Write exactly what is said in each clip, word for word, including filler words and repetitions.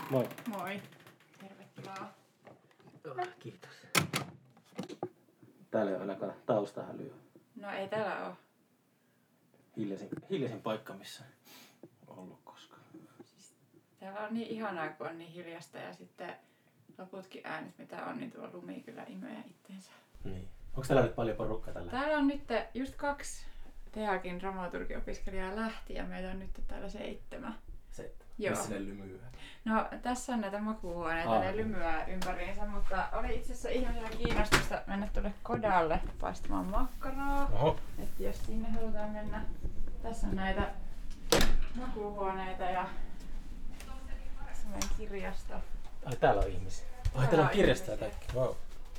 Moi. Moi. Tervetuloa. Oh, kiitos. Täällä ei ole ainakaan taustahälyä. No ei täällä oo. Hiljaisin, hiljaisin paikka, missä on ollut koskaan. Siis, täällä on niin ihanaa, kun on niin hiljasta ja sitten loputkin äänet, mitä on, niin tuo lumi kyllä imee itteensä. Niin. Onko täällä nyt paljon porukkaa tällä? Täällä on nyt just kaksi Teakin dramaturgiopiskelijaa lähti ja meitä on nyt täällä seitsemän. Seitsemän. Joo. Missä ne lymyää? No tässä on näitä makuuhuoneita, Ah. ne lymyää ympäriinsä, mutta oli itse asiassa ihmisellä kiinnostusta mennä tuonne Kodalle paistamaan makkaraa. Oho. Että jos sinne halutaan mennä, tässä on näitä makuuhuoneita ja semmoinen kirjasto. Ai täällä on ihmisiä. Ai Täällä täällä on on kirjastoja ihmisiä. kaikki. Wow.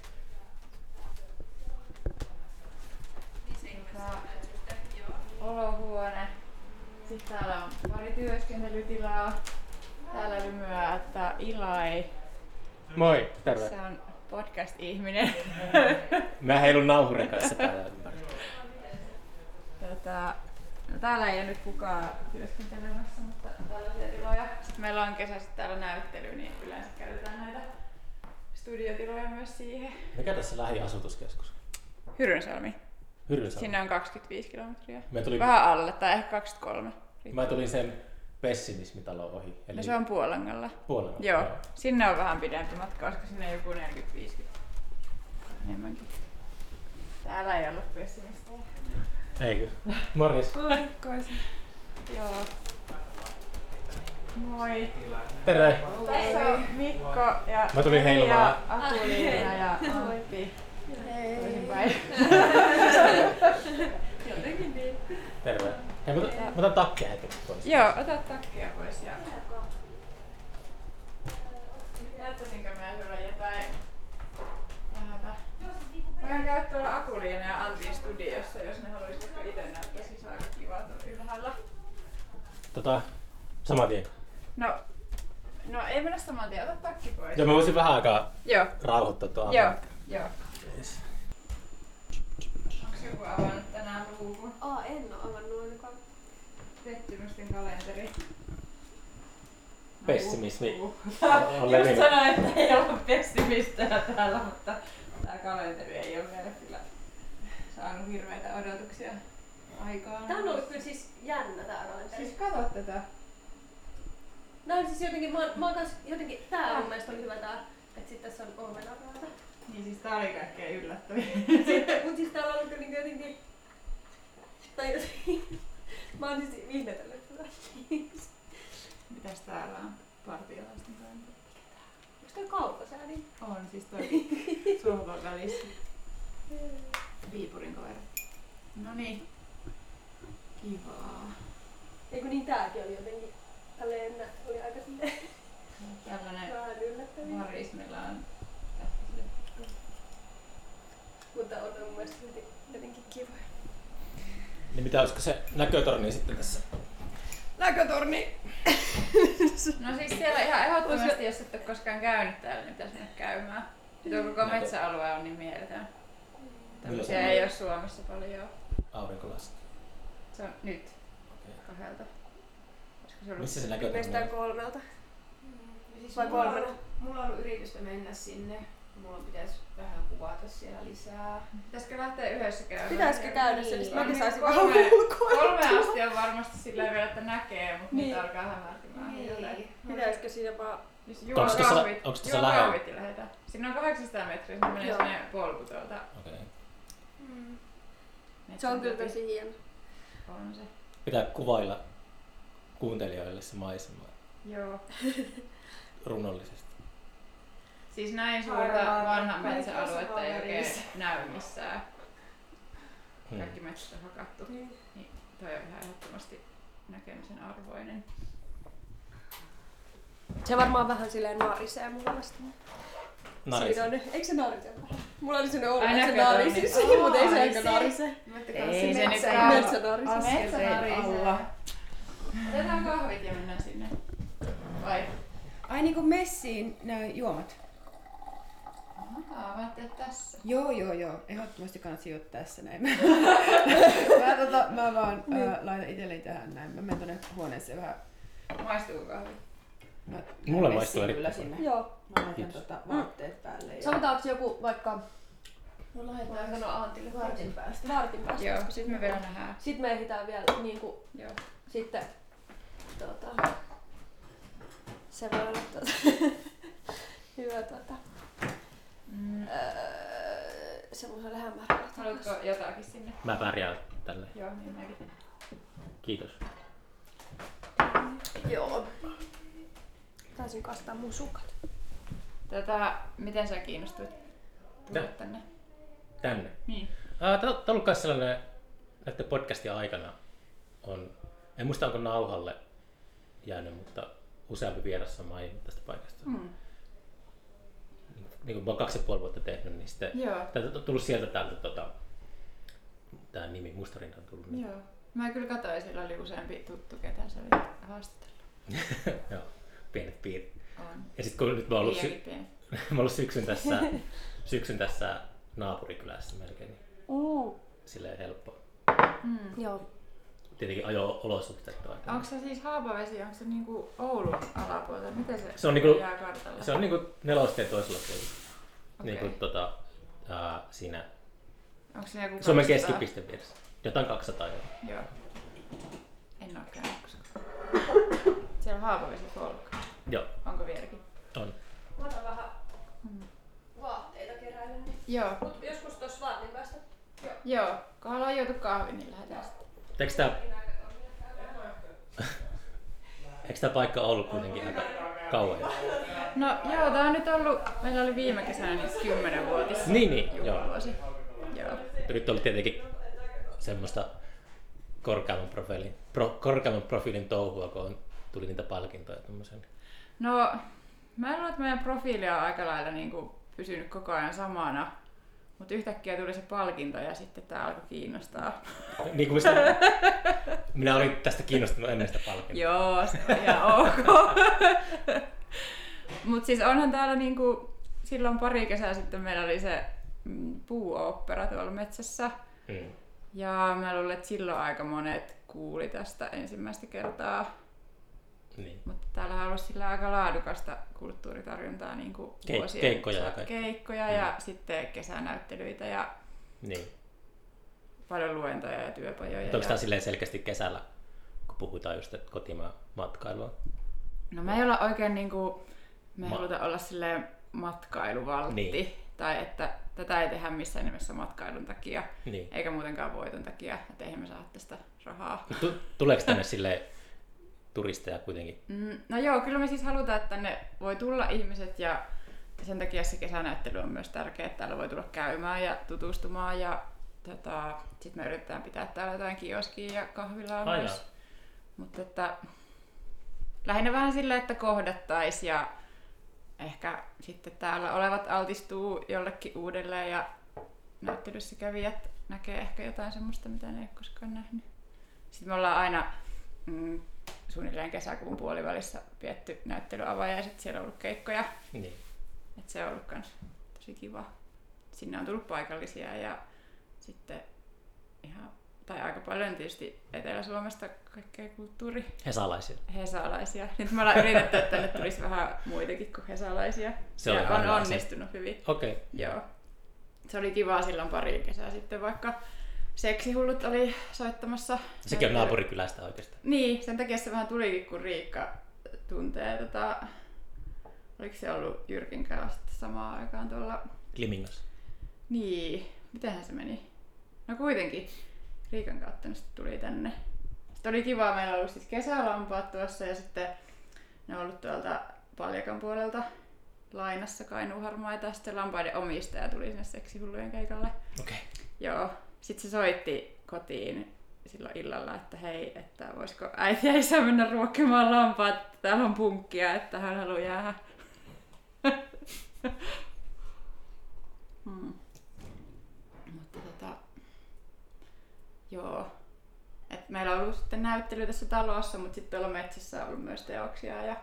Olohuone. Sitten täällä on pari työskentelytilaa. Täällä lymyää, että Ilai. Moi, terve. Se on podcast-ihminen. Mä heilun nauhurin kanssa täällä ympäri. Tätä, no täällä ei ole nyt kukaan työskentelemässä, mutta tällaisia tiloja. Sitten meillä on kesässä täällä näyttely, niin yleensä käytetään näitä studiotiloja myös siihen. Mikä tässä lähiasutuskeskus? Hyrynsalmi. Hyrynsalmi. Sinne on kaksikymmentäviisi kilometriä. Me tuli, Vähän alle, tai ehkä kaksikymmentäkolme. mä tulin sen pessimismitalon ohi. Eli No se on Puolangalla. puolella. Joo. Sinne on vähän pidempi matka, koska sinne on joku neljäkymmentä viisikymmentä enemmänkin. Täällä ei ollut pessimistä. Eikö? Morjes. Moikkoisin. Joo. Moi. Terve. Tässä on Mikko ja Mä tulin Heli heilumaan. ja Akuliina ja Antti. Toisinpäin. Jotenkin niin. Terve. Hei, mä, otan- mä otan takkia hetkeksi pois. Joo, ota takkia pois ja... Näyttäisinkö mä sulle jotain vähäpä? Voidaan käydä tuolla Akuliina ja Antin studiossa, jos ne haluaisi vaikka itse näyttää, siis aika kivaa tuolla ylhäällä. Tota, saman tien. No, no ei mennä saman tien, ota takki pois. Joo, mä voisin vähän aikaa Joo, rauhoittaa tuon joo, aamun. joo. Yes. Onks joku avannut tänään luukun? Aa, en oo avannut ainakaan. Pettymysten kalenteri. Pessimismi Uh, on Just levinnyt. sanoin, että ei ollut pessimistejä täällä, mutta tää kalenteri ei ole vielä kyllä saanut hirveitä odotuksia aikaan. Tää on ollut kyllä siis jännä tää kalenteri. Siis kato tätä. No siis jotenkin, mä, oon- mä oon kans jotenkin, tää mun mielestä oli hyvä tää, että sit tässä on omenaraata. Niin siis tää oli kaikkein yllättäviä. Sitten, mut siis täällä on ollut niinku jotenkin, tai jotenkin, mä oon siis ihmetellyt tätä. Mitäs täällä on? Partiolaisten kalenteri. Onks toi kaukosääni? On siis toi sohvan välissä. Viipurin koira. Noniin. Kivaa. Eiku niin tääkin oli jotenkin, tälleen nä- oli aika silleen Tällainen vähän yllättäviä. varis meillä on tähtisille. Mutta on mun mielestä silti jotenkin kiva. Niin mitä olisiko se näkötorni sitten tässä? Näkötorni! No siis siellä ihan ehdottomasti, jos et ole koskaan käynyt täällä, niin pitäisi mennä käymään. Ja tuo koko Näkö- metsäalue on niin mieletön. Tämmöisiä Milloin se ei ole Suomessa paljon. Aurinko laskee. Se on nyt Okei. kahdelta. Olisiko se ollut? Missä se näkötorni Viimeistään on? kolmelta. Siis Vai mulla, on kolmena? ollut, mulla on ollut yritystä mennä sinne. Mulla pitäisi vähän kuvata siellä lisää. Pitäisikö lähteä yhdessä käymään? Pitäisikö käydä se, niin On mäkin saisin niin vähän kolme- ulkoa. Kolme asti on varmasti sillä vielä, että näkee, mutta Niin. niitä alkaa hämärtymään. Ei. Pitäisikö siinä vaan... Siis Onks juo tässä- kahvit, onks tässä juo lähellä? kahvit ja lähdetään. Siinä on kahdeksansataa metriä, se menee Joo. sinne polku tuolta. Okei. Mm. Se metsän on kyllä läpi. tosi hieno. On se. Pitää kuvailla kuuntelijoille se maisema Joo. runollisesti. Siis näin suurta Harvaa, vanhan kaikki metsäaluetta ei osaa oikein välissä. näy missään. Hmm. Kaikki metsät on hakattu. Niin. Niin toi on ihan ehdottomasti näkemisen arvoinen. Se varmaan vähän silleen narisee mulla vasta. Naris. Siinä on, eikö se narise vähän? Mulla oli sellainen olo, Ai että se näkötorni. narisisi, Aa, mutta ei se ai aika se. narise. Ei se nyt metsä- kauan. Metsä narisee. Ai, metsä narisee. alla. Otetaan kahvit ja mennään sinne. Vai? Ai niinku messiin nämä juomat? Aa, mä ajattelin, että tässä. Joo, joo, joo. Ehdottomasti kannattaa sijoittaa tässä näin. Mä, mä, tota, mä vaan ää, laitan itselleni tähän näin. Mä menen tonne huoneeseen vähän. Maistuuko kahvi? Mä Mulle messin maistuu kyllä erittäin sinne. Joo. Mä laitan Kiitos. tota vaatteet päälle. Ja... Sanotaanko joku vaikka... No Mä laitetaan sanoa Antille. vartin päästä. Vartin päästä. Joo, koska sit me vielä nähdään. Sitten me ehditään vielä niinku... Joo. Sitten... Tota... Se voi olla tota... hyvä tota... Mm. Öö, semmoiselle hämärälle. Haluatko jotakin sinne? Mä pärjään tälle. Joo, niin mäkin. Kiitos. Joo. Taisin kastaa mun sukat. Tätä, miten sä kiinnostuit tulla Tää? tänne? Tänne. Niin. Ah, Tämä on ollut myös sellainen, näiden podcastien aikana on, en muista onko nauhalle jäänyt, mutta useampi vieras on maininnut tästä paikasta. Mm. Niin kuin mä oon kaksi ja puoli vuotta tehnyt, niin sitten Joo. tää on tullut sieltä täältä tota, tää nimi Mustarinta on tullut. Niin. Joo. Mä kyllä katsoin, sillä oli useampi tuttu, ketä sä olit haastatellut. Joo, pienet piirit. On. Ja sitten kun nyt mä oon ollut, sy- Liiankin pieni. mä oon ollut syksyn tässä, syksyn tässä naapurikylässä melkein, niin Uh. silleen helppo. Mm. Joo. Tietenkin ajo-olosuhteet on aika. Onko se siis Haapavesi, onko se niinku Oulun alapuolella? Miten se, Se on niinku- jää kartalla? Se on niinku nelostien toisella puolella. Okei. Niinku tota, ää, siinä Onko se joku Suomen kaksisataa? keskipiste vieressä. Jotain kaksisataa joo. Joo. En oo käynyt koskaan. Siellä on Haapavesi Folk. Joo, Onko vieläkin? on. Mä otan vähän Mm. vaatteita keräilen. Niin. Joo. Mut joskus tossa vartin päästä. Joo. Joo. Kun haluaa joutua kahviin, niin lähdetään sitten. Eikö tää, eikö tää paikka ollut kuitenkin aika kauan jo? No joo, tää on nyt ollut, meillä oli viime kesänä niin kymmenvuotis Niin, niin, joo. juhlavuosi. Joo. Nyt oli tietenkin semmoista korkeamman profiilin, pro, korkeamman profiilin touhua, kun on, tuli niitä palkintoja tommosen. No, mä luulen, että meidän profiili on aika lailla niin kuin pysynyt koko ajan samana. Mutta yhtäkkiä tuli se palkinto ja sitten tää alkoi kiinnostaa. Niin kuin mistä, minä olin tästä kiinnostunut ennen sitä palkintoa. Joo, se on ihan ok. Mut siis onhan täällä niinku, silloin pari kesää sitten meillä oli se mm, puuooppera tuolla metsässä. Mm. Ja mä luulen, että silloin aika monet kuuli tästä ensimmäistä kertaa. Niin. Mutta täällä on ollut sillä aika laadukasta kulttuuritarjontaa niin kuin Ke- vuosien keikkoja ja mittaan. kaikkea. keikkoja Mm. ja sitten kesänäyttelyitä ja Niin. paljon luentoja ja työpajoja. Onko ja... tämä silleen selkeästi kesällä, kun puhutaan just että kotimaan matkailua? No me ei olla oikein niinku, me ei Ma- haluta olla silleen matkailuvaltti. Niin. Tai että tätä ei tehdä missään nimessä matkailun takia, Niin. eikä muutenkaan voiton takia, että eihän me saa tästä rahaa. Tu- tuleeko tänne silleen turisteja kuitenkin? Mm, no joo, kyllä me siis halutaan, että tänne voi tulla ihmiset ja sen takia se kesänäyttely on myös tärkeää, että täällä voi tulla käymään ja tutustumaan ja tota, sitten me yritetään pitää täällä jotain kioskia ja kahvilaa Ai myös. jaa. Mutta että lähinnä vähän sillä, että kohdattais ja ehkä sitten täällä olevat altistuu jollekin uudelleen ja näyttelyssä kävijät näkee ehkä jotain semmoista, mitä ne ei ole koskaan nähnyt. Sitten me ollaan aina mm, suunnilleen kesäkuun puolivälissä pietty näyttelyavajaiset, siellä on ollut keikkoja. Niin. Et se on ollut kans tosi kiva. Sinne on tullut paikallisia ja sitten ihan, tai aika paljon tietysti Etelä-Suomesta kaikkea kulttuuri Hesalaisia. hesalaisia. Nyt me ollaan yritetty, että tänne tulisi vähän muitakin kuin hesalaisia. Se on ja ihan on hyvä asia. onnistunut hyvin. Okei. Okay. Joo. Se oli kivaa silloin pari kesää sitten, vaikka Seksihullut oli soittamassa. Sekin on naapurikylästä oikeastaan. Niin, sen takia se vähän tulikin, kun Riikka tuntee, tota, oliko se ollut Jyrkin kanssa sitten samaan aikaan tuolla. Limingossa. Niin, mitenhän se meni? No kuitenkin, Riikan kautta ne sitten tuli tänne. Sitten oli kiva, meillä on ollut siis kesälampaat tuossa ja sitten ne on ollut tuolta Paljakan puolelta lainassa kainuuharmaita ja sitten lampaiden omistaja tuli sinne Seksihullujen keikalle. Okei. Okay. Joo. Sitten se soitti kotiin silloin illalla, että hei, että voisiko äiti ja isä mennä ruokkimaan lampaat, että täällä on punkkia, että hän haluaa jäädä. hmm. Mutta tota, joo. Et meillä on ollut sitten näyttely tässä talossa, mutta sitten tuolla metsässä on ollut myös teoksia. Ja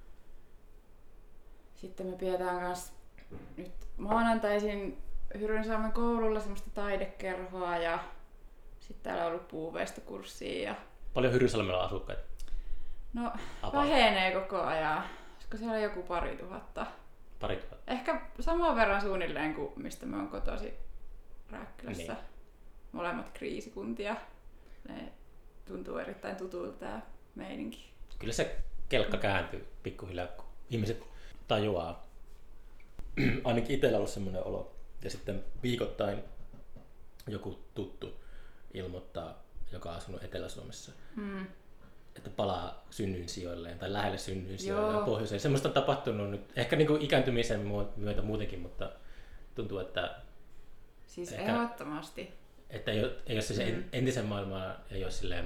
sitten me pidetään kans nyt maanantaisin Hyrynsalmen koululla semmoista taidekerhoa ja sitten täällä on ollut puuveistokurssia. Ja... Paljon Hyrynsalmella on asukkaita. No Apaa. vähenee koko ajan. olisiko siellä joku pari tuhatta. Pari tuhatta. Ehkä saman verran suunnilleen kuin mistä mä oon kotoisin Rääkkylässä. Niin. Molemmat kriisikuntia. Ne tuntuu erittäin tutulta tää meininki. Kyllä se kelkka kääntyy pikkuhiljaa, kun ihmiset tajuaa. Ainakin itsellä on ollut semmoinen olo. Ja sitten viikoittain joku tuttu ilmoittaa, joka on asunut Etelä-Suomessa, Mm. että palaa synnyinsijoilleen tai lähelle synnyinsijoilleen Joo. pohjoiseen. Semmoista on tapahtunut nyt, ehkä niin kuin ikääntymisen myötä muutenkin, mutta tuntuu, että, Siis Ehkä- ehdottomasti. että ei ole, ei ole se Mm. entisen maailman, ei ole silleen,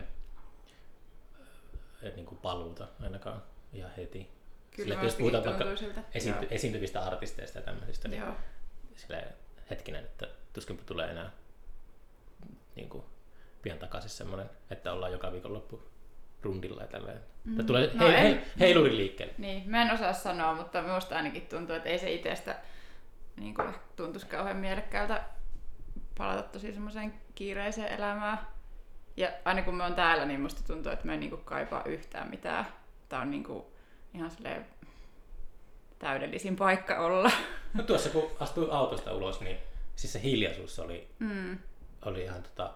äh, niin kuin paluuta ainakaan ihan heti. Kyllä Sillä, että jos mustakin puhutaan tuntuu vaikka siltä. esiinty, Joo. esiintyvistä artisteista ja tämmöisistä, niin Joo. silleen hetkinen, että tuskinpä tulee enää niin kuin, pian takaisin semmoinen, että ollaan joka viikonloppu rundilla ja tälleen. Mm. Mm. Tulee No hei, en- hei, heiluri liikkeelle. Niin, mä en osaa sanoa, mutta minusta ainakin tuntuu, että ei se itsestä niin kuin ehkä tuntuisi kauhean mielekkäältä palata tosi semmoiseen kiireiseen elämään. Ja aina kun me on täällä, niin musta tuntuu, että mä en niin kuin kaipaa yhtään mitään. Tää on niin kuin ihan silleen täydellisin paikka olla. No tuossa kun astui autosta ulos, niin siis se hiljaisuus oli, Mm. oli ihan tota,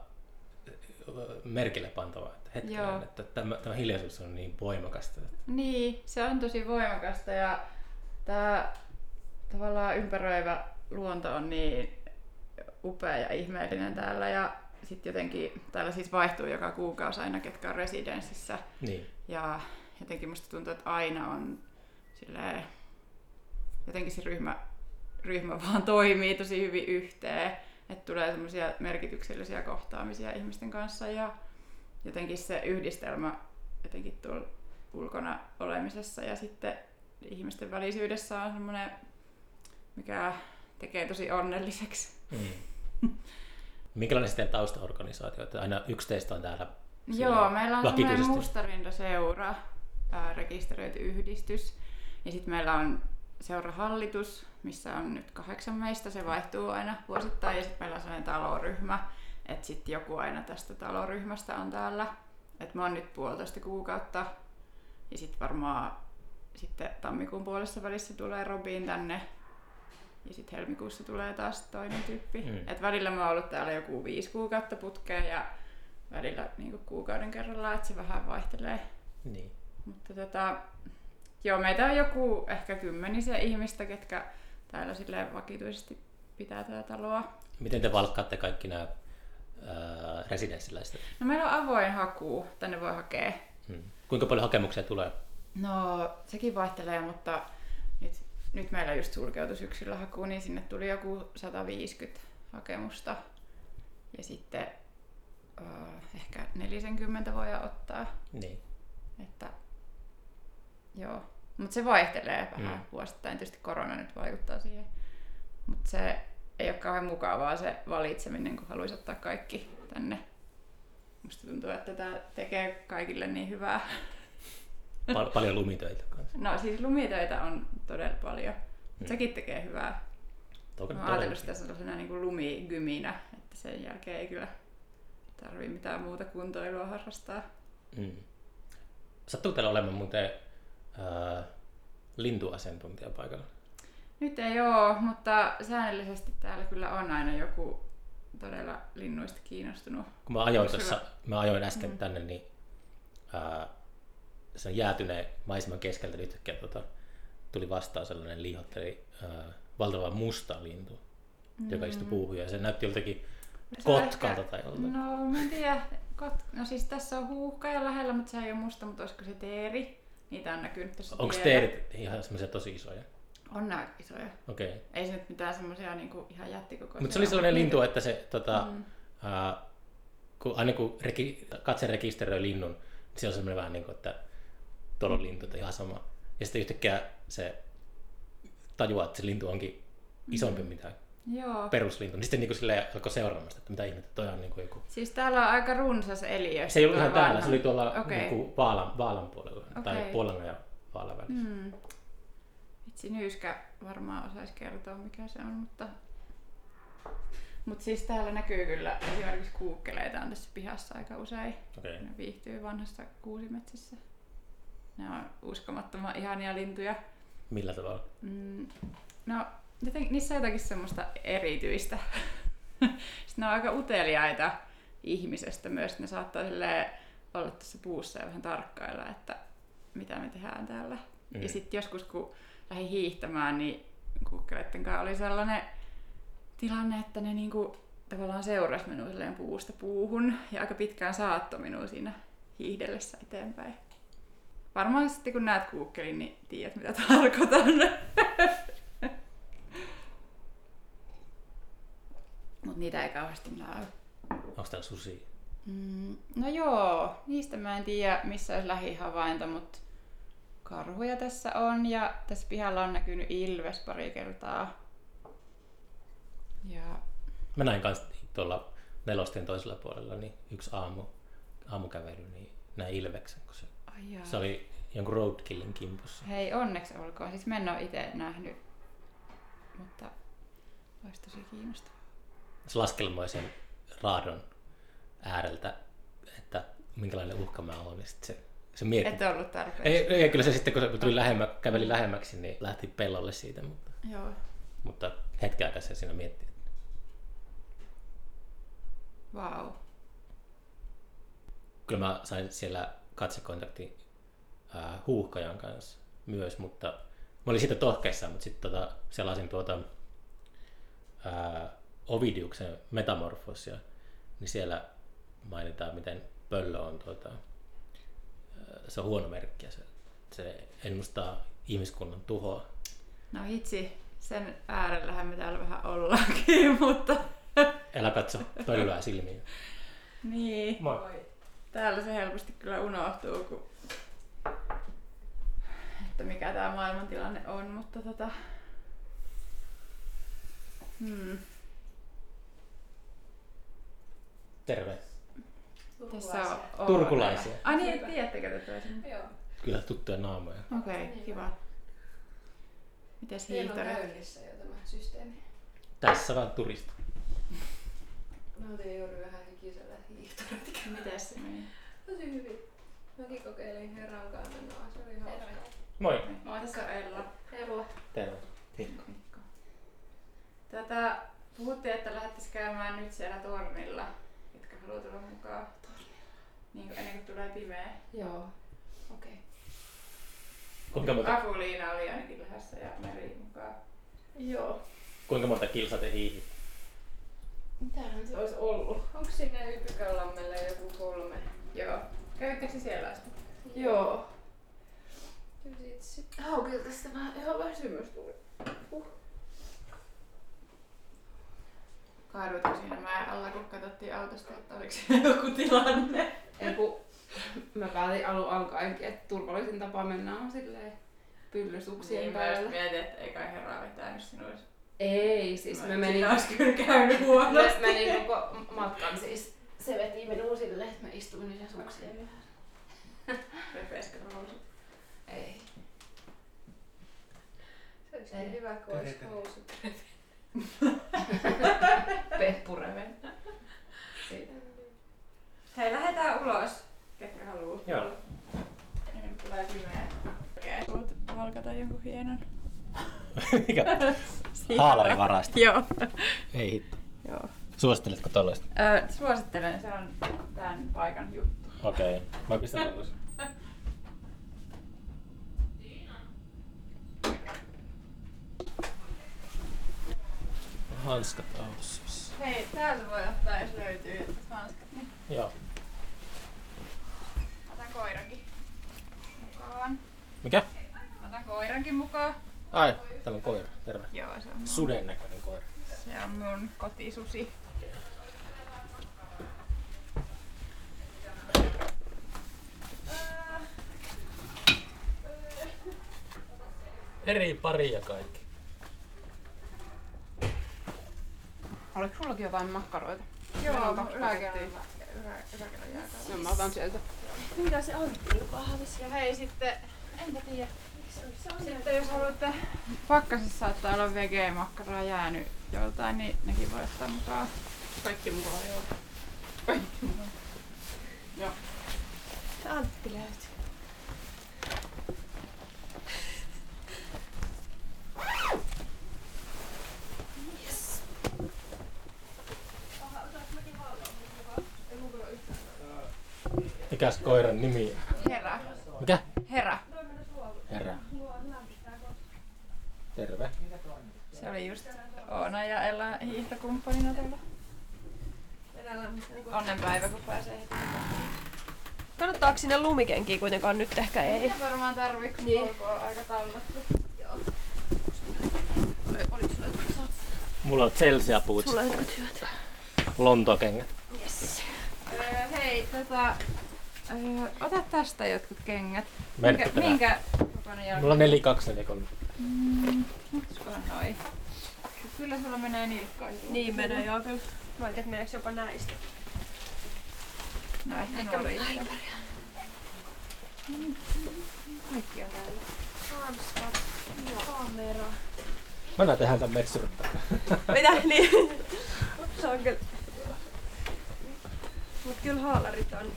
merkille pantavaa. Että Joo. hetkinen, että tämä, tämä hiljaisuus on niin voimakasta. Että Niin, se on tosi voimakasta ja tää tavallaan ympäröivä luonto on niin upea ja ihmeellinen täällä ja sitten jotenkin täällä siis vaihtuu joka kuukausi aina ketkä on residenssissä niin. ja jotenkin musta tuntuu, että aina on silleen, jotenkin se ryhmä, ryhmä vaan toimii tosi hyvin yhteen, että tulee semmoisia merkityksellisiä kohtaamisia ihmisten kanssa ja jotenkin se yhdistelmä jotenkin tuolla ulkona olemisessa ja sitten ihmisten välisyydessä on semmoinen, mikä tekee tosi onnelliseksi. Mm. Minkälainen sitten taustaorganisaatio? Että aina yksi teistä on täällä Joo, meillä on semmoinen vakituisesti. Mustarinta-seura, ää, rekisteröity yhdistys. Ja sitten meillä on seurahallitus, missä on nyt kahdeksan meistä, se vaihtuu aina vuosittain. Ja sitten meillä on sellainen taloryhmä, että sitten joku aina tästä taloryhmästä on täällä. Et mä oon nyt puolitoista kuukautta. Ja sitten varmaan sitten tammikuun puolessa välissä tulee Robin tänne. Ja sitten helmikuussa tulee taas toinen tyyppi. Mm. Et välillä mä oon ollut täällä joku viisi kuukautta putkeen ja välillä niinku kuukauden kerrallaan, että se vähän vaihtelee. Niin. Mutta tota, joo, meitä on joku ehkä kymmenisiä ihmistä, ketkä täällä silleen vakituisesti pitää tätä taloa. Miten te valkkaatte kaikki nämä ää, residenssiläiset? No meillä on avoin haku, tänne voi hakea. Hmm. Kuinka paljon hakemuksia tulee? No sekin vaihtelee, mutta nyt, nyt meillä just sulkeutui syksyllä hakuun, niin sinne tuli joku sata viisikymmentä hakemusta. Ja sitten uh, ehkä neljäkymmentä voi ottaa. Niin. Että, joo. Mutta se vaihtelee vähän Mm. vuosittain. Tietysti korona nyt vaikuttaa siihen. Mutta se ei ole kauhean mukavaa se valitseminen, kun haluaisi ottaa kaikki tänne. Musta tuntuu, että tämä tekee kaikille niin hyvää. Pal- paljon lumitöitä kanssa. No siis lumitöitä on todella paljon. Mm. Sekin tekee hyvää. Toki Mä oon ajatellut sitä sellaisena niin kuin lumigyminä, että sen jälkeen ei kyllä tarvii mitään muuta kuntoilua harrastaa. Mm. Sattuu teillä olemaan muuten ää, lintuasiantuntija paikalla? Nyt ei oo, mutta säännöllisesti täällä kyllä on aina joku todella linnuista kiinnostunut. Kun mä ajoin, Onks tossa, hyvä? mä ajoin äsken Mm. tänne, niin ää, sen jäätyneen maiseman keskeltä nyt yhtäkkiä tota, tuli vastaan sellainen liihotteli ää, valtava musta lintu, mm. joka istui puuhun ja se näytti joltakin Se on kotkalta ehkä- tai joltakin. No mä en tiedä. Kot... No siis tässä on huuhkaja lähellä, mutta se ei ole musta, mutta olisiko se teeri? Niitä on näkynyt tässä Onko tiellä. teerit ihan semmoisia tosi isoja? On nää isoja. Okei. Okay. Ei se nyt mitään semmosia niinku ihan jättikokoisia. Mutta se oli sellainen ole. lintu, että se tota, Mm. ää, kun, aina kun reki, katse rekisteröi linnun, niin se on semmoinen vähän niin kuin, että tuolla on lintu, että ihan sama. Ja sitten yhtäkkiä se tajuaa, että se lintu onkin isompi mitä Joo. peruslintu. Niin sitten niin kuin silleen alkoi seuraamasta, että mitä ihmettä, toi on niin kuin joku... Siis täällä on aika runsas eliö. Se ei ollut Tuolla ihan täällä, vanhan- se oli tuolla Okei. niin kuin Vaalan, Vaalan puolella, tai Okei. Puolangan ja Vaalan välissä. Hmm. Vitsi Nyyskä varmaan osaisi kertoa mikä se on, mutta... Mut siis täällä näkyy kyllä esimerkiksi kuukkeleita on tässä pihassa aika usein. Okei. Ne viihtyy vanhassa kuusimetsässä. Ne on uskomattoman ihania lintuja. Millä tavalla? Mm, no, joten, niissä on jotakin semmoista erityistä. Sitten ne on aika uteliaita ihmisestä myös. Ne saattaa olla tässä puussa ja vähän tarkkailla, että mitä me tehdään täällä. Mm. Ja sitten joskus, kun lähdin hiihtämään, niin kukkeleiden kanssa oli sellainen tilanne, että ne niinku tavallaan seurasi minua puusta puuhun ja aika pitkään saattoi minua siinä hiihdellessä eteenpäin. Varmaan sitten kun näet kuukkelin, niin tiedät mitä tarkoitan. Mut niitä ei kauheasti näy. Onko täällä susia? Mm, no joo, niistä mä en tiedä missä olisi lähihavainto, mutta karhuja tässä on ja tässä pihalla on näkynyt ilves pari kertaa. Ja mä näin kans tuolla nelostien toisella puolella niin yksi aamu, aamukävely, niin näin ilveksen, kun se, se oli jonkun roadkillin kimpussa. Hei, onneksi olkoon. Siis mä en ole itse nähnyt, mutta olisi tosi kiinnostavaa. Se laskelmoi sen raadon ääreltä, että minkälainen uhka mä oon, niin sit se, se mietti. Et ollut tarpeeksi. Ei, ei, kyllä se sitten, kun se tuli lähemmä, käveli lähemmäksi, niin lähti pellolle siitä, mutta, Joo. mutta hetken aikaa se siinä mietti. Vau. Wow. Kyllä mä sain siellä katsekontaktin äh, huuhkajan kanssa myös, mutta mä olin siitä tohkeissaan, mutta sitten tota, selasin tuota äh, Ovidiuksen metamorfosia, niin siellä mainitaan, miten pöllö on, tuota, äh, se on huono merkki ja se, se ennustaa ihmiskunnan tuhoa. No hitsi, sen äärellähän me täällä vähän ollaankin, mutta Älä katso pöllöä silmiin. niin. Moi. Täällä se helposti kyllä unohtuu, kun että mikä tämä maailmantilanne on, mutta tota hmm. Terve. Tässä on Oona. Turkulaisia. Ai niin, tiedättekö te toisen? Joo. Kyllä tuttuja naamoja. Okei, okay, kiva. Mites Teillä on hiihtoret? käynnissä jo tämä systeemi. Tässä vaan turisti. Mä otin juuri vähän hikisellä hiihtoretka. Mites se meni? Tosi hyvin. Mäkin kokeilin herran kanssa menoa, se oli hauskaa. Moi. Mä oon tässä Ella. Ella. Terve. Mikko. Mikko. Tätä puhuttiin, että lähdettäisiin käymään nyt siellä tornilla. Ketkä haluaa tulla mukaan? Tornilla. Niin kuin ennen kuin tulee pimeä. Joo. Okei. Kuinka monta, Akuliina oli ainakin lähdössä ja Meri mukaan. Joo. kuinka monta kilsaa te hiihit? Mitähän se olisi ollut? Onko sinne Ypykänlammelle joku kolme? Joo. Kävittekö siellä asti? Joo. Ja sit sit Haukilta tästä vähän ihan väsymys tuli. Uh. Kaaduitko siinä mäen alla, kun katsottiin autosta, että oliko siinä joku tilanne? Ei kun mä päätin alun alkaenkin, että turvallisin tapa mennä on silleen pyllysuksien Niin, mä päällä. just mietin, että ei kai herraa vetänyt sinulle. Ei, siis me menin, Siinä olisi kyllä käynyt me huonosti. menin koko matkan siis. Se veti minua silleen, että mä istuin niiden suksien päällä. Repeskö housut? Ei. Se olisi kyllä hyvä, kun olisi housut. Peppureven. Hei, lähdetään ulos. Ketkä haluu? Joo. Ennen kuin tulee pimeä. Okei. Voit valkata jonkun hienon. Mikä? Haalarivarasta. Joo. Ei hitto. Joo. Suositteletko tollaista? Öö, suosittelen, se on tämän paikan juttu. Okei. Okay. Mä pistän tollaista. Hanskat autossa. Hei, täältä voi ottaa, jos löytyy hanskat. Niin. Joo. Otan koirankin mukaan. Mikä? Otan koirankin mukaan. Ai, täällä on koira. Terve. Joo, se on mun, Suden näköinen koira. se on mun kotisusi. Eri paria kaikki. Oliko sullakin jotain makkaroita? Joo, Meillä on mun kaksi yläkerran pakettia. ylä- yläkerran jääkaapissa. No mä otan sieltä. Mitä se Antti jopa havisi? Ja hei sitten, enpä tiedä. Sitten jos haluatte, pakkasessa saattaa olla vege-makkaraa jäänyt joltain, niin nekin voi ottaa mukaan. Kaikki mukaan joo. Kaikki mukaan. Joo. Se Antti löytyy. Mikäs koiran nimi? Hera. Mikä? Hera. Herra. Terve. Se oli just Oona ja Ella hiihtokumppanina tuolla. Onnenpäivä, kun pääsee heti. Kannattaako sinne lumikenkiä kuitenkaan nyt ehkä ei? Ei varmaan tarvii, kun Niin. polku on aika tallattu. Oliko sulla jotkut? Mulla on Chelsea boots. Sulla on jotkut hyvät. Lontokengät. Yes. Öö, hei, tota, öö, ota tästä jotkut kengät. Minkä, Merkittävää. minkä kokoinen jalka? Mulla on neljä kaksi neljä kolme. Mm, olisikohan noi? Kyllä sulla menee nilkkoihin. Niin menee joo kyllä. Mä en tiedä, meneekö jopa näistä. No ehkä nuo riittää. Kaikki on täällä. Hanskat. Kamera. Mä näen tehdään tän metsurittaa. Mitä? Niin. Se on kyllä. Mut kyllä haalarit on,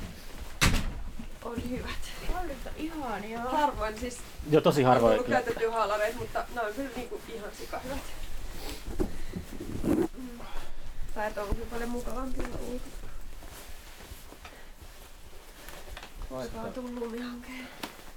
on hyvät. Haalarit on ihania. Harvoin siis Joo, tosi on harvoin. tullut käytettyä haalareita, mutta ne on kyllä niinku ihan sikahyvät. Mm. Päät on kyllä paljon mukavampia ulkona. Voikaan tuu lumihankeen.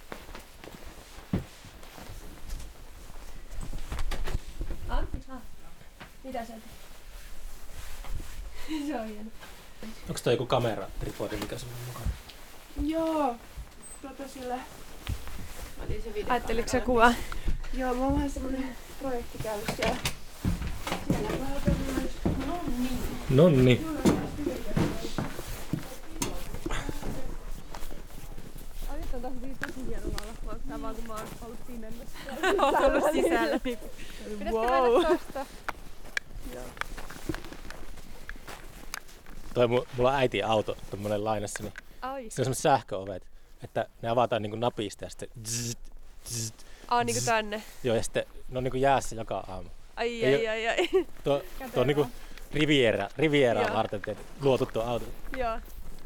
Antti, ah. Mitä se on? Se on hieno. Onks toi joku kamera tripodi, mikä sulla on mukana? Joo. Tota sillä... Mä otin se video. Ajatteliko se kuva? Joo, mulla on vähän semmonen projekti käynnissä siellä. Siellä vähän tämmönen... No niin. Nonni. Nyt on tosi, tosi hieno olla, vaan tää vaan kun mä oon ollut pimennossa. Oon ollut sisällä. Niin. Wow. Tosta? Toi mu- mulla on äitin auto tommonen lainassa, niin Ai. se on semmoset sähköovet, että ne avataan niinku napista ja sitten zzzt, zzzt, Aa, niinku tänne. joo, ja sitten ne on niinku jäässä joka aamu. Ai, Ei ai, ai, ai. Tuo, tuo on niinku Riviera, Rivieraa Joo. varten teet, luotu tuo auto. Joo.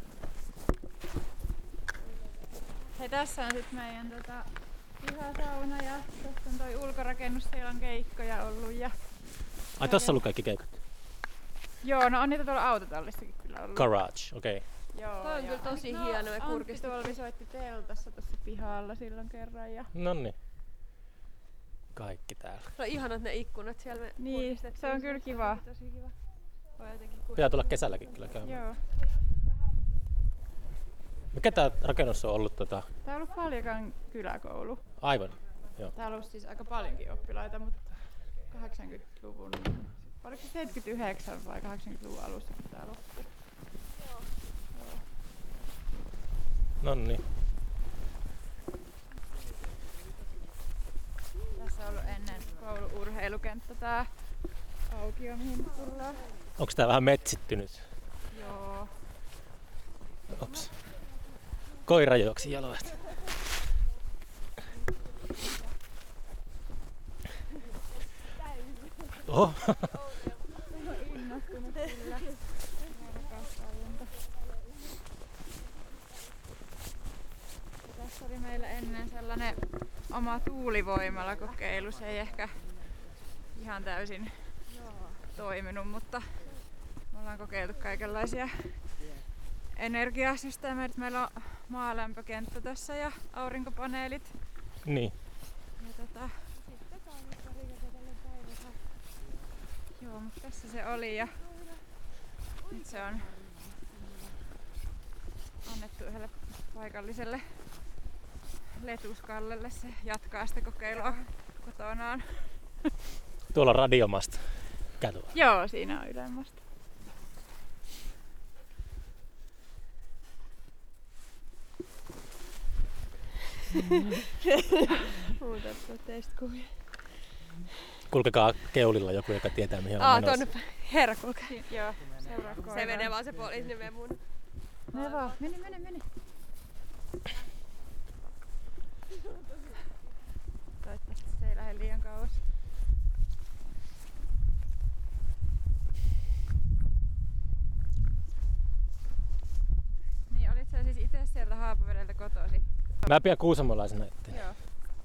Hei, tässä on sit meidän tota, pihasauna ja tässä on toi ulkorakennus, siellä on keikkoja ollut. Ja... Ai tossa on ollut kaikki keikat. Joo, no on niitä tuolla autotallissakin kyllä ollut. Garage, okei. Okay. Joo, Toi on ja- kyllä tosi no, hieno ja Antti kurkistettu. tuolla soitti teltassa tuossa pihalla silloin kerran. Ja... Nonni. Kaikki täällä. Se on ihanat ne ikkunat siellä. Me Niin, kurkistettiin. se on kyllä kiva. Tosi kiva. Voi jotenkin Pitää tulla kesälläkin kyllä käymään. Joo. Mikä tää rakennus on ollut tota? Tää on ollut Paljakan kyläkoulu. Aivan. Tää on ollut siis aika paljonkin oppilaita, mutta kahdeksankymmentäluvun, oliko se seitsemänkymmentäyhdeksän vai kahdeksankymmentäluvun alussa kun tää loppui. Nonni. Tässä on ollut ennen koulu-urheilukenttä tää aukio, mihin tullaan. Onks tää vähän metsittynyt? Joo. Ops. Koira juoksi jaloista. Oho. Innostunut kyllä. Rakastajunta. Tässä oli meillä ennen sellainen oma tuulivoimalakokeilu. Se ei ehkä ihan täysin toiminut, mutta me ollaan kokeiltu kaikenlaisia energiasysteemeitä. Meillä on maalämpökenttä tässä ja aurinkopaneelit. Niin. Ja tota, joo, mutta tässä se oli ja nyt se on annettu yhdelle paikalliselle letuskallelle. Se jatkaa sitä kokeilua kotonaan. Tuolla on radiomasta. Kätuä. Joo, siinä on ylemmästä. Muuta teistä kuvia. Kulkekaa keulilla joku, joka tietää mihin on Aa, menossa. tuonne herra kulkee. Si- joo, seuraa koiraa. Se menee vaan se puoli, sinne menee mun. Mene vaan, mene, mene, mene. Toivottavasti se ei lähde liian kauas. Niin, olit sä siis itse sieltä Haapavedeltä kotosi? Mä pidän kuusamolaisena itse. Joo.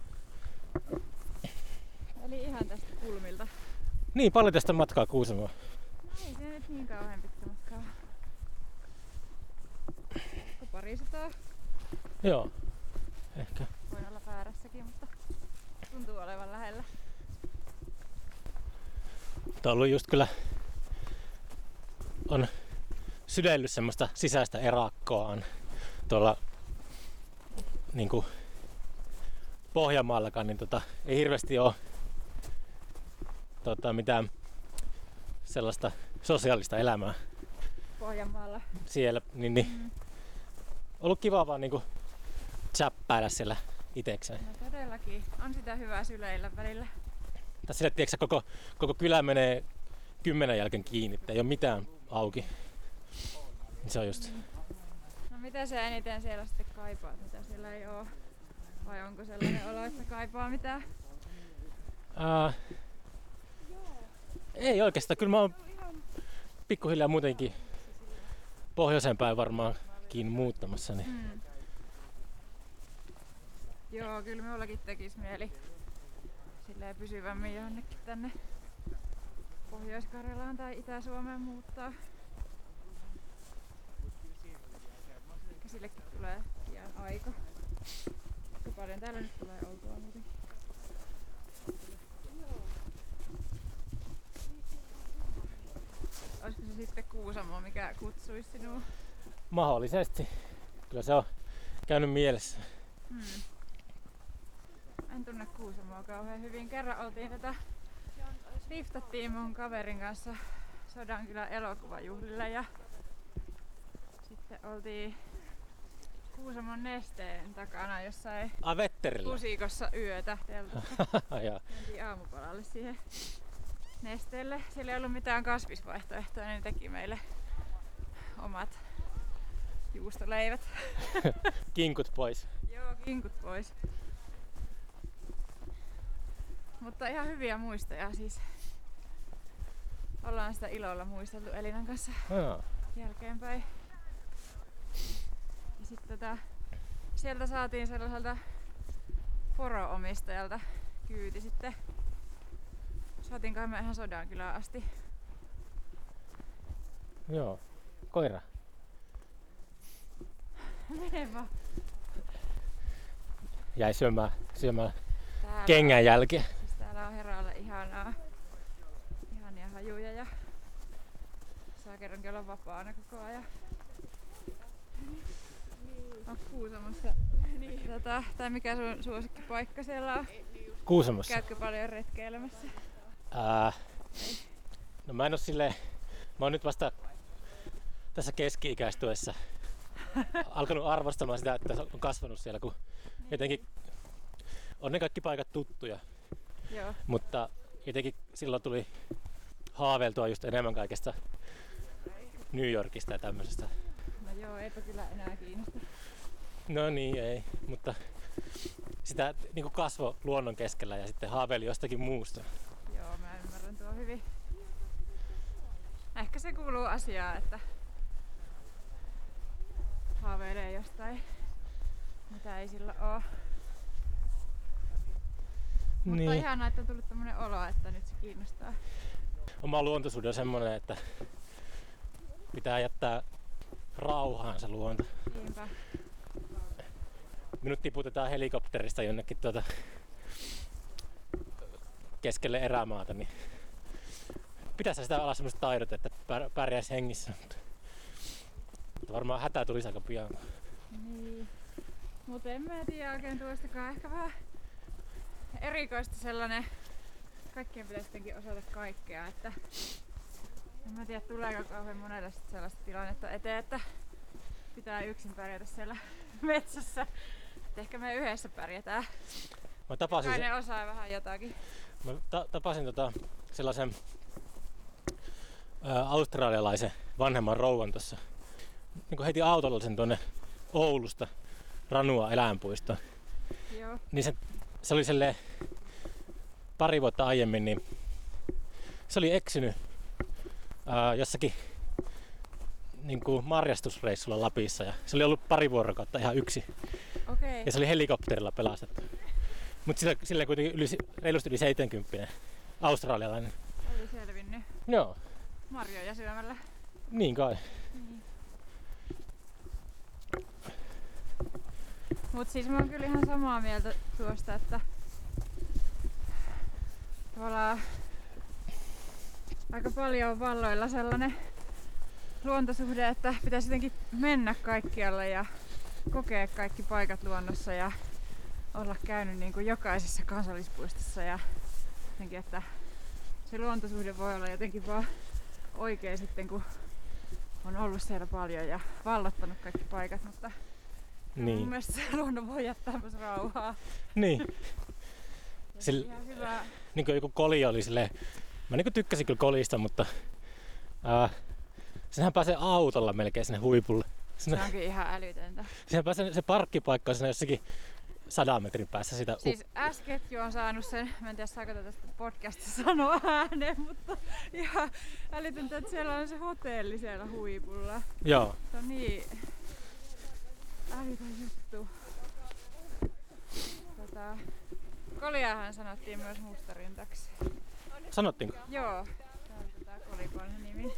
Eli ihan tästä kulmilta. Niin, paljon tästä matkaa Kuusamoa. No ei se nyt niin kauhean pitkä matkaa. Pari parisataa. Joo, ehkä. Voin olla väärässäkin, mutta tuntuu olevan lähellä. Tämä on ollut just kyllä, on sydellyt semmoista sisäistä erakkoaan tuolla niinku Pohjanmaallakaan, niin tota, ei hirveästi ole tota, mitään sellaista sosiaalista elämää Pohjanmaalla. siellä, niin, niin Mm. ollut kiva vaan niinku tsäppäillä siellä itekseen. No todellakin. On sitä hyvää syleillä välillä. Tai sille, tiedätkö, koko, koko kylä menee kymmenen jälkeen kiinni, että ei ole mitään auki. Se on just. No mitä sä eniten siellä sitten kaipaat, mitä siellä ei oo? Vai onko sellainen olo, että kaipaa mitään? Ää, ei oikeastaan. Kyllä mä oon pikkuhiljaa muutenkin pohjoiseen päin varmaankin muuttamassa. Niin. Mm. Joo, kyllä minullakin tekis mieli silleen pysyvämmin jonnekin tänne Pohjois-Karjalaan tai Itä-Suomeen muuttaa. Ehkä sillekin tulee pian aika. Kuinka paljon täällä nyt tulee oltua muuten? Olisiko se sitten Kuusamo, mikä kutsuisi sinua? Mahdollisesti. Kyllä se on käynyt mielessä. Hmm. En tunne Kuusamoa kauhean hyvin. Kerran oltiin tätä, liftattiin mun kaverin kanssa Sodankylän elokuvajuhlilla ja sitten oltiin Kuusamon Nesteen takana jossain Ah, Vetterillä. pusikossa yötä teltassa. Ja, Mentiin aamupalalle siihen Nesteelle. Siellä ei ollut mitään kasvisvaihtoehtoja, niin ne teki meille omat juustoleivät. kinkut pois. Joo, kinkut pois. Mutta ihan hyviä muistoja siis. Ollaan sitä ilolla muisteltu Elinan kanssa Joo. jälkeenpäin. Ja sit tota, sieltä saatiin sellaiselta poro-omistajalta kyyti sitten. Saatiinkaan me ihan Sodankylään asti. Joo. Koira. Mene vaan. Jäi syömään, syömään Täällä, kengän jälkeen. siis täällä on Herralla ihanaa, ihania hajuja ja saa kerrankin olla vapaana koko ajan. On Kuusamossa. Tota, tai mikä sun suosikkipaikka siellä on? Kuusamossa. Käytkö paljon retkeilemässä? Ää, no mä en oo silleen, mä oon nyt vasta tässä keski-ikäistyessä alkanut arvostamaan sitä, että on kasvanut siellä, kun jotenkin on ne kaikki paikat tuttuja, Joo. mutta jotenkin silloin tuli haaveiltua just enemmän kaikesta New Yorkista ja tämmöisestä. No joo, eipä kyllä enää kiinnosta. No niin, ei, mutta sitä niin kuin kasvo luonnon keskellä ja sitten haaveili jostakin muusta. Joo, mä ymmärrän tuo hyvin. Ehkä se kuuluu asiaan, että haaveilee jostain, mitä ei sillä oo. Mutta Niin. ihanaa, että on tullut tämmönen olo, että nyt se kiinnostaa. Oma luontosuhde on semmoinen, että pitää jättää rauhaan se luonto. Niinpä. Minut tiputetaan helikopterista jonnekin tuota keskelle erämaata, niin pitäisi sitä olla semmoiset taidot, että pär- pärjäisi hengissä. Mutta varmaan hätä tulisi aika pian. Niin. Mutta en mä tiedä oikein tuostakaan. Ehkä vähän erikoista sellainen, kaikkien pitäisi jotenkin osata kaikkea, että en mä tiedä tuleeko kauhean monelle sit sellaista tilannetta eteen, että pitää yksin pärjätä siellä metsässä. Et ehkä me yhdessä pärjätään. Mä tapasin, se, Jokainen osaa vähän jotakin. mä ta- tapasin tota sellaisen ä, australialaisen vanhemman rouvan tuossa. Niin heti autolla sen tuonne Oulusta Ranua eläinpuistoon. Joo. Niin se, se oli silleen pari vuotta aiemmin, niin se oli eksynyt ää, jossakin niin kuin marjastusreissulla Lapissa ja se oli ollut pari vuorokautta ihan yksi Okei. ja se oli helikopterilla pelastettu. Mutta sillä, sillä kuitenkin yli, reilusti yli seitsemänkymmentä australialainen. Oli selvinnyt Joo, marjoja syömällä. niin kai. Niin. Mut siis mä oon kyllä ihan samaa mieltä tuosta, että tavallaan aika paljon on valloilla sellainen luontosuhde, että pitäisi jotenkin mennä kaikkialle ja kokea kaikki paikat luonnossa ja olla käynyt niin kuin jokaisessa kansallispuistossa ja jotenkin, että se luontosuhde voi olla jotenkin vaan oikein sitten, kun on ollut siellä paljon ja vallottanut kaikki paikat, mutta Niin. mun mielestä se luonnon voi jättää myös rauhaa. Niin. Ja Sil- ihan hyvä. Niin kuin joku koli oli silleen, mä niin kuin tykkäsin kyllä kolista, mutta ää, senhän pääsee autolla melkein sinne huipulle. Se Sinne, onkin ihan älytöntä. sinne pääsee, se parkkipaikka on siinä jossakin sadan metrin päässä sitä. Siis S-ketju on saanut sen, mä en tiedä saako tätä podcastissa sanoa ääneen, mutta ihan älytöntä, että siellä on se hotelli siellä huipulla. Joo. Se on niin älytön juttu. Tota, Koliahan sanottiin myös mustarintaksi. Sanottiinko? Joo, tää on tota Kolipon nimi.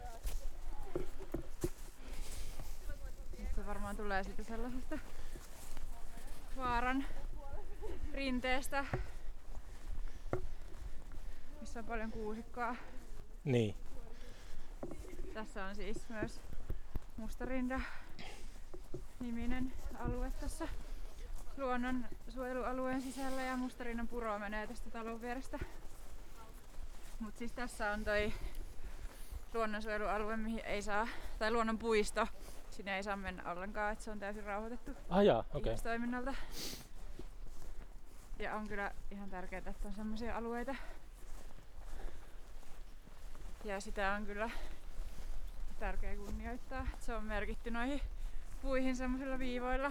Se varmaan tulee siitä sellaisesta vaaran rinteestä, missä on paljon kuusikkoa. Niin. Tässä on siis myös Mustarinta niminen alue tässä luonnonsuojelualueen sisällä ja Mustarinnan puro menee tästä talon vierestä. Mut siis tässä on toi luonnonsuojelualue, mihin ei saa, tai luonnonpuisto. Sinne ei saa mennä ollenkaan, että se on täysin rauhoitettu Ah jaa, okei. Okay. ihmistoiminnalta. Ja on kyllä ihan tärkeää, että on semmoisia alueita. Ja sitä on kyllä tärkeää kunnioittaa. Se on merkitty noihin puihin semmoisilla viivoilla.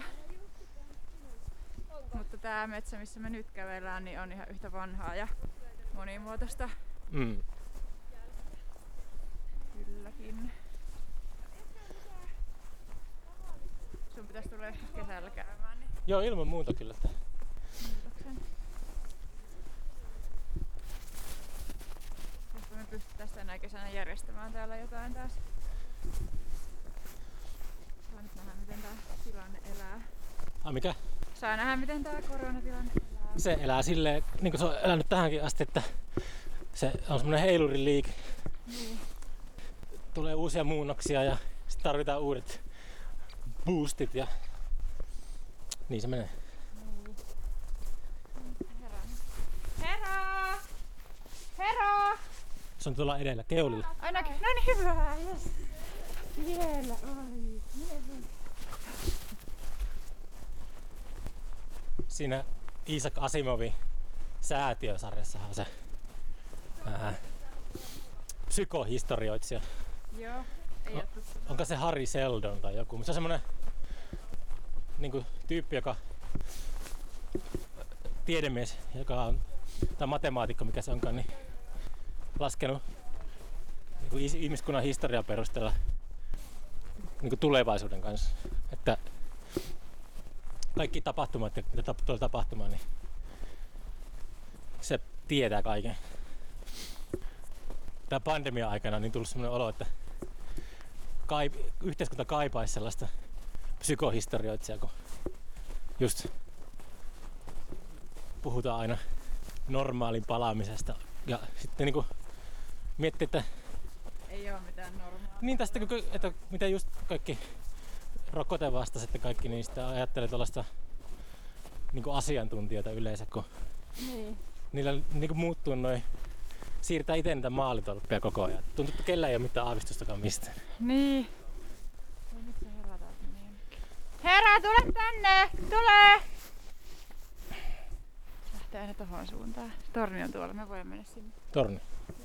Mutta tää metsä, missä me nyt kävellään, niin on ihan yhtä vanhaa ja monimuotoista. Mm. Kylläkin. Sun pitäisi tulla joskus kesällä käymään, niin Joo, ilman muuta kyllä. Että muutoksen. Josko me pystyttäis tänä kesänä järjestämään täällä jotain taas. Saa nyt nähdä, miten tää tilanne elää. ah, mikä? Saa nähdä, miten tää koronatilanne elää. Se elää silleen, niin kuin se on elänyt tähänkin asti, että se on semmoinen heilurin liike. Niin. Tulee uusia muunnoksia ja sitten tarvitaan uudet boostit ja niin se menee. Herra! Herra! Herra! Se on tuolla edellä keulilla. Ainakin. No niin, hyvä. Yes. Vielä oli. Siinä Isaac Asimovin säätiösarjassahan on se ää, psykohistorioitsija. Joo, ei oo tuttu. Onko se Harry Seldon tai joku? Se on semmonen niinku tyyppi, joka tiedemies, joka on, tai matemaatikko, mikä se onkaan, niin laskenut niinku ihmiskunnan historian perusteella niinku tulevaisuuden kanssa. Että kaikki tapahtumat, mitä tulee tapahtumaan, niin se tietää kaiken. Tää pandemia aikana niin tullut semmoinen olo, että kaip- yhteiskunta kaipaisi sellaista psykohistorioitsijaa, kun just puhutaan aina normaalin palaamisesta ja sitten niinku miettii, että Ei oo mitään normaalia. niin tästä, että miten just kaikki rokotevastaiset ja kaikki, niin sitä ajattelee tuollaista niinku asiantuntijoita yleensä, kun Niin. niillä niinku muuttuu noin, siirtää itse niitä maalitolppia koko ajan. Tuntuu, että kellä ei ole mitään aavistustakaan mistään. Niin. Ei nyt se herra taas meni jonnekin. Herra, tule tänne! Tule! Lähtee aina tohon suuntaan. Torni on tuolla, me voimme mennä sinne. Torni.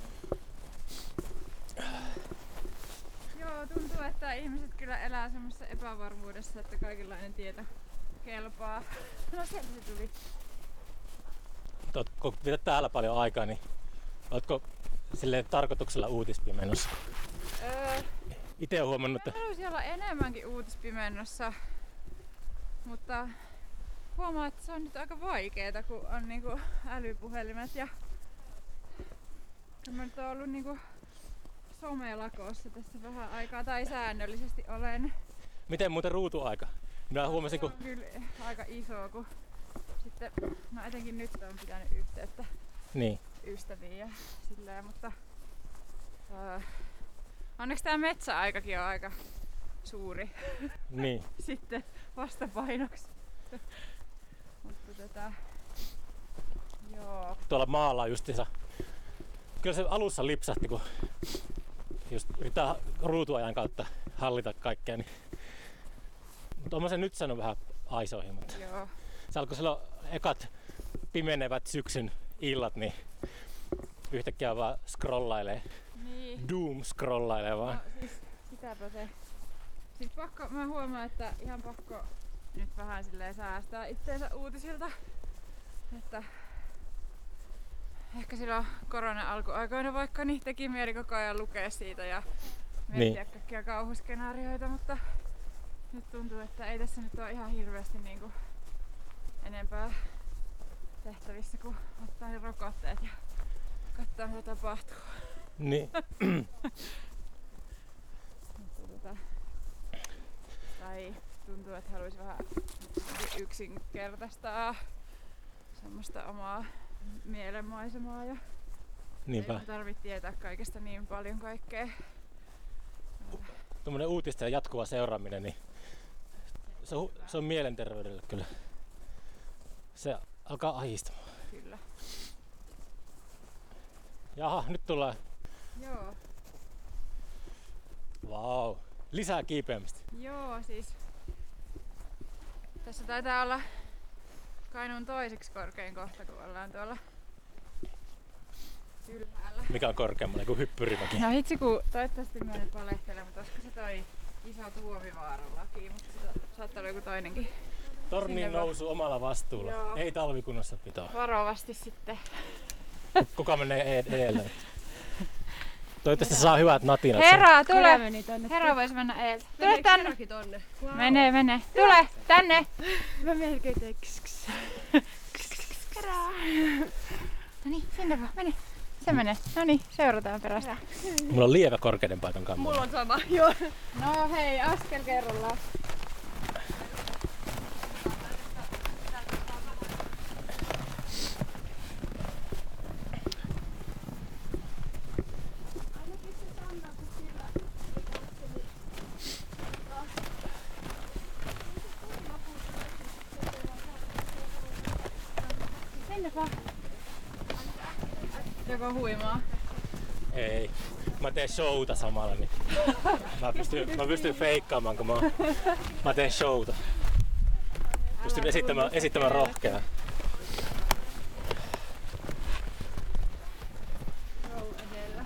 Joo, tuntuu, että ihmiset kyllä elää semmoisessa epävarmuudessa, että kaikenlainen tieto kelpaa. No sieltä se tuli. Kun vietät täällä paljon aikaa, niin ootko silleen tarkoituksella uutispimennossa? Öö, Itse olen huomannut, mä että haluaisin olla enemmänkin uutispimennossa, mutta huomaa, että se on nyt aika vaikeeta, kun on niinku älypuhelimet ja mä nyt oon ollut niinku somelakossa tässä vähän aikaa, tai säännöllisesti olen. miten muuten ruutuaika? Minä huomasin, Se kun... on kyllä aika iso, kun sitten, no etenkin nyt on pitänyt yhteyttä Niin. ystäviin ja silleen, mutta öö, onneksi tää metsäaikakin on aika suuri Niin. sitten vastapainoksi. Mutta tätä, joo. Tuolla maalla justiinsa. Kyllä se alussa lipsahti, kun just yrittää ruutuajan kautta hallita kaikkea. Niin... Mutta olen sen nyt sanonut vähän aisoihin, mutta Joo. se alkoi silloin ekat pimenevät syksyn illat, niin yhtäkkiä vaan scrollailee. Niin. Doom scrollailee vaan. No, siis sitäpä se. Siis pakko, mä huomaan, että ihan pakko nyt vähän silleen säästää itteensä uutisilta. Että ehkä silloin korona alkuaikoina vaikka niin teki mieli koko ajan lukea siitä ja miettiä niin. kaikkia kauhuskenaarioita, mutta nyt tuntuu, että ei tässä nyt ole ihan hirveästi niinku enempää tehtävissä kuin ottaa ne rokotteet ja katsoa mitä tapahtuu. Niin. Tota, tai tuntuu, että haluaisi vähän yksinkertaistaa semmoista omaa mielenmaisemaa ja Niinpä. ei tarvitse tietää kaikesta niin paljon kaikkea. Tuommoinen uutisten jatkuva seuraaminen, niin se on, se on mielenterveydelle kyllä. Se alkaa ahdistamaan. Kyllä. Jaha, nyt tullaan. Joo. Vau. Lisää kiipeämistä. Joo, siis tässä taitaa olla Kainuun toiseksi korkein kohta, kun ollaan tuolla ylhäällä. Mikä on korkeammalla kuin Hyppyrimäki? No hitsi kun toivottavasti mä nyt valehtelen, mutta olisiko se toi iso Tuomivaaran laki, mutta se saattaa olla joku toinenkin. Torniin nousu omalla vastuulla. Joo. Ei talvikunnossa pitoa. Varovasti sitten. Kuka menee edelle? Toivottavasti saa hyvät natinat. Herra, Kera tule! meni tonne. Herra vois mennä edeltä. Tule Meneekö tänne! Kerakin tonne? Wow. Mene, mene. Tule! Tänne! Mä melkein tein kss kss. Kera! No niin, sinne vaan. Mene. Se menee. No niin, seurataan perästä. Mulla on lievä korkeiden paikan kannalla. Mulla on sama, joo. No hei, askel kerrallaan. Sinne vaan. Joko huimaa? Ei. Mä teen showta samalla, niin mä pystyn, mä pystyn feikkaamaan, kun mä, mä teen showta. Pystyn esittämään, esittämään rohkeaa. Roll edellä.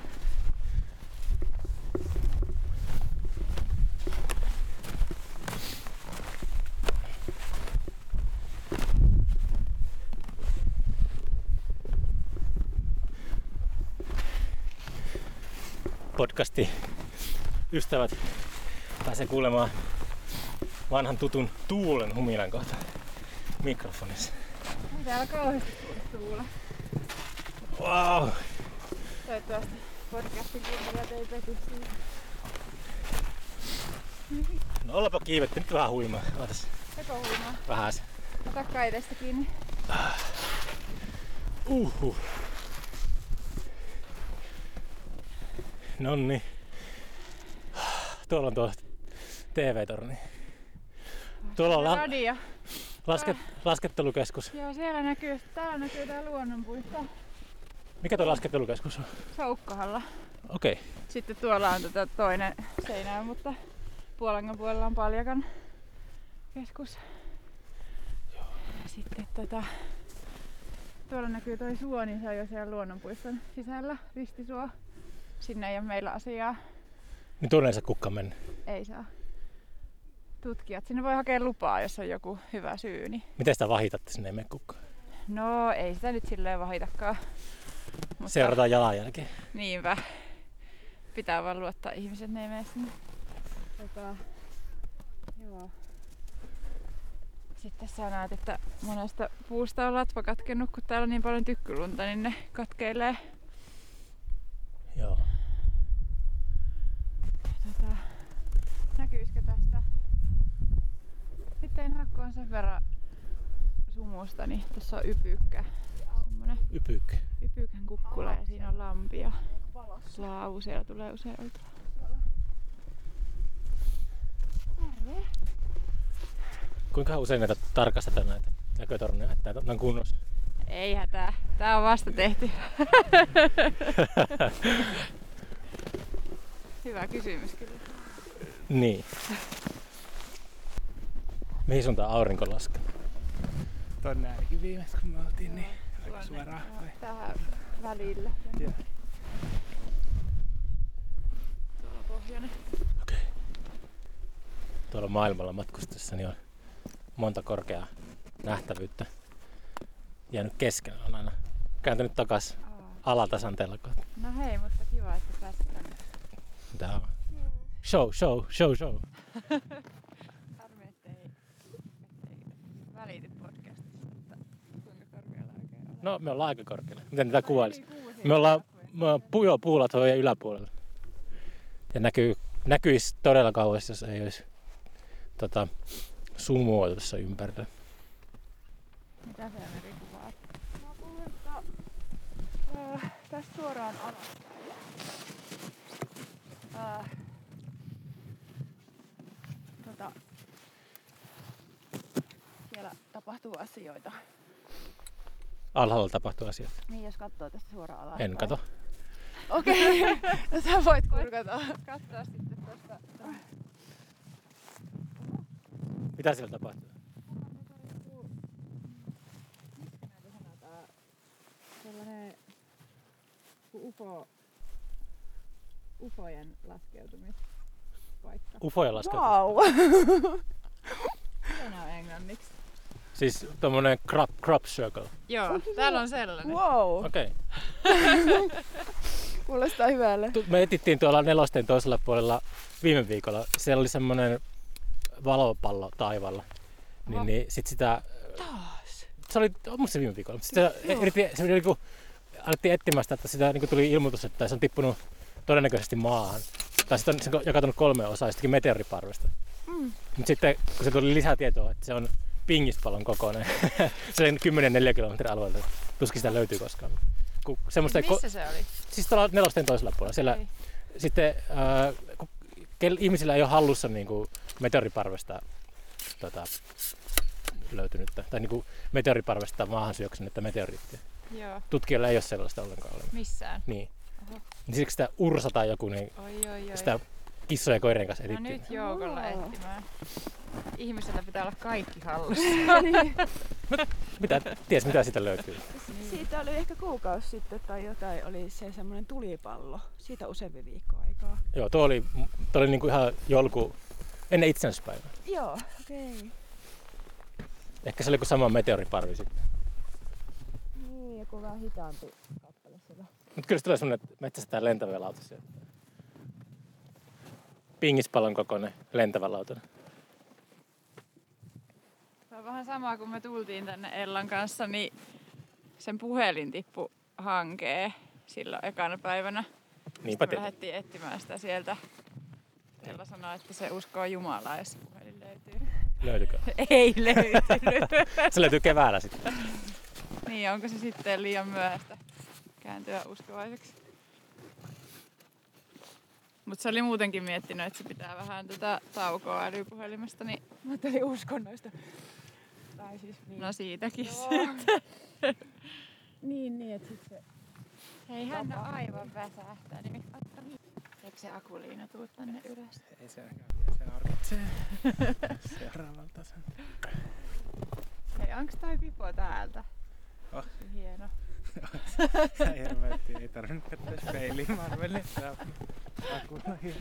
Podcasti ystävät pääsee kuulemaan vanhan tutun tuulen huminan kohta mikrofonissa. Ei täällä kauheasti tuule. Wow. Toivottavasti podcastin kuuntelijat ei pety siitä. No ollapa kiivetty, nyt vähän huimaa. Ootas Joko huimaa? vähän. Ota kaiteesta kiinni. Uhuh. Nonni. Tuolla on tuo T V-torni. Tuolla on la- Radio. lasket- laskettelukeskus. Joo, siellä näkyy, täällä näkyy tää luonnonpuisto. Mikä tuo laskettelukeskus on? Soukkahalla. Okei. Okay. Sitten tuolla on tota toinen seinä, mutta Puolangan puolella on Paljakan keskus. Ja sitten tota, tuolla näkyy toi suo, niin se on jo siellä luonnonpuiston sisällä, Ristisuo. Sinne ei ole meillä asiaa. Niin tuonne ei saa kukaan mennä. Ei saa. Tutkijat. Sinne voi hakea lupaa, jos on joku hyvä syy. Niin. Miten sitä vahitatte, sinne ei mene kukaan? No ei sitä nyt silleen vahitakaan. Mutta Seurataan jalanjälkeen. niinpä. Pitää vaan luottaa ihmiset, ne ei mene sinne. Tota, joo. Sitten sä näet, että monesta puusta on latva katkennut, kun täällä on niin paljon tykkylunta, niin ne katkeilee. Joo. Tota, näkyisikö tästä? Nyt Steinhakko on sen verran sumusta, niin tässä on Ypykkä. Semmonen Ypyk. Ypykän kukkula ja siinä on lampi ja laavu. Siellä tulee usein oltua. Terve! Kuinka usein näitä tarkastetaan näitä näkötorneja, että näitä on kunnossa? Ei hätää. Tää on vasta tehty. Hyvä kysymys kyllä. Niin. Mihin suuntaan aurinko laskee? Tonne ainakin viimeis kun me oltiin, niin aika suoraan. Vai? Tähän välille. Joo. Tuolla pohjoinen. Okei. Okay. Tuolla maailmalla matkustaessa niin on monta korkeaa nähtävyyttä jäänyt kesken. On aina kääntynyt takas alatasan telkoon. No hei, mutta kiva, että pääsit tänne. Mitä on? Show, show, show, show. Harmi, ettei, ettei välity podcastissa, että kuinka korkealla oikein ollaan. No, me ollaan aika korkealla. Miten tätä kuvailisi? Me ollaan, me ollaan pujo puulathojen yläpuolella. Ja näkyy, näkyisi todella kauas, jos ei olisi tota, sumua tuossa ympärillä. Mitä se Meri kuvaa? Mä puhun, että äh, tästä suoraan alaspäin. Äh, tota, siellä tapahtuu asioita. Alhaalla tapahtuu asioita. Niin, jos katsoo tästä suoraan alaspäin. En kato. Okei, okay. No sä voit kurkata. Katsoa sitten tuosta. Mitä siellä tapahtuu? Sellainen ufo, ufojen laskeutumispaikka. Ufoja laskeutuu. Wow! Mitä on englanniksi? Siis tommonen crop, crop circle. Joo, täällä on sellainen. Wow! Okei. Okay. Kuulostaa hyvälle. Me etittiin tuolla nelosten toisella puolella viime viikolla. Siellä oli semmonen valopallo taivalla. Niin, niin sit sitä... Taas? Se oli musta se viime viikolla. Sitten se, se, se, se, alettiin etsimästä, että sitä niin tuli ilmoitus, että se on tippunut todennäköisesti maahan. Tai sitten on, se on jakautunut kolmeen osaan jostakin meteoriparvesta. Mm. Mutta sitten kun se tuli lisää tietoa, että se on pingispallon kokoinen. Se on kymmenen neljä kilometrin alueelta. Tuskin sitä löytyy koskaan. Kun semmoista missä ko- se oli? Siis tuolla nelosten toisella puolella. Siellä Okay. sitten äh, kun ihmisillä ei ole hallussa niin kuin meteoriparvesta tota, löytynyttä. Tai niin kuin meteoriparvesta maahan syöksynyttä meteoriittia. Joo. Tutkijoilla ei ole sellaista ollenkaan olemassa. Missään? Niin. Niin siksi sitä Ursa tai joku, niin Oi, oi, oi. sitä kissojen ja koirien kanssa No etittiin. nyt joukolla Wow. etsimään. Ihmisellä pitää olla kaikki hallussa. Mitä, ties mitä siitä löytyy. Siitä oli ehkä kuukausi sitten tai jotain, oli se semmoinen tulipallo. Siitä useampi viikko aikaa. Joo, tuo oli, tuo oli niinku ihan jolku ennen itsenäisyyspäivää. Joo, okei. Okay. Ehkä se oli kuin sama meteoriparvi sitten. Niin, joku vähän hitaampi kappale siellä. Mutta kyllä se tulee semmonen, että metsästetään lentävä lauta sieltä. Pingispallon kokoinen lentävä lautana. Se on vähän sama kun me tultiin tänne Ellan kanssa, niin sen puhelin tippu hankeen silloin ekana päivänä. Niinpä Me tietenkin. lähdettiin etsimään sitä sieltä. Ella sanoi, että se uskoo Jumalaa, jos se puhelin löytyy. Löydykö? Ei löytynyt. Se löytyy keväällä sitten. Niin, onko se sitten liian myöhäistä kääntyä uskovaiseksi? Mutta se oli muutenkin miettinyt, että se pitää vähän tätä taukoa älypuhelimesta, niin Mä ajattelin uskonnoista. Tai siis niin. no siitäkin Joo. sitten. Niin, niin, että sit se... Hei, hän on aivan väsähtää, niin otta niin. Eikö se Akuliina tuu tänne ylös? Ei se ainakaan, se harkitsee seuraavalta sen. Hei, onks toi pipo täältä? Oh. Hieno. Ei helvetti, ei tarvinnut katsoa peiliin, mä arvelin, että on Akula hieno.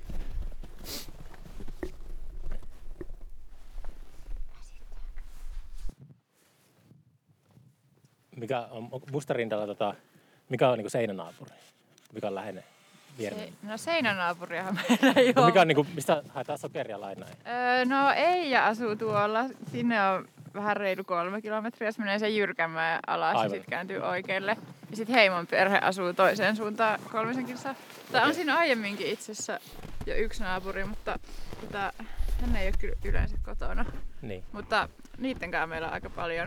Mikä on Mustarindalla, tota, mikä on niinku seinänaapuri? Mikä on läheinen vierinen? Se, no seinänaapuriahan meillä ei No, ole. mikä on niinku, mistä haetaan sokeria lainaa? Öö, no Eija asuu tuolla. Sinne on vähän reilu kolme kilometriä. Se menee sen Jyrkänmäen alas Aivan. ja sitten kääntyy oikealle. Ja sitten Heimon perhe asuu toiseen suuntaan kolmisen kilsaa. Tää on Okei. siinä aiemminkin itse asiassa jo yksi naapuri, mutta tota, hän ei ole kyllä yleensä kotona. Niin. Mutta niittenkään meillä on aika paljon.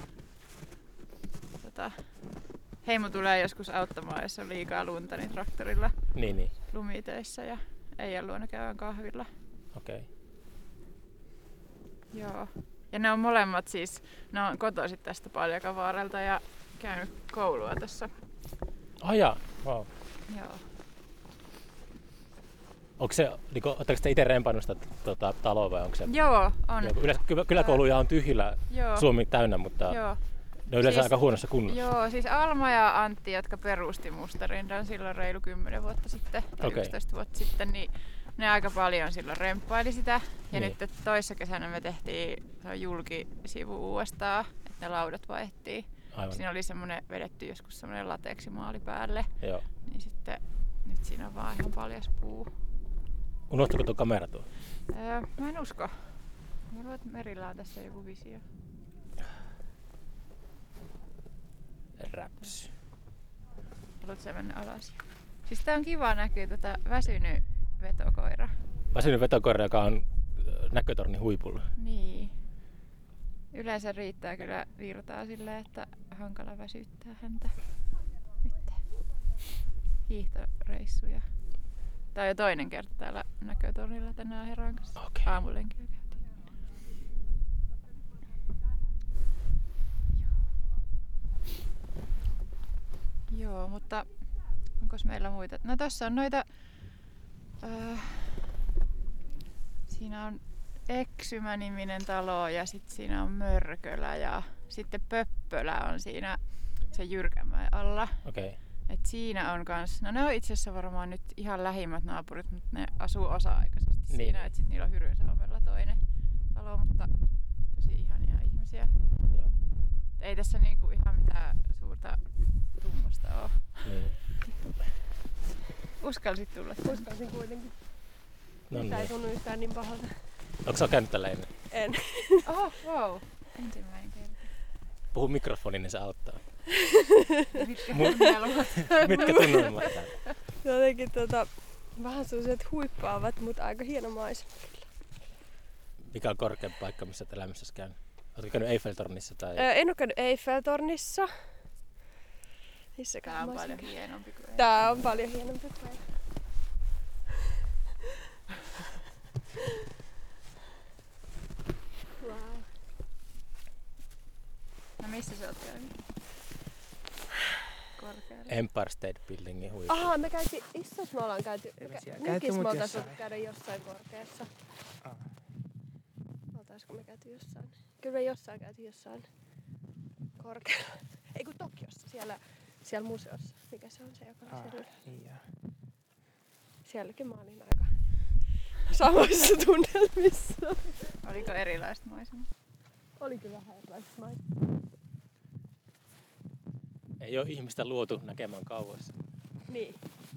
Tota, heimo tulee joskus auttamaan, jos on liikaa lunta, niin traktorilla Niin, niin. lumitöissä ja ei ole luona käydään kahvilla. Okei. Okay. Joo. Ja ne on molemmat siis, ne on kotoisin tästä Paljakaavaarelta ja käynyt koulua tässä. Ah jaa, wow. Joo. Onko se, niinku, ootteko te itse rempannut sitä tota, taloa vai onko se? Joo, on. Joo, yleensä ky- kyläkouluja on tyhjillä Joo. Suomi täynnä, mutta Joo. ne on yleensä Siis- aika huonossa kunnossa. Joo, siis Alma ja Antti, jotka perusti Mustarindan silloin reilu kymmenen vuotta sitten, tai Okei. yksitoista vuotta sitten, niin ne aika paljon silloin remppaili sitä. Ja Niin. nyt toissa kesänä me tehtiin se on julkisivu uudestaan, että ne laudat vaihdettiin. Aivan. Siinä oli semmoinen vedetty joskus semmoinen lateksimaali päälle, Joo. niin sitten nyt siinä on vaan ihan paljas puu. Unohtuiko tuo kamera tuo? Öö, mä en usko. Mä luulen, että Merillä on tässä joku visio. Räpsy. Haluatko sä mennä alas? Siis tää on kiva näkyy tota väsynyt vetokoira. Väsynyt vetokoira, joka on äh, näkötornin huipulla. Niin. Yleensä riittää kyllä virtaa silleen, että hankala väsyttää häntä. Nyt. Hiihtoreissuja. Tää on jo toinen kerta täällä näkötornilla tänään Heran kanssa. Okei. Aamulenkillä käytiin. Joo. Joo, mutta onko meillä muita? No tossa on noita... Äh, siinä on Eksymä-niminen talo ja sitten siinä on Mörkölä ja sitten Pöppölä on siinä sen Jyrkänmäen alla. Okei. Okay. Et siinä on kans, no ne on itse asiassa varmaan nyt ihan lähimmät naapurit, mutta ne asuu osa-aikaisesti Niin. siinä, että sit niillä on Hyrynsalmella toinen talo, mutta tosi ihania ihmisiä. Joo. Ei tässä niinku ihan mitään suurta tummosta oo. Niin. Uskalsit tulla tänne? Uskalsin kuitenkin. No Tää ei niin. tunnu yhtään niin pahalta. Onko sä käynyt tällä ennen? En. Oh, wow. Ensimmäinen kerta. Puhu mikrofoniin, niin se auttaa. Mitkä Mun- tunnelmat? Mitkä tunnelmat täällä? Jotenkin tota, vähän sellaiset huippaavat, mutta aika hieno maisema kyllä. Mikä on korkein paikka, missä olet elämässäsi käynyt? Oletko käynyt Eiffeltornissa? Tai... Öö, en oo käynyt Eiffeltornissa. Tää on maisema. paljon hienompi kuin Tää on paljon hienompi paikka. Wow. No missä sä oot käynyt? Korkealla. Empire State Buildingin huipulla. Ahaa, me käytiin, issos me ollaan käyty, me kä- siellä nykin käyty, me mut oltais jossain. voitu käydä jossain korkeassa. Ah. Oltaisko me käyty jossain? Kyllä me jossain käyty jossain korkealla. Ei kun Tokiossa, siellä, siellä museossa. Mikä se on se, joka on Ah, siellä? niin joo. Sielläkin mä olin aika samoissa tunnelmissa. Oliko erilaista maisemaa? Oli kyllä vähän erilaisissa maissa. Ei ole ihmistä luotu näkemään kauas. Niin.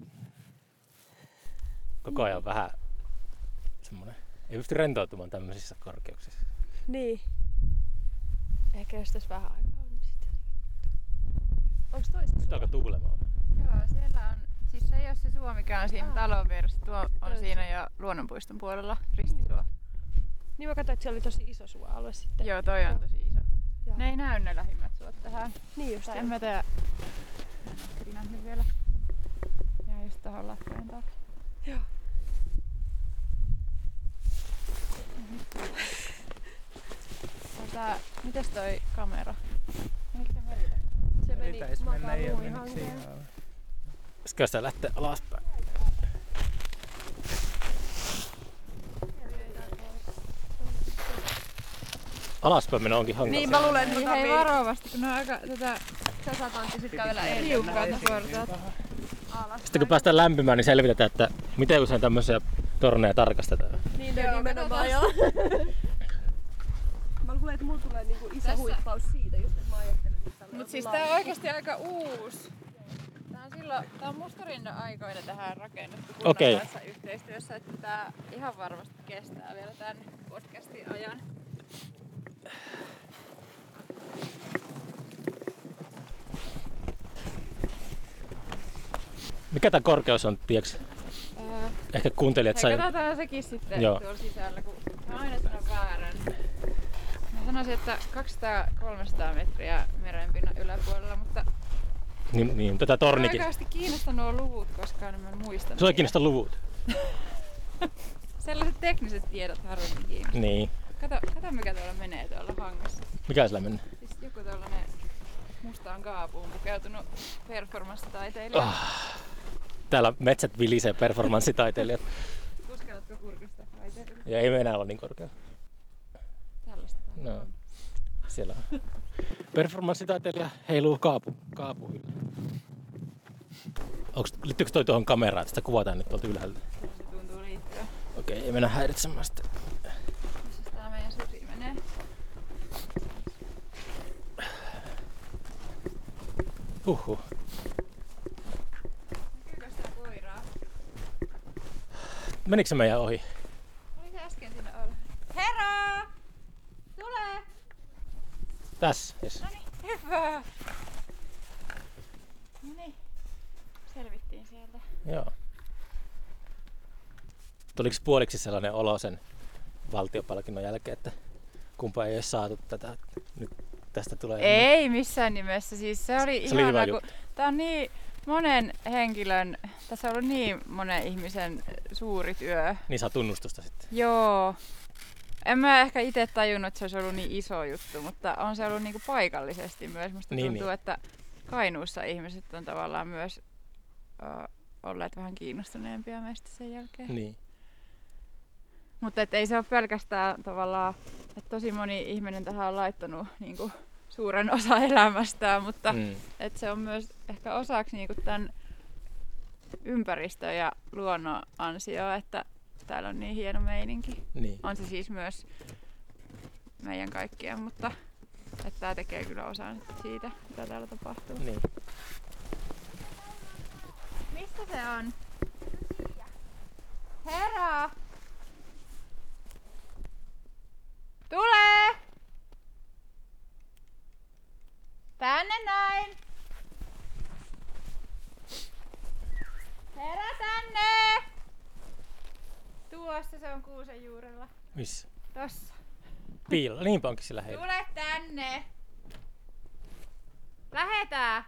Koko ajan vähän semmoinen. Ei pysty rentoutumaan tämmöisissä korkeuksissa. Niin. Ehkä jos tässä vähän aikaa on, niin sitten onks toista Nyt alkaa tuulemaan. Joo, siellä on, siis se ei ole se suo, mikä on siinä Ah. talon vieressä. Tuo on Joo, siinä jo luonnonpuiston puolella, ristisuo. Niin mä katsoin, että siellä oli tosi iso suoalue sitten. Joo, toi on tosi iso. Joo. Ne ei näy ne lähimmät suot tähän. Niin just. Tai joo. en mä tiedä. En ole nähnyt vielä. Jää just tohon lattian taakse. Joo. Tota, mites toi kamera? Menikö se merille? Se meni Pitäis mennä, ei oo makaan mennyt hankeen. siihen alle. Pitäisikö sitä lähteä alaspäin? Alaspäin mennä onkin hankala. Niin mä luulen, että Niin, tota, hei me- varovasti, kun ne on aika tätä sä saat Antti sit kävellä liukkaat ne edellä. portaat. Alas. Sitten kun päästään lämpimään, niin selvitetään, että miten usein tämmöisiä torneja tarkastetaan. Niin ne Joo, nimenomaan joo. Mä luulen, että mulla tulee niinku iso Tässä- huippaus siitä, just että mä ajattelin, että tällä Mut on siis laaja. tää on oikeesti aika uusi. Tää on silloin, tää on Mustarinnan aikoina tähän rakennettu kunnan Okei. kanssa yhteistyössä, että tää ihan varmasti kestää vielä tän podcastin ajan. Mikä tää korkeus on, tiedätkö? Öö, ehkä kuuntelijat Hei, sai... katsotaan sekin sitten Joo. tuolla sisällä, kun mä aina sanon väärän. Mä sanoisin, että kaksisataa kolmesataa metriä merenpinnan yläpuolella, mutta Niin, niin tätä mä tornikin. oikeasti kiinnostaa nuo luvut, koska mä en muista. Se on kiinnostaa luvut. Sellaiset tekniset tiedot harvemmin kiinnostaa. Niin. Kato, kato mikä tuolla menee tuolla hangessa. Mikä sillä menee? Siis joku tollanen mustaan kaapuun pukeutunut performance-taiteilija. Oh. Täällä metsät vilisee performanssitaiteilijat. Uskallatko kurkista taiteilijoita? Ja ei me enää olla niin korkea. Tällaista täällä No. on. Siellä on. Performanssitaiteilija heiluu kaapu, kaapu yllä. Onks, liittyykö toi tuohon kameraan, että sitä kuvataan nyt tuolta ylhäältä? Se tuntuu liittyä. Okei, ei mennä häiritsemään sitä. Missä tää meidän susi menee? Huhhuh. Näkyykö sitä koiraa? Menikö se meidän ohi? Oli se äsken siinä olla. Herra! Tule! Tässä, yes. Noniin, hyvä! Noniin. Selvittiin sieltä. Joo. Tuliko puoliksi sellainen olo sen valtiopalkinnon jälkeen, että kumpa ei ole saatu tätä, nyt tästä tulee... Ei missään nimessä. Siis se oli Se oli hyvä ihana, kun tää on niin monen henkilön, tässä on ollut niin monen ihmisen suuri työ. Niin saa tunnustusta sitten. Joo. En mä ehkä itse tajunnut, että se olisi ollut niin iso juttu, mutta on se ollut niinku paikallisesti myös. Musta Niin, tuntuu, niin. että Kainuussa ihmiset on tavallaan myös ö, olleet vähän kiinnostuneempia meistä sen jälkeen. Niin. Mutta ei se ole pelkästään tavallaan, että tosi moni ihminen tähän on laittanut niinku suuren osa elämästään, mutta Mm. et se on myös ehkä osaksi niinku tämän ympäristön ja luonnon ansioa, että täällä on niin hieno meininki. Niin. On se siis myös meidän kaikkien, mutta että tää tekee kyllä osan siitä, mitä täällä tapahtuu. Niin. Mistä se on? Herra! Tule! Tänne näin! Herra tänne! Tuossa se on kuusen juurella. Missä? Tossa. Piilolla. Niinpä onkin sillä heillä. Tule tänne! Lähetään!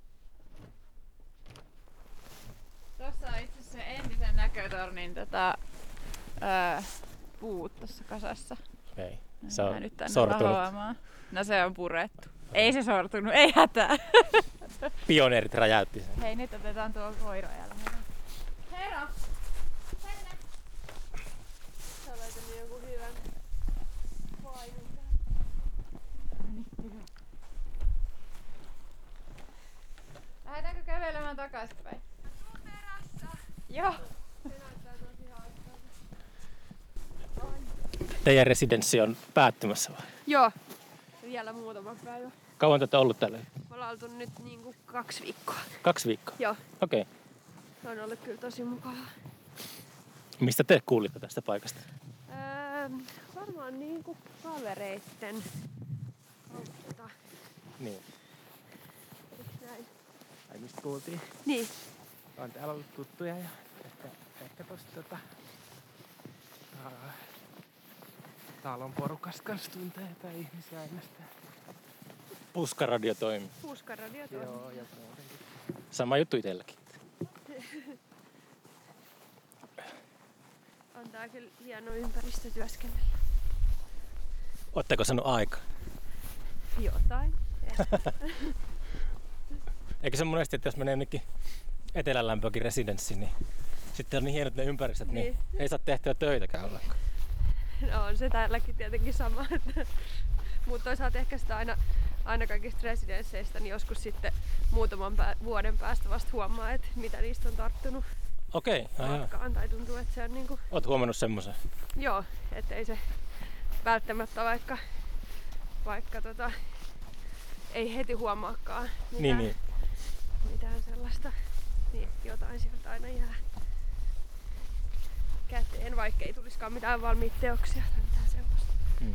Tossa on itse asiassa se entisen näkötornin tota, öö, puut tossa kasassa. Okei. No, Se mä on nyt tänne sortunut. lahoamaan. No se on purettu. Ei se sortunut, ei hätää. Pioneerit räjäytti sen. Hei, nyt otetaan tuo koira ja lähdetään. Herra! Tänne! Sä olet laitanut jonkun hyvän painin tähän. Lähdetäänkö kävelemään takaisinpäin? Joo. Se näyttää tosi hauskalta. Teidän residenssi on päättymässä vai? Joo. Vielä muutama päivä. Kauan te olette ollut täällä? Me ollaan oltu nyt niinku kaksi viikkoa. Kaksi viikkoa? Joo. Okei. Se on ollut kyllä tosi mukavaa. Mistä te kuulitte tästä paikasta? Öö, varmaan niinku kavereitten kautta. Niin. Eiks näin? Tai mistä kuultiin? Niin. On täällä ollut tuttuja ja ehkä, ehkä tosta tota... Uh, talon porukasta kanssa tuntee jotain ihmisiä ennestään. Puskaradio toimii. Puskaradio tuo. Joo, ja muutenkin. Sama juttu itselläkin. On tää kyllä hieno ympäristö työskennellä. Ootteko saanut aika? Jotain. Eikö se monesti, että jos menee jonnekin etelälämpöäkin residenssiin, niin sitten on niin hienot ne ympäristöt, niin, Niin. ei saa tehtyä töitäkään ollenkaan. No on se täälläkin tietenkin sama. Mutta toisaalta ehkä sitä aina, aina kaikista residensseistä niin joskus sitten muutaman pä- vuoden päästä vasta huomaa, että mitä niistä on tarttunut Okei, okay, matkaan. Tai tuntuu, että se on niinku, oot huomannut semmoisen. joo, että ei se välttämättä vaikka, vaikka tota, ei heti huomaakaan mitään, Niin, niin. mitään sellaista, niin jotain sieltä aina jää käteen, vaikka ei tulisikaan mitään valmiita teoksia tai mitään semmoista. Mm.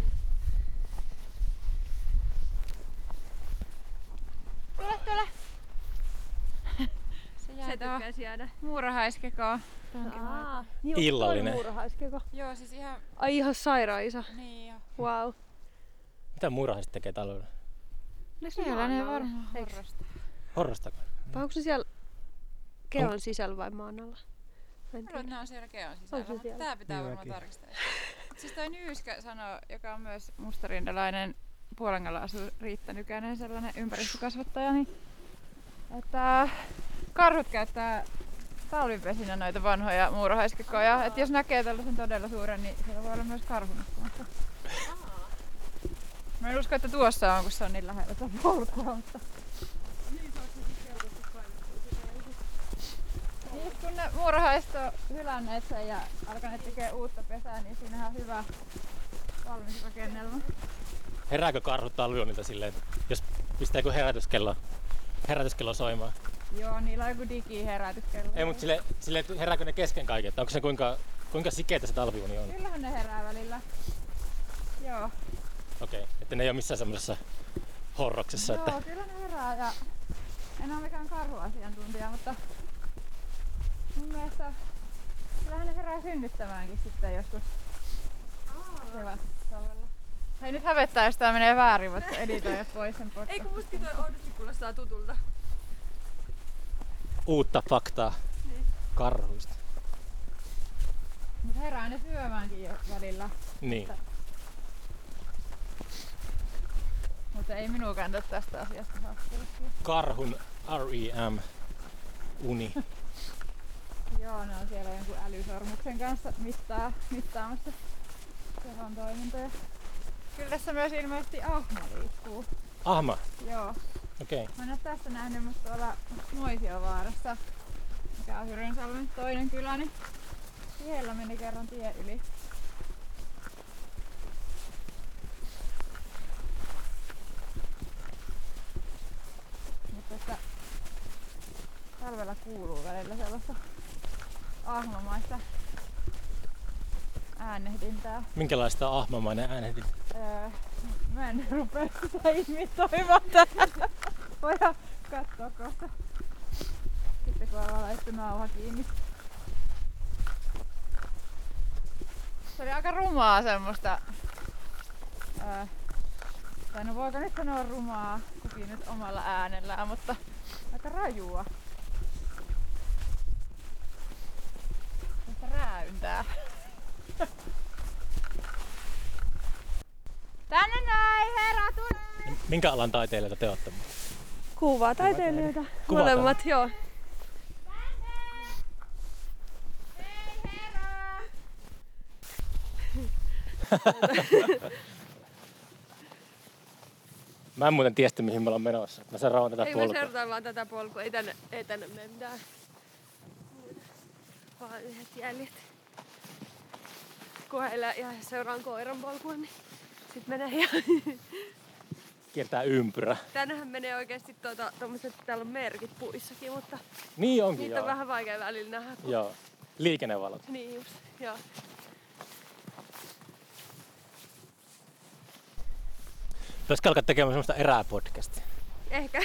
Tule, tule! Se, Se tykkäis jäädä. Muurahaiskeko. Aa, niin, Illallinen. Muurahaiskeko. Joo, siis ihan... Ai ihan sairaan iso. Niin jo. Wow. Mitä muurahaiset tekee talvella? Siellä ne varmaan Eiks? harrastaa. Horrastako? Vai onko se siellä kehon sisällä vai maan alla? Mä en Luulen, että tiedä. ne on siellä keon Onko sisällä, se mutta siellä? tää pitää varmaan Minäkin. tarkistaa. Siis toi Nyyskä sanoo, joka on myös mustarindalainen Puolangalla asuu Riitta Nykänen, sellainen ympäristökasvattaja, niin että karhut käyttää talvipesinä noita vanhoja muurahaiskekkoja. Että jos näkee tällaisen todella suuren, niin siellä voi olla myös karhu nukkumassa. Mä en usko, että tuossa on, kun se on niin lähellä tuota polkua, mutta... Niin, kun ne muurahaiset on hylänneet sen ja alkaneet tekee uutta pesää, niin siinähän on hyvä valmis rakennelma. Herääkö karhut talviunilta silleen, jos pistääkö herätyskello, herätyskello soimaan? Joo, niillä on joku digiherätyskello. Ei, mutta sille, sille, herääkö ne kesken kaiken? Että onko se kuinka, kuinka sikeitä se talviuni on? Kyllähän ne herää välillä. Joo. Okei, okay. Että ne ei ole missään semmoisessa horroksessa. Joo, Että... kyllä ne herää ja en ole mikään karhuasiantuntija, mutta mun mielestä kyllähän ne herää synnyttämäänkin sitten joskus kevät talvella. Hei, nyt hävettää, jos tää menee väärin, mutta editoja pois sen podcast. Eikö mustakin toi oudosti kuulostaa tutulta? Uutta faktaa Niin. karhuista. Mut herää ne syömäänkin jo välillä. Niin. Mutta ei minua kannata tästä asiasta haastella. Karhun R E M uni. Joo, ne on siellä jonkun älysormuksen kanssa mittaa, mittaamassa kehon toimintoja. Kyllä tässä myös ilmeisesti ahma liikkuu. Ahma. Joo. Okei. Okay. Mä en oo tässä nähnyt, mutta tuolla Moisiovaarassa, mikä on Hyrynsalmen toinen kylä, niin siellä meni kerran tie yli. Mutta että talvella kuuluu välillä sellaista ahmamaista äänehdintää. Minkälaista on ahmamainen äänehdin? Öö, mä en rupea sitä imitoimaan tähän. Voidaan katsoa kohta. Sitten kun ollaan laittu nauha kiinni. Se oli aika rumaa semmoista. Öö, tai no voiko nyt sanoa rumaa kukin nyt omalla äänellään, mutta aika rajua. Tästä rääyntää. Tänne näin, herra tulee! Minkä alan taiteilijoita te olette? Kuvataiteilijoita. Kuvataan. Molemmat, joo. Mä en muuten tiedä, mihin me ollaan menossa. Mä seuraan tätä Ei me polkua. seurataan vaan tätä polkua. Ei tänne, ei tänne mene mitään. Vaan yhdet jäljet. Kun heillä ja seuraan koiran polkua, niin sit menee ihan... Kiertää ympyrä. Tännehän menee oikeesti tuota, tommoset, täällä on merkit puissakin, mutta Niin onkin, niitä joo. on vähän vaikea välillä nähdä. Kun... Joo. Liikennevalot. Niin just, joo. Pitäisikö alkaa tekemään semmoista eräpodcastia? Ehkä.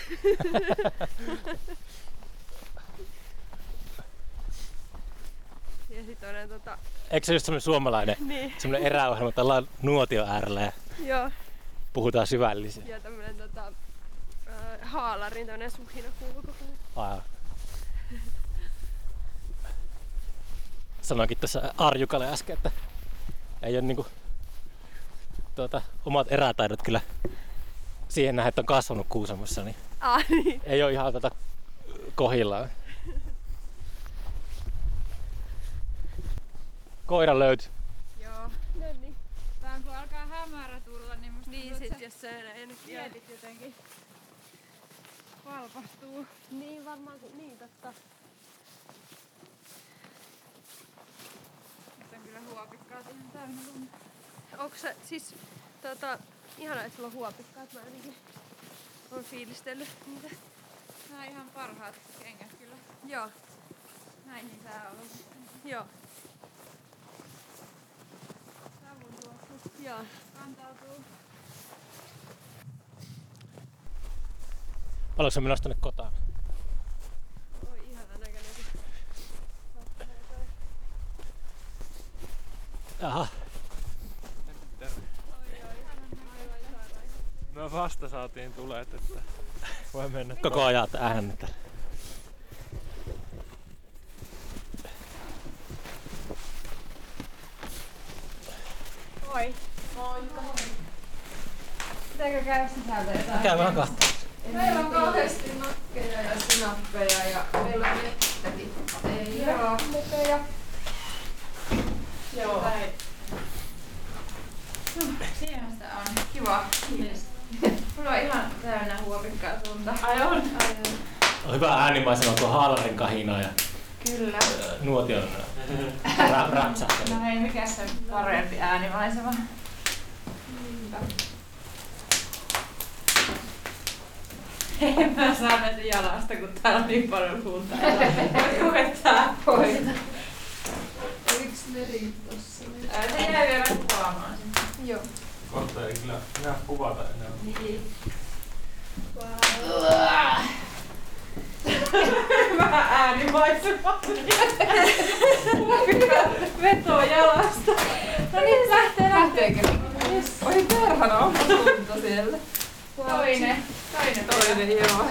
Ja sit toinen tota... Eikö se just semmoinen suomalainen Niin. semmoinen eräohjelma, että ollaan nuotion äärellä ja Joo. puhutaan syvällisiä? Ja tämmönen tota... Äh, haalarin tämmönen suhina kuuluu koko ajan. Ai. Sanoinkin tuossa Arjukalle äsken, että ei ole niinku tuota, omat erätaidot kyllä siihen nähden, että on kasvanut Kuusamossa, niin Ah, niin. ei ole ihan tota kohillaan. Koira löytyi. Joo. No niin. Tää kun alkaa hämärä tulla, niin musta Niin tuntuu, sit että jos se ei nyt sä mietit jotenkin valpastuu. Niin varmaan, kun- niin totta. Nyt on kyllä huopikkaat ihan täynnä lunta. Onko se siis tota, ihanaa, että sulla on huopikkaat? Mä ainakin oon fiilistellyt niitä. Nää on ihan parhaat kengät kyllä. Joo, Näihin sääolosuhteisiin. joo, Savun tuoksu joo. kantautuu. Oletko sä menossa tonne kotaan? Oi ihana näköinen Aha. Me vasta saatiin tulet, että voi mennä. Koko ajan ääntä. Moi. Moikka. Pitääkö käydä sisältä jotain? Käy vähän kahta. Meillä on kauheasti nakkeja ja sinappeja ja meillä on vettäkin. Ei Joo. mukeja. Joo. No, siinä sitä on. Kiva. Kiitos. Mulla on ihan täynnä huopikkaa sunta. Ai on? Ai on. On hyvä äänimaisema tuo haalarin kahina ja Kyllä. nuotion rä- räpsähtely. No ei mikä se parempi äänimaisema. En mä saa näitä jalasta, kun täällä on niin paljon lunta. Voi vetää pois. Oliks meri tossa? Ää, Se jäi vielä kuvaamaan sen. Joo. Kohta ei kyllä enää kuvata enää. Niin. Vähän äänimaisema. Veto jalasta. No niin, lähtee lähteekö? Yes. Oi perhana, onko lunta siellä? Toinen. Toinen. Toinen, joo.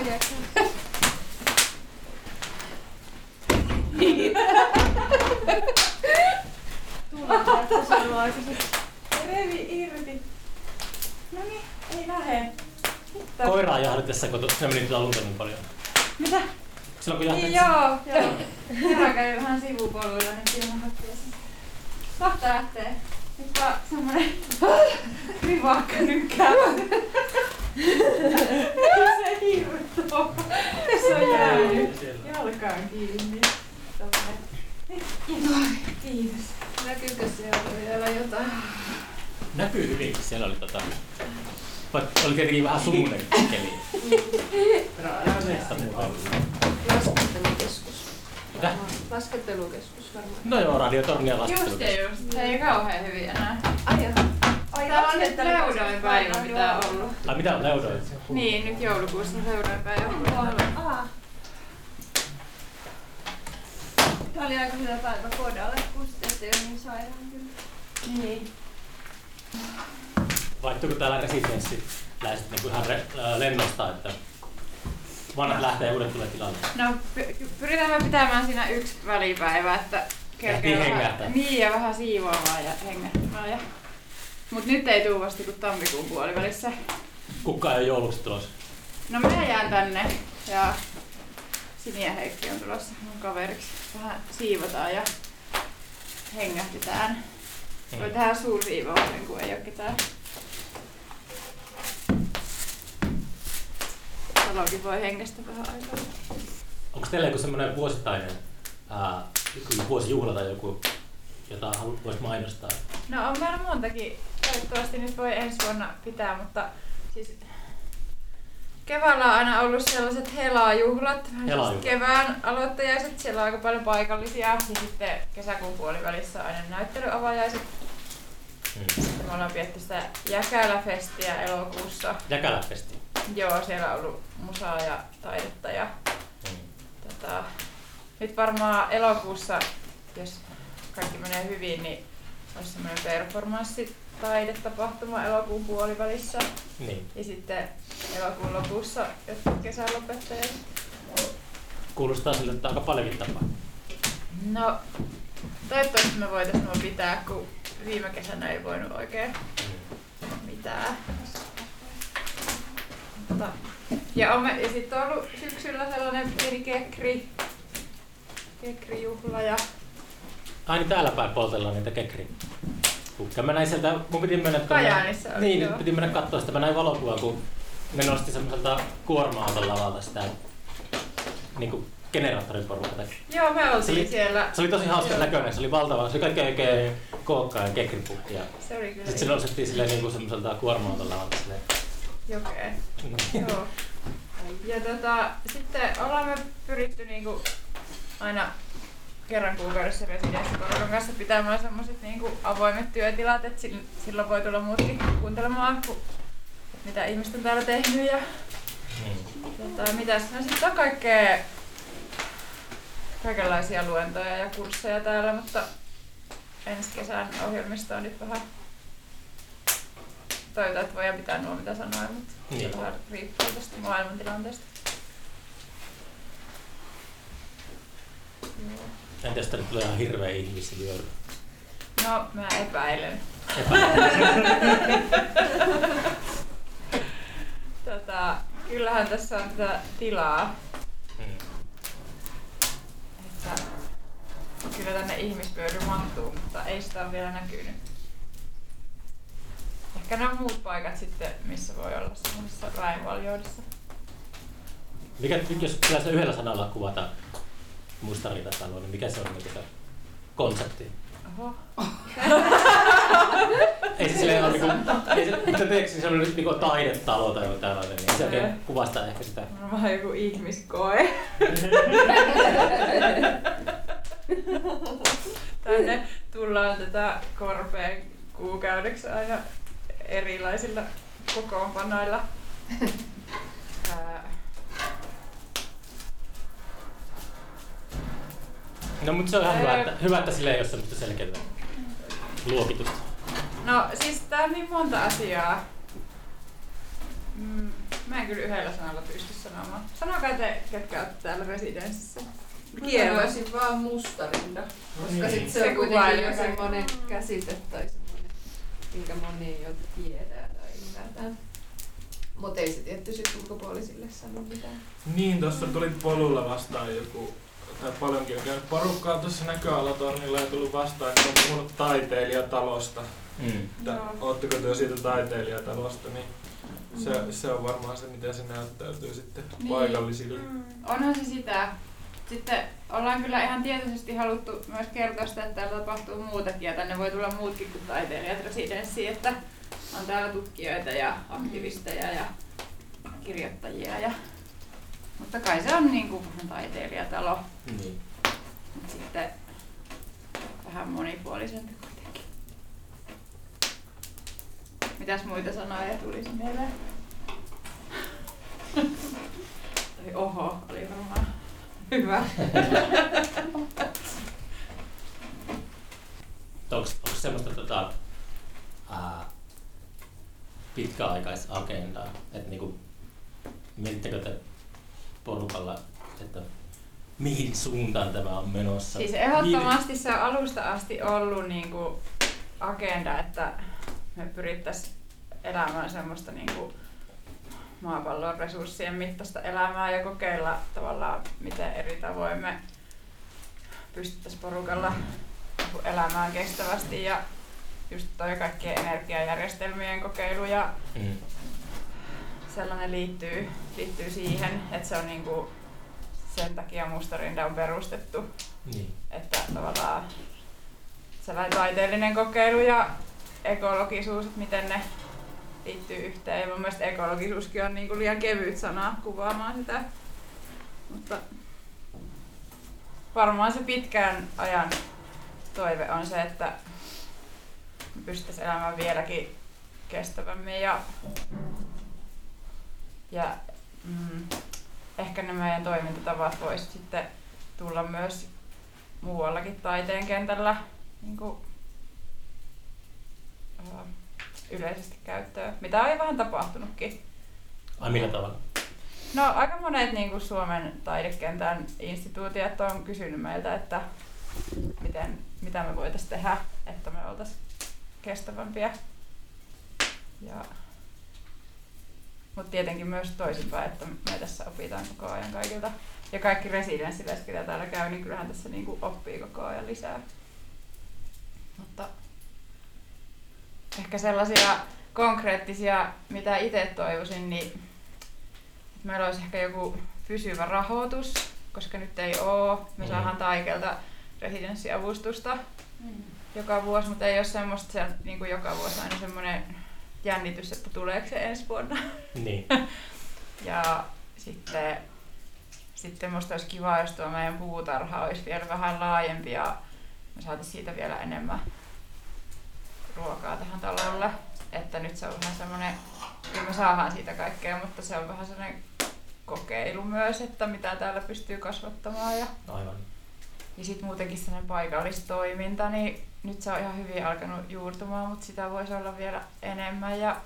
Revi irti. No niin, ei lähe. Koiraa jahditessa, kun se meni tuota lunta niin paljon. Mitä? Silloin kun Niin jahdit... joo, joo. Herra käy vähän sivupoluilla, niin kyllä mä hakee sen. Kohta lähtee. Nyt vaan semmonen rivakka nykkää. Se hirvittoo. Se on jäänyt jalkaan kiinni. Kiitos. Näkyykö siellä vielä jotain? Näkyy hyvinkin, siellä oli tota... Vaikka oli tietenkin vähän sumuinen keli. Laskettelukeskus. Mitä? Laskettelukeskus varmaan. No joo, radiotornia Just lasketelu. ja just. Se ei kauhean hyvin enää. Ai joo. Ai Täällä on nyt leudoinpäivä, mitä on ollut. Ai mitä on leudoin? Niin, nyt joulukuussa on leudoinpäivä. Aa. Tää oli aika hyvä päivä kodalle, kun sitten ei ole niin sairaan kyllä. Niin. Vaihtuuko täällä residenssi lähestyt niin ihan re, äh, lennosta, että vanhat lähtee ja uudet tulee tilalle? No py- pyritään me pitämään siinä yksi välipäivä, että kerkee Ehtii vähän, hengähtää. niin ja vähän siivoamaan ja hengähtämään. Ja... Mut nyt ei tuu vasta kuin tammikuun puolivälissä. Kukaan ei ole jouluksi tulossa. No mä jään tänne ja Sini ja Heikki on tulossa mun kaveriksi. Vähän siivotaan ja hengähtetään. Voi Mm. tehdä suursiivouksen, kun ei oo ketään. Talokin voi hengästä vähän aikaa. Onko teillä joku semmoinen vuosittainen ää, joku vuosijuhla tai joku, jota voisi mainostaa? No on meillä montakin. Toivottavasti nyt voi ensi vuonna pitää, mutta siis keväällä on aina ollut sellaiset helajuhlat, Helajuhlat. kevään aloittajaiset, siellä on aika paljon paikallisia ja sitten kesäkuun puolivälissä on aina näyttelyavajaiset. Mm. Me ollaan pietty sitä Jäkäläfestiä elokuussa. Jäkäläfesti. Joo, siellä on ollut musaa ja taidetta ja Mm. tota, nyt varmaan elokuussa, jos kaikki menee hyvin, niin olisi semmoinen performanssitaidetapahtuma elokuun puolivälissä. Niin. Ja sitten elokuun lopussa jotkut kesälopettajat. Kuulostaa siltä, että aika paljonkin tapaa. No, toivottavasti me voitais nuo pitää, kun viime kesänä ei voinut oikein mitään. Mutta, ja, on me, ja sitten on ollut syksyllä sellainen pieni kekri, kekrijuhla ja Ai niin täällä päin poltellaan niitä kekriä. Kukka. Mä näin sieltä, mun piti mennä tuonne... Kajaanissa oli, Niin, joo. nyt piti mennä katsoa sitä. Mä näin valokuvaa, kun ne nosti semmoiselta kuorma-auton lavalta sitä niinku generaattorin porukata. joo, me oltiin Se oli- siellä. Se oli tosi hauska Joo. näköinen, se oli valtava, se oli kaikkea oikein kookkaa ja kekripukki. Ja Se oli kyllä sitten se nostettiin silleen niinku semmoiselta kuorma-auton lavalta silleen. jokeen. Niin. Joo. Ja tota, sitten ollaan me pyritty niinku aina kerran kuukaudessa residenssiporukan kanssa pitämään semmoiset niinku avoimet työtilat, että silloin voi tulla muutkin kuuntelemaan, kun, mitä ihmiset on täällä tehnyt. Ja, Mm. tota, mitäs, no sitten on kaikkea, kaikenlaisia luentoja ja kursseja täällä, mutta ensi kesän ohjelmistoa nyt vähän. Toivotaan, että voidaan pitää nuo mitä sanoin, mutta niin. Se vähän riippuu tästä maailmantilanteesta. Joo. Entäs tänne tulee ihan hirveä ihmisvyöry? No, mä epäilen. Epäilen. tota, kyllähän tässä on tätä tilaa. Mm. Että kyllä tänne ihmisvyöry mahtuu, mutta ei sitä ole vielä näkynyt. Ehkä nämä muut paikat sitten, missä voi olla semmoisessa väenvaljoudessa. Mikä, jos pitäisi yhdellä sanalla kuvata Mustarintataloa, niin mikä se on niin konsepti? Oho. Ei se silleen ole niinku, ei se, mitä teeksi se on niinku taidetalo tai joku tällainen, niin se oikein kuvastaa ehkä sitä. Varmaan joku ihmiskoe. Tänne tullaan tätä korpeen kuukaudeksi aina erilaisilla kokoonpanoilla. No mutta se on ihan hyvä, että, hyvä, että sillä ei ole semmoista selkeää luokitusta. No siis tää on niin monta asiaa. Mm, mä en kyllä yhdellä sanalla pysty sanomaan. Sanokaa te, ketkä olette täällä residenssissä. Mä voisin vaan Mustarinta, koska niin. sit se on Se kuitenkin jo semmonen käsite tai semmonen, minkä moni jo tietää tai ymmärtää. Mut ei se tietty sit ulkopuolisille sano mitään. Niin, tossa tuli polulla vastaan joku, tai paljonkin on käynyt porukkaa tuossa näköalatornilla ja tullut vastaan, että on puhunut taiteilijatalosta. Mm. No. Ootteko te siitä taiteilijatalosta, niin se, se on varmaan se, miten se näyttäytyy sitten niin. Paikallisille. Mm. Onhan se sitä. Sitten ollaan kyllä ihan tietoisesti haluttu myös kertoa sitä, että täällä tapahtuu muutakin ja tänne voi tulla muutkin kuin taiteilijat residenssiin, että on täällä tutkijoita ja aktivisteja ja kirjoittajia. Ja... Mutta kai se on niin kuin taiteilijatalo. Niin. Mut sitten vähän monipuolisempi kuitenkin. Mitäs muita sanoja tulisi mieleen? Toi oho oli varmaan hyvä. Onko semmoista tota, ää, pitkäaikaisagendaa, että niinku, mietittekö te porukalla, että mihin suuntaan tämä on menossa? Siis ehdottomasti se on alusta asti ollut niinku agenda, että me pyrittäisiin elämään semmoista niinku maapallon resurssien mittaista elämää ja kokeilla tavallaan, miten eri tavoin me pystyttäisiin porukalla elämään kestävästi ja just toi kaikkien energiajärjestelmien kokeilu ja mm. sellainen liittyy, liittyy siihen, että se on niinku sen takia Mustarinta on perustettu, niin. Että tavallaan sellainen taiteellinen kokeilu ja ekologisuus, että miten ne liittyy yhteen. Ja mun mielestä ekologisuuskin on niinku liian kevyt sana kuvaamaan sitä. Mutta varmaan se pitkän ajan toive on se, että me pystyttäisiin elämään vieläkin kestävämmin ja, ja mm, ehkä ne meidän toimintatavat vois sitten tulla myös muuallakin taiteen kentällä niin kuin, uh, yleisesti käyttöön, mitä on jo vähän tapahtunutkin. Ai millä tavalla? No aika monet niin kuin Suomen taidekentän instituutiot on kysynyt meiltä, että miten, mitä me voitaisiin tehdä, että me oltaisiin kestävämpiä. Ja, mutta tietenkin myös toisinpäin, että me tässä opitaan koko ajan kaikilta. Ja kaikki residenssiläiset, mitä täällä käy, niin kyllähän tässä niin kuin oppii koko ajan lisää. Mutta ehkä sellaisia konkreettisia, mitä itse toivoisin, niin että meillä olisi ehkä joku pysyvä rahoitus, koska nyt ei ole. Me mm. saadaan Taikelta residenssiavustusta mm. joka vuosi, mutta ei ole semmoista se, niin kuin joka vuosi aina semmoinen jännitys, että tuleeko se ensi vuonna. Niin. Ja sitten, sitten musta olisi kiva, jos tuo meidän puutarha olisi vielä vähän laajempi ja me saataisiin siitä vielä enemmän ruokaa tähän talolle. Että nyt se on vähän semmoinen, kyllä me saadaan siitä kaikkea, mutta se on vähän semmoinen kokeilu myös, että mitä täällä pystyy kasvattamaan. Ja, aivan. Ja sitten muutenkin sellainen paikallistoiminta, niin nyt se on ihan hyvin alkanut juurtumaan, mutta sitä voisi olla vielä enemmän. Ja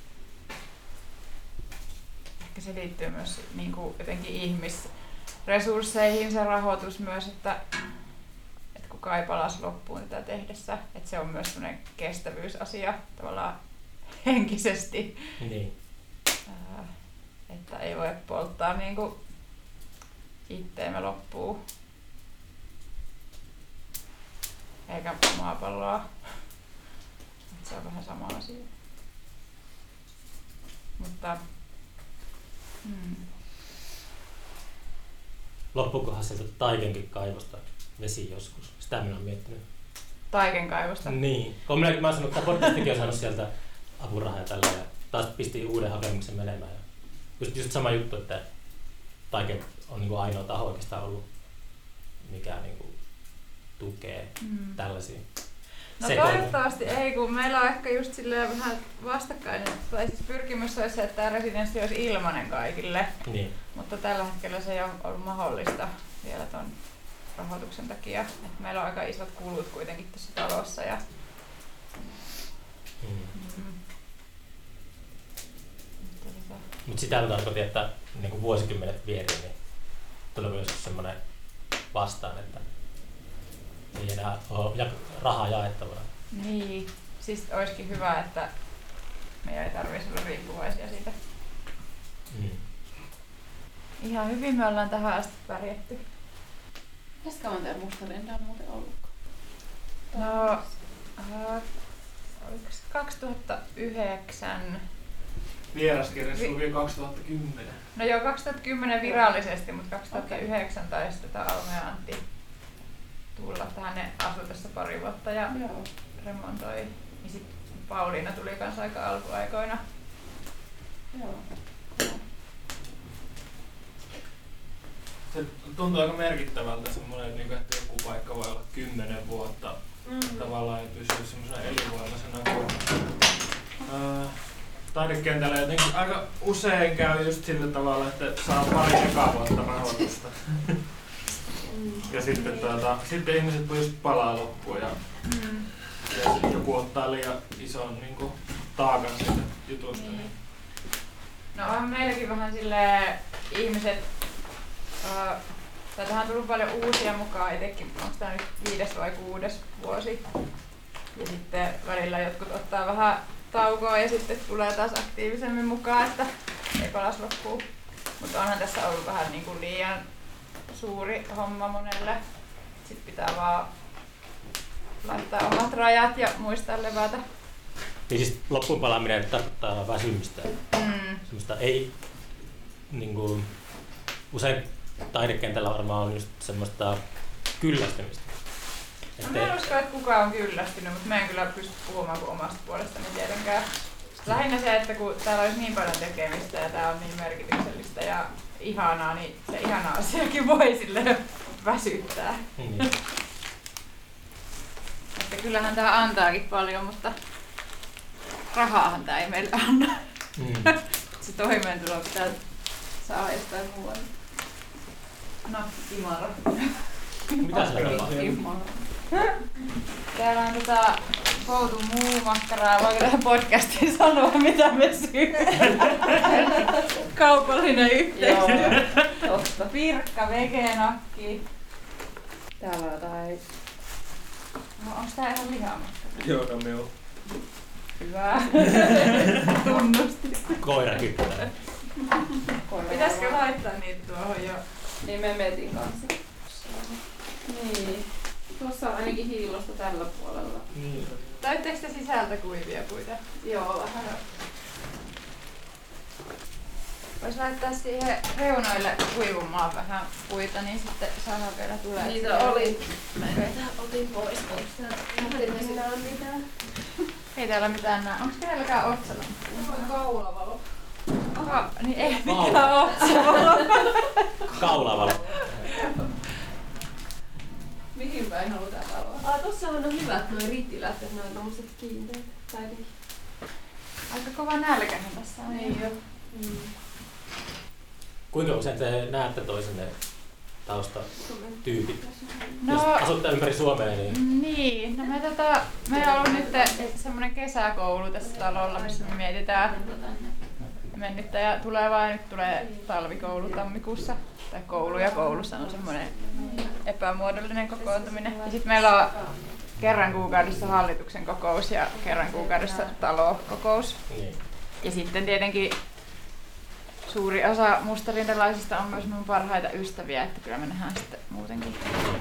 ehkä se liittyy myös niin kuin jotenkin ihmisresursseihin se rahoitus myös, että, että kun Kaipalas loppuun tätä tehdessä, että se on myös sellainen kestävyysasia tavallaan henkisesti. Niin. Ää, että ei voi polttaa niin kuin itteemme loppuun. Eikä maapalloa. Et se on vähän sama asia. Mutta hmm. Loppukohan sieltä Taikenkin kaivosta vesi joskus? Sitä minä olen miettinyt. Taiken kaivosta? Niin. Kun minä, mä oon sanonut, että podcastikin on saanut sieltä apurahaa ja tällä ja taas pisti uuden hakemuksen menemään. Just, just sama juttu, että Taike on niin kuin ainoa taho oikeastaan ollut, mikä niin kuin tukee mm. tällaisia. No sekoiluja. Toivottavasti ei, kun meillä on ehkä just silleen vähän vastakkainen, tai siis pyrkimys olisi se, että tämä residenssi olisi ilmainen kaikille, Niin. mutta tällä hetkellä se ei ole ollut mahdollista vielä ton rahoituksen takia. Et meillä on aika isot kulut kuitenkin tässä talossa. Ja Mm. mm. Mutta sitä tarkoitin, että niin kuin vuosikymmenet vieriin, niin tulee myös semmoinen vastaan, että ei enää ole ja rahaa jaettavana. Niin, siis olisikin hyvä, että meidän ei tarvitsisi olla riippuvaisia siitä. Mm. Ihan hyvin me ollaan tähän asti pärjätty. Mitäs kauan teillä Mustalenda on muuten ollut? No, äh, oliko se kaksituhattayhdeksän? Vieraskirjassa luki kaksituhattakymmenen. No joo, kaksituhattakymmenen virallisesti, mutta kaksituhattayhdeksäntoista tämä Alme ja Antti tulla tähän. Ne asui tässä pari vuotta ja Joo. remontoi. Ja sitten Pauliina tuli kans aika alkuaikoina. Joo. Se tuntuu aika merkittävältä semmoinen, että joku paikka voi olla kymmenen vuotta mm-hmm. tavallaan ja pysyä semmoisena elinvoimaisena. Kun, ää, taidekentällä jotenkin aika usein käy just sillä tavalla, että saa pari ekaa vuotta rahoitusta. Mm. Ja sitten, tuota, sitten ihmiset voi just palaa loppuun ja, mm. ja sitten joku ottaa liian ison niin kuin, taakan siitä jutusta. Niin. No on meilläkin vähän silleen ihmiset, uh, tai tähän on tullut paljon uusia mukaan itsekin, onko tämä nyt viides vai kuudes vuosi. Ja sitten välillä jotkut ottaa vähän taukoa ja sitten tulee taas aktiivisemmin mukaan, että ei palas loppuu. Mutta onhan tässä ollut vähän niin kuin liian suuri homma monelle. Sitten pitää vaan laittaa omat rajat ja muistaa levätä. Niin siis loppuun palaaminen tarkoittaa väsymistä. Mm. Semmoista ei, niin kuin, usein taidekentällä varmaan on just semmoista kyllästymistä. No, mä en usko, että kukaan on kyllästynyt, mutta mä en kyllä pysty puhumaan kuin omasta puolestani tietenkään. Lähinnä se, että kun täällä olisi niin paljon tekemistä ja tää on niin merkityksellistä ja ihanaa, niin se ihana asiakin voi silleen väsyttää. Mm. Että kyllähän tää antaakin paljon, mutta rahaahan tää ei meille anna. Mm. Se toimeentulo pitää saada jostain muualta. No, Imara. Mitä sillä tapahtuu? Täällä on tota Koutun muu-makkaraa. Voinko tähän podcastiin sanoa, mitä me syödään? Kaupallinen yhteistyö. Totta. Pirkka, vegenakki. Täällä on jotain. No, onks tää ihan lihamakkara? Joo, no me on. Hyvä. Tunnustit. Koira kyttää. Pitäisikö laittaa niitä tuohon jo? Niin me metin kanssa. Niin. Tuossa on ainakin hiilosta tällä puolella. Niin. Täytteekö te sisältä kuivia puita? Joo, vähän. Vois laittaa siihen reunoille kuivumaan vähän puita, niin sitten saadaan vielä tulee. Niitä oli. Mä otin pois. Nähtiin me siinä on mitään. Ei täällä mitään näe. Onks kenelläkään otsalla? Kaulavalo. Ka- niin ei mitään otsalla. Kaulavalo. Mihin päin halutaan valoa? Ah, tossahan on hyvät noi ritilät, että ne on tommoset kiinteät. Tai jotenkin. Aika kova nälkäinen tässä on. Niin jo. Mm. Kuinka usein te näette toisenne taustatyypit? No, Jos asutte ympäri Suomea, niin... Niin, no me tota, meillä on ollut nyt semmoinen kesäkoulu tässä talolla, missä me mietitään mennyttä ja tulevaa. Ja nyt tulee talvikoulu tammikuussa. Tai koulu ja koulussa on semmoinen epämuodollinen kokoontuminen. Ja sitten meillä on kerran kuukaudessa hallituksen kokous ja kerran kuukaudessa talokokous. Ja sitten tietenkin suuri osa mustarintalaisista on myös mun parhaita ystäviä, että kyllä me nähdään sitten muutenkin.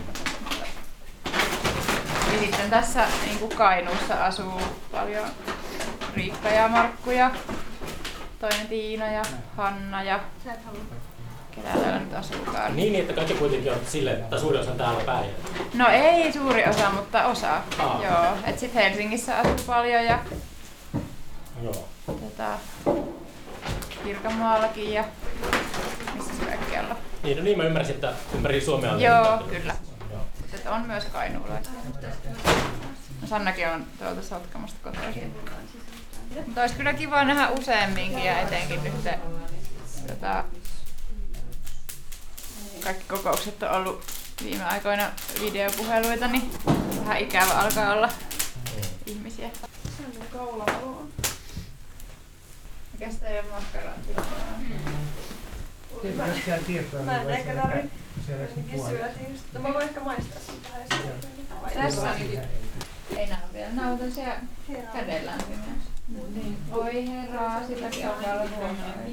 Ja sitten tässä niin kuin Kainuussa asuu paljon Riikka ja Markku ja toinen Tiina ja Hanna ja ketä täällä nyt asuukaan. Niin, että kaikki kuitenkin on silleen, että suuri osa on täällä päin. No ei suuri osa, mutta osa. Aa. Joo, et sit Helsingissä asuu paljon ja Joo. tota, Pirkanmaallakin ja missä se kaikkialla. Niin, no niin mä ymmärsin, että ympäri Suomea on... Joo, niin, kyllä. Joo. Että on myös kainuulaisia. No Sannakin on tuolta Sotkamosta kotoisin. Mutta olisi kyllä kiva nähdä useamminkin ja etenkin nyt tota, kaikki kokoukset on ollut viime aikoina videopuheluita, niin vähän ikävä alkaa olla ihmisiä. Sellainen kaulapalo on. Mikäs teidän makkarointi on? Mä en ehkä tarvi Selvästi syötiin just. No mä voin ehkä maistaa sen tähän. Tässä on ei näy vielä. Nämä on tosiaan kädellään myös. Niin. Oi herraa, sitäkin alkaa olla huomioon.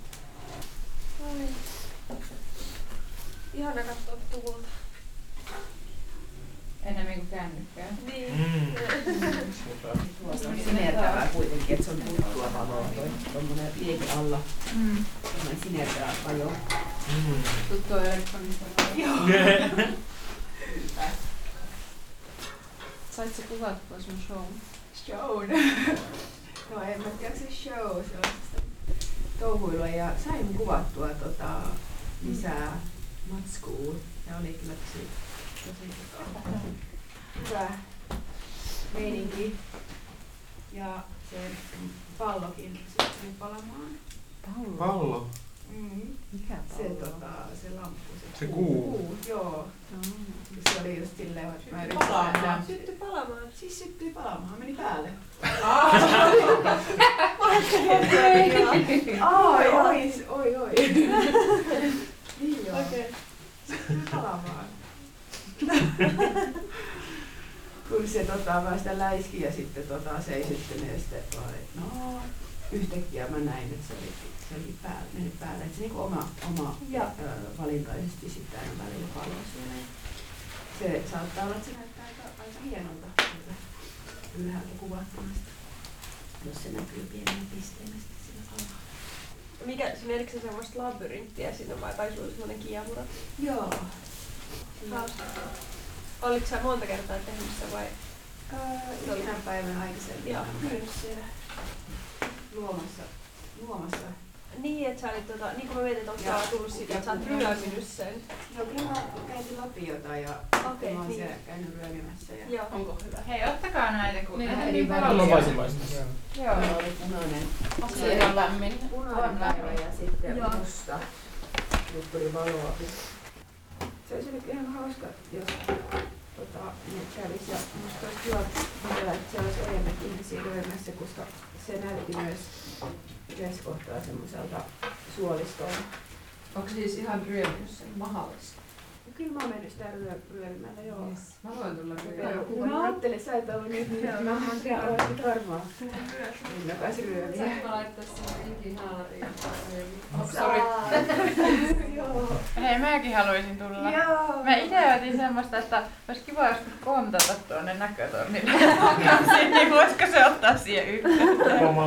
Ihana katsoa tuulta. Enemmän kuin kännykkää. Niin. Mm. Tuossa on sinertävää kuitenkin, että se on tuttua valoa toi tommonen liekin alla. Mm. Tommonen sinertävä valo. Mm. Tuttua elektronista. Joo. Yeah. Sait sä kuvattua sun show? Show. No en mä tiedä se show, se on sitä touhuilua ja sain kuvattua tota, lisää matskua ja oli kyllä tosi, tosi tota, hyvä meininki ja se pallokin sitten meni palamaan. Pallo. Mm. Mikä Se, tota, se lamppu. Se kuu. kuu joo. Se oli just silleen, että mä yritin Palaamaan. nähdä. Syttyi palamaan. Siis syttyi palamaan, meni päälle. Ai, oi, oi, oi. Niin joo. Okei. Syttyi palamaan. Kun se tota, mä sitä läiskin ja sitten tota, seisyttelin ja sitten vaan, että no yhtäkkiä mä näin, että se oli, se oli päälle, mennyt päälle. Että se niinku oma, oma Ja. ö, valintaisesti sitten aina välillä palaa siellä. Se saattaa olla, että se näyttää aika, aika hienolta sieltä ylhäältä kuvattuna, jos se näkyy pienenä pisteenä sitten sillä palaa. Mikä, menikö se semmoista labyrinttiä sinne vai tai sulla oli semmonen kiemura? Joo. Hauska. Oliko sä monta kertaa tehnyt sitä vai? Öö, yhden päivän aikaisemmin. Joo, käynyt siellä. Luomassa. Luomassa. Niin, että sä olit tota, niin kuin mä mietin, että onko sä tullut siitä, että sä oot ryöminyt sen. No kyllä mä käytin Lapiota ja Okei, mä oon niin. siellä käynyt ryömimässä. Ja Joo. Onko hyvä? Hei, ottakaa näitä, kun Vähän näitä eri niin väriä. paljon. Mä voisin maistaa. Joo. Mulla oli punainen. Se on lämmin. Punainen päivä ja sitten Joo. musta. Nyt tuli valoa. Se olisi ollut ihan hauska, jos tota, ne kävis ja musta olisi kiva vielä, että siellä olisi enemmän ihmisiä ryömässä, koska se näytti myös yhdessä kohtaa semmoiselta suolistolta. Onko siis ihan ryöminyt sen mahallista? Kyllä mä oon mennyt sitä ryö, ryömimällä, joo. Yes. Mä voin tulla Joo, ryömään. kun mä ajattelin, että sä et ollut nyt, niin mä oon siellä olet varmaan. Innokas ryömiä. Saanko mä laittaa sinne ikihaalarin? Oh, sorry. Joo. Hei, mäkin haluaisin tulla. Joo. Mä ideoitin semmoista, että olisi kiva joskus kontata tuonne näkötornille. Niin voisiko se ottaa siihen yhteyteen? Oma.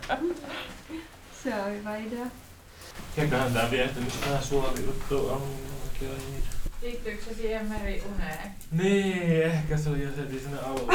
Se on hyvä idea. Eiköhän tää viehtämys vähän suoriuttuu on. Liittyykö se siihen meriuneen? Niin, ehkä se oli jo heti sinne alussa.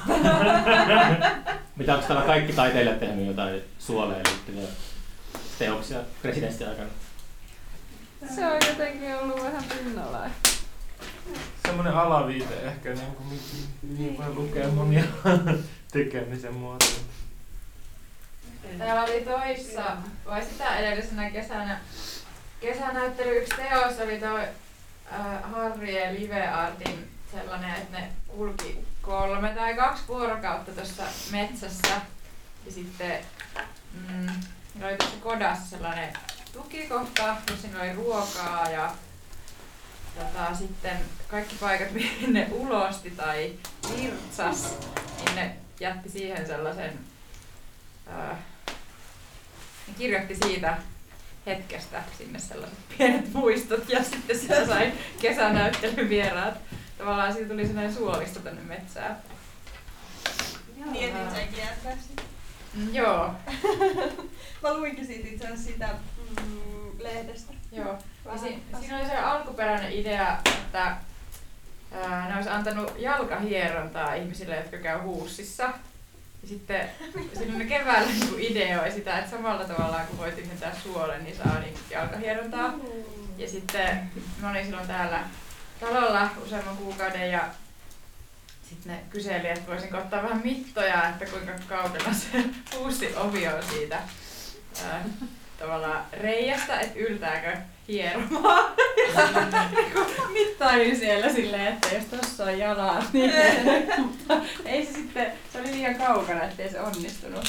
Mitä onko täällä kaikki taiteilijat tehnyt jotain suoleen liittyviä teoksia residenssiaikana? Se on jotenkin ollut vähän pinnalla. Semmonen alaviite ehkä, niin kuin niin voi lukea monia tekemisen muotoja. Täällä oli toissa, vai sitä edellisenä kesänä, kesänäyttely yksi teos oli toi äh, Harri ja Live Artin sellainen, että ne kulki kolme tai kaksi vuorokautta tuossa metsässä. Ja sitten mm, oli tuossa kodassa sellainen tukikohta, jossa oli ruokaa ja tota, sitten kaikki paikat, mihin ne ulosti tai virtsas, niin ne jätti siihen sellaisen, ää, ne kirjoitti siitä hetkestä sinne sellaiset pienet muistot ja sitten sitä sai kesänäyttelyn vieraat. Tavallaan siitä tuli sellainen suolisto tänne metsään. Niin, että sai kiertää sitä. Mm, joo. Mä luinkin siitä itse asiassa sitä mm, lehdestä. Joo. Ja si- siinä oli se alkuperäinen idea, että ää, ne olisi antanut jalkahierontaa ihmisille, jotka käy huussissa. Ja sitten silloin ne keväällä niin ideoi sitä, että samalla tavalla kun voi tyhjentää suolen, niin saa niin jalkahierontaa. Ja sitten mä olin silloin täällä talolla useamman kuukauden ja sitten ne kyseli, että voisinko ottaa vähän mittoja, että kuinka kaukana se huussin ovi on siitä ää, tavallaan reiästä, että yltääkö hieromaan. Mittailin siellä silleen, että jos tossa on jalat, niin mutta ei se sitten, se oli liian kaukana, ettei se onnistunut.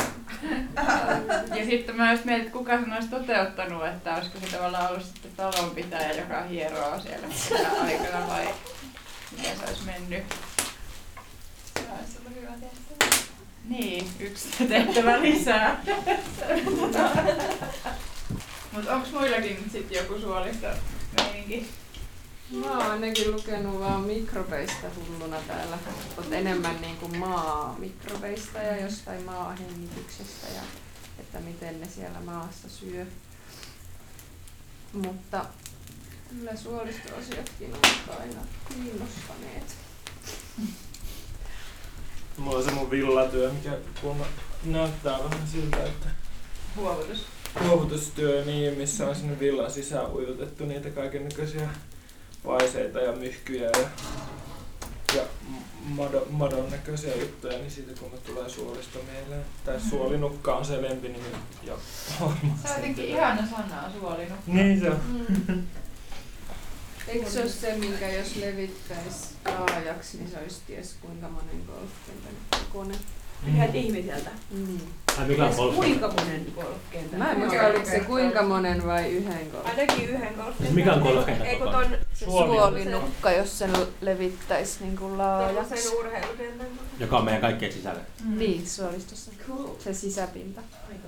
Ja sitten mä just mietin, että kuka sen olisi toteuttanut, että olisiko se tavallaan ollut sitten talonpitäjä, joka hieroo siellä aikana vai miten se olisi mennyt. Se olisi ollut hyvä tehtävä. Niin, yksi tehtävä lisää. Mutta onko muillakin sit joku suolista meininki? Mä oon ainakin lukenut vaan mikrobeista hulluna täällä, mutta enemmän niinku maa-mikrobeista ja jostain maahengityksestä ja että miten ne siellä maassa syö. Mutta kyllä suolistoasiatkin ovat aina kiinnostaneet. Mulla on se mun villatyö, mikä kun näyttää vähän siltä, että Huovutus. luovutustyö, niin, missä on sinne villan sisään ujutettu niitä kaikennäköisiä paiseita ja myhkyjä ja, ja madon, madon näköisiä juttuja, niin siitä kun me tulee suolista mieleen. Tai suolinukka on se lempinimi. Ja Se on jotenkin ihana sana, suolinukka. niin se on. Mm. Eikö se ole se, minkä jos levittäisi laajaksi, niin se olisi ties kuinka monen golfkentän kone? Ihan ihmiseltä. Mm. Ai mikä on golf? Kuinka monen golfkentän? Mä en muista, oliko se kuinka monen vai yhden golf. Ainakin yhden golfkentän. Mikä on golfkentän Ei kun kokoinen? ton Suolinukka, jos sen levittäisi niin laajaksi. tollasen urheilukentän. Joka on meidän kaikkien sisällä. Mm. Niin, suolistossa. Cool. Se sisäpinta. Aika.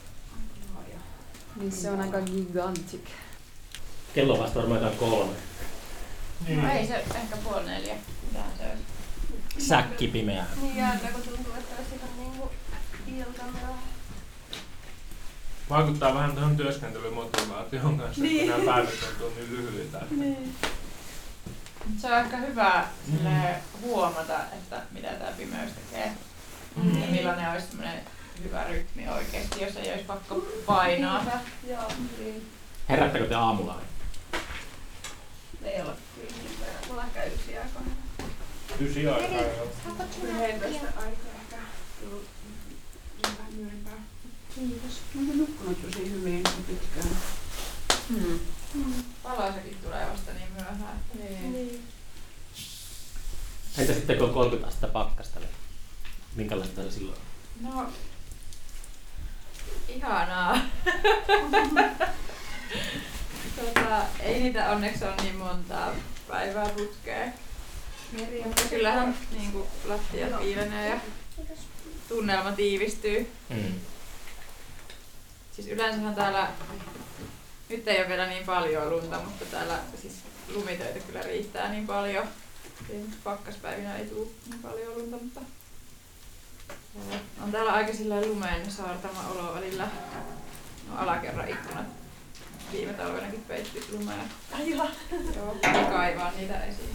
Niin se on aika gigantic. Kello on vasta varmaan jotain kolme. No ei se ehkä puoli neljä. Mitähän se olisi? Säkki pimeää. Niin jännä, kun tuntuu, että olisi ihan niinku iltamella. Vaikuttaa vähän tuohon työskentelymotivaation kanssa, niin. Kun nämä päivät tuntuu niin lyhyitä. Niin. Se on ehkä hyvä silleen huomata, että mitä tämä pimeys tekee. Mm. Ja millainen olisi semmoinen hyvä rytmi oikeesti, jos ei olisi pakko painaa. Joo, niin. Herättäkö te aamulla? Ei ole kyllä. Mulla on ehkä yksi aika. Ysi aikaa jo. Yhdentoista aikaa ehkä. Vähän myöhempää. Kiitos. Mä oon nukkunut tosi hyvin pitkään. Hmm. Valoisakin tulee vasta niin myöhään. Niin. Niin. Entä sitten kun on kolmekymmentä astetta pakkasta, niin minkälaista se silloin? No, ihanaa. tota, ei niitä onneksi ole niin montaa päivää putkeen. Mutta kyllähän niin kuin, lattia piilenee ja tunnelma tiivistyy. Mm. Siis yleensähän täällä, nyt ei ole vielä niin paljon lunta, mutta täällä siis lumitöitä kyllä riittää niin paljon. Esimerkiksi pakkaspäivinä ei tule niin paljon lunta, mutta on täällä aika silleen lumeen saartama olo välillä. No alakerran ikkunat viime talvenakin peitti lumeen. Ai joo. Joo, ja kaivaa niitä esiin.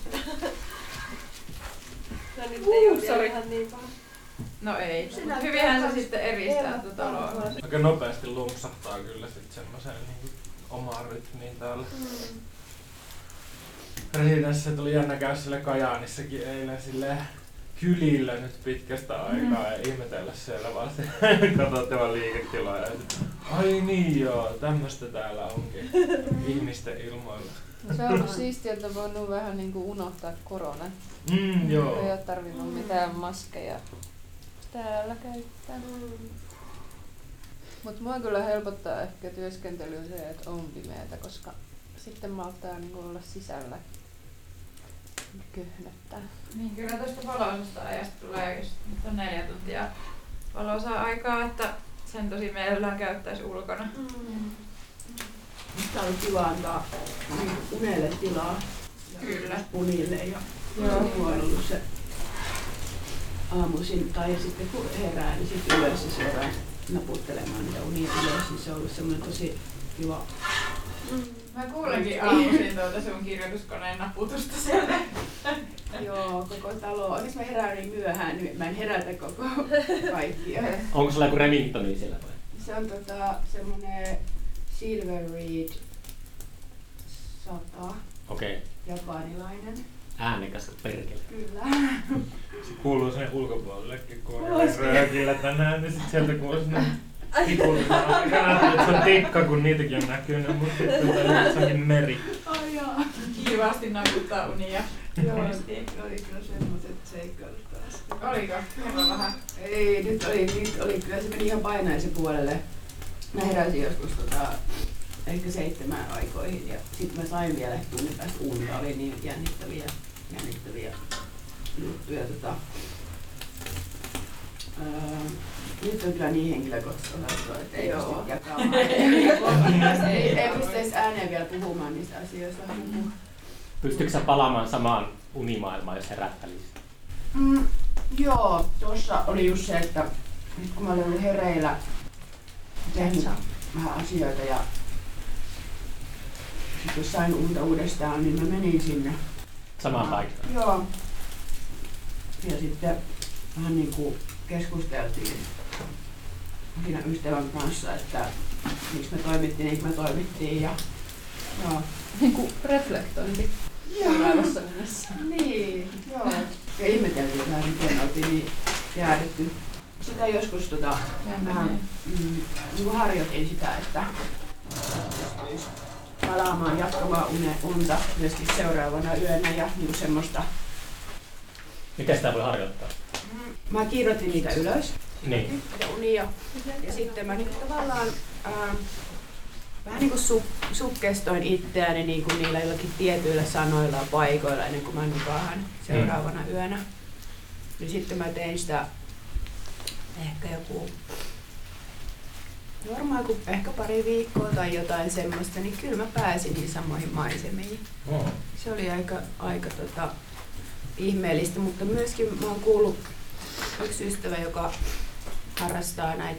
No nyt ei oo vielä ihan niin paha. No ei, Sinä mutta hyvinhän se kans sitten eristää elät tuota taloa. taloa. Aika nopeasti lumpsahtaa kyllä sit semmoiseen niin omaan rytmiin täällä. Mm. Residenssissä tuli jännä käydä sille Kajaanissakin eilen silleen kylillä nyt pitkästä aikaa ja ihmetellä siellä vaan se katsotte vaan liiketilaa ja sit, ai niin joo, tämmöstä täällä onkin ihmisten ilmoilla. Se on ollut siistiä, että on voinut vähän niinku unohtaa koronan. Mm, joo. Ei ole tarvinnut mitään maskeja täällä käyttää. Mutta mua kyllä helpottaa ehkä työskentelyyn se, että on pimeätä, koska sitten malttaa niinku olla sisällä köhnöttää. Niin kyllä tuosta valoisesta ajasta tulee, jos nyt on neljä tuntia valoisaa aikaa, että sen tosi mielellään käyttäisi ulkona. Mm. Tää on kiva antaa unelle tilaa. Kyllä. Unille ja Joo. mulla on ollut se aamuisin tai sitten kun herää, niin sitten ylös ja suoraan naputtelemaan niitä unia ylös, niin se on ollut semmoinen tosi kiva. Mm. Mä kuulenkin aamuisin tuota sun kirjoituskoneen naputusta sieltä. Joo, koko talo. Onneksi mä herään niin myöhään, niin mä en herätä koko kaikkia. Onko sulla joku Remingtoni siellä vai? Se on tota semmonen Silver Reed sata, Okei. japanilainen. Äänekäs perkele. Kyllä. Se kuuluu sinne ulkopuolellekin, kun on röökillä tänään, niin sit sieltä kuuluu sinne tipullina. Aika että se on tikka, kun niitäkin on näkynyt, mutta sitten tulee se onkin meri. Ai jaa. Kivasti nakuttaa unia. Joo, oli kyllä semmoset seikkailut taas. Oliko? Kerro vähän. Ei, nyt oli, nyt oli kyllä se meni ihan painaisen puolelle. Mä heräsin joskus tota, ehkä seitsemän aikoihin ja sit mä sain vielä tunnin päästä unta. Oli niin jännittäviä, jännittäviä juttuja. Tota, ää, nyt on kyllä niin henkilökohtaista osallistua, että ei pysty jakamaan. ei, ei pysty edes ääneen vielä puhumaan niistä asioista. Pystytkö sä palaamaan samaan unimaailmaan, jos herättäisi? Mm, joo, tuossa oli just se, että nyt kun mä olin ollut hereillä, tehnyt vähän asioita ja sitten jos sain unta uudestaan, niin mä menin sinne. Samaan paikkaan? Joo. Ja sitten vähän niin kuin keskusteltiin siinä ystävän kanssa, että miksi me toimittiin niin kuin me toimittiin. Ja, joo. Niinku reflektointi seuraavassa mennessä. Niin, joo. Ja ihmeteltiin vähän, miten oltiin niin jäädytty. Sitä joskus tota, vähän mm, niin harjoitin sitä, että pystyisi palaamaan jatkamaan une, unta myöskin seuraavana yönä ja niin semmoista. Miten sitä voi harjoittaa? Mä kirjoitin niitä ylös, Niin. niitä unia, ja sitten mä niin tavallaan ää, vähän niin kuin su, sukkestoin itseäni niin kuin niillä jollakin tietyillä sanoilla ja paikoilla ennen kuin mä nukaahan seuraavana mm. yönä. Ja sitten mä tein sitä ehkä joku, varmaan joku, ehkä pari viikkoa tai jotain semmoista, niin kyllä mä pääsin niin samoihin maisemiin. Oh. Se oli aika, aika tota, ihmeellistä, mutta myöskin mä oon kuullut yksi ystävä, joka harrastaa näitä,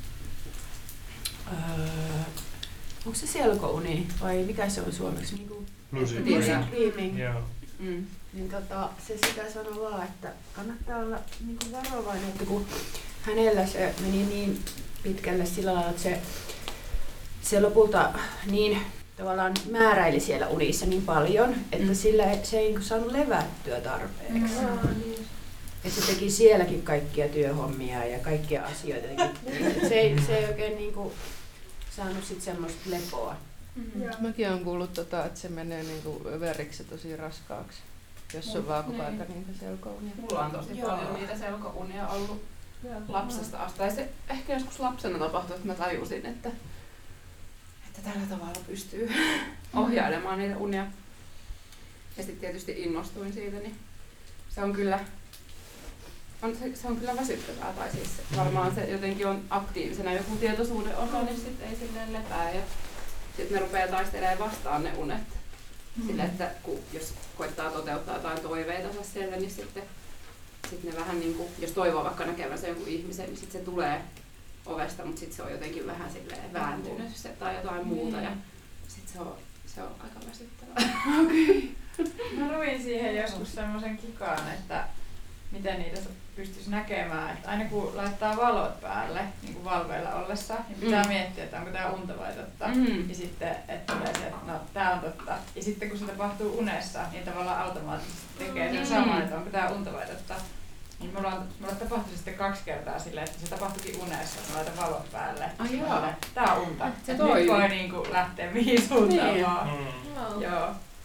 öö, onko se selkouni vai mikä se on suomeksi? Niin kuin Lucid dreaming. Joo. Mm. Niin tota, se sitä sanoi vaan, että kannattaa olla niin kuin varovainen, että kun hänellä se meni niin pitkälle sillä lailla, että se, se lopulta niin tavallaan määräili siellä unissa niin paljon, että mm. sillä se ei saanut levättyä tarpeeksi. Mm. Että se teki sielläkin kaikkia työhommia ja kaikkia asioita. se, ei, se ei oikein niinku saanut sit semmoista lepoa. Mm-hmm. Mäkin olen kuullut, tota, että se menee niinku överiksi tosi raskaaksi, jos on vaan koko aika niitä selkounia. Mulla on tosi Joo. paljon niitä selkounia ollut lapsesta asti. Tai se ehkä joskus lapsena tapahtui, että mä tajusin, että, että tällä tavalla pystyy ohjailemaan niitä unia. Ja sitten tietysti innostuin siitä, niin se on kyllä, on, se, se on kyllä väsyttävää. Tai siis varmaan se jotenkin on aktiivisena joku tietoisuuden osa, niin sitten ei silleen lepää. Ja sitten ne rupeaa taistelemaan vastaan ne unet. Mm-hmm. Sille, että kun, jos koittaa toteuttaa jotain toiveita siellä, niin sitten sit ne vähän niin kuin, jos toivoo vaikka näkevänsä jonkun ihmisen, niin sitten se tulee ovesta, mutta sitten se on jotenkin vähän silleen vääntynyt se tai jotain muuta. Ja sitten se on, se on aika väsyttävää. Okay. Mä luin siihen joskus semmoisen kikaan, että miten niitä pystyisi näkemään. Että aina kun laittaa valot päälle niin kuin valveilla ollessa, niin pitää mm. miettiä, että onko tämä unta vai totta. Mm. Ja sitten, että tulee se, että no tää on totta. Ja sitten kun se tapahtuu unessa, niin tavallaan automaattisesti tekee sen saman, että onko tämä unta vai totta. Niin mulla, on, mulla tapahtui sitten kaksi kertaa silleen, että se tapahtuikin unessa, että mä laitan valot päälle. Ai joo. Tää on unta. Se nyt voi niinku lähteä mihin suuntaan niin. vaan. Mm. Joo.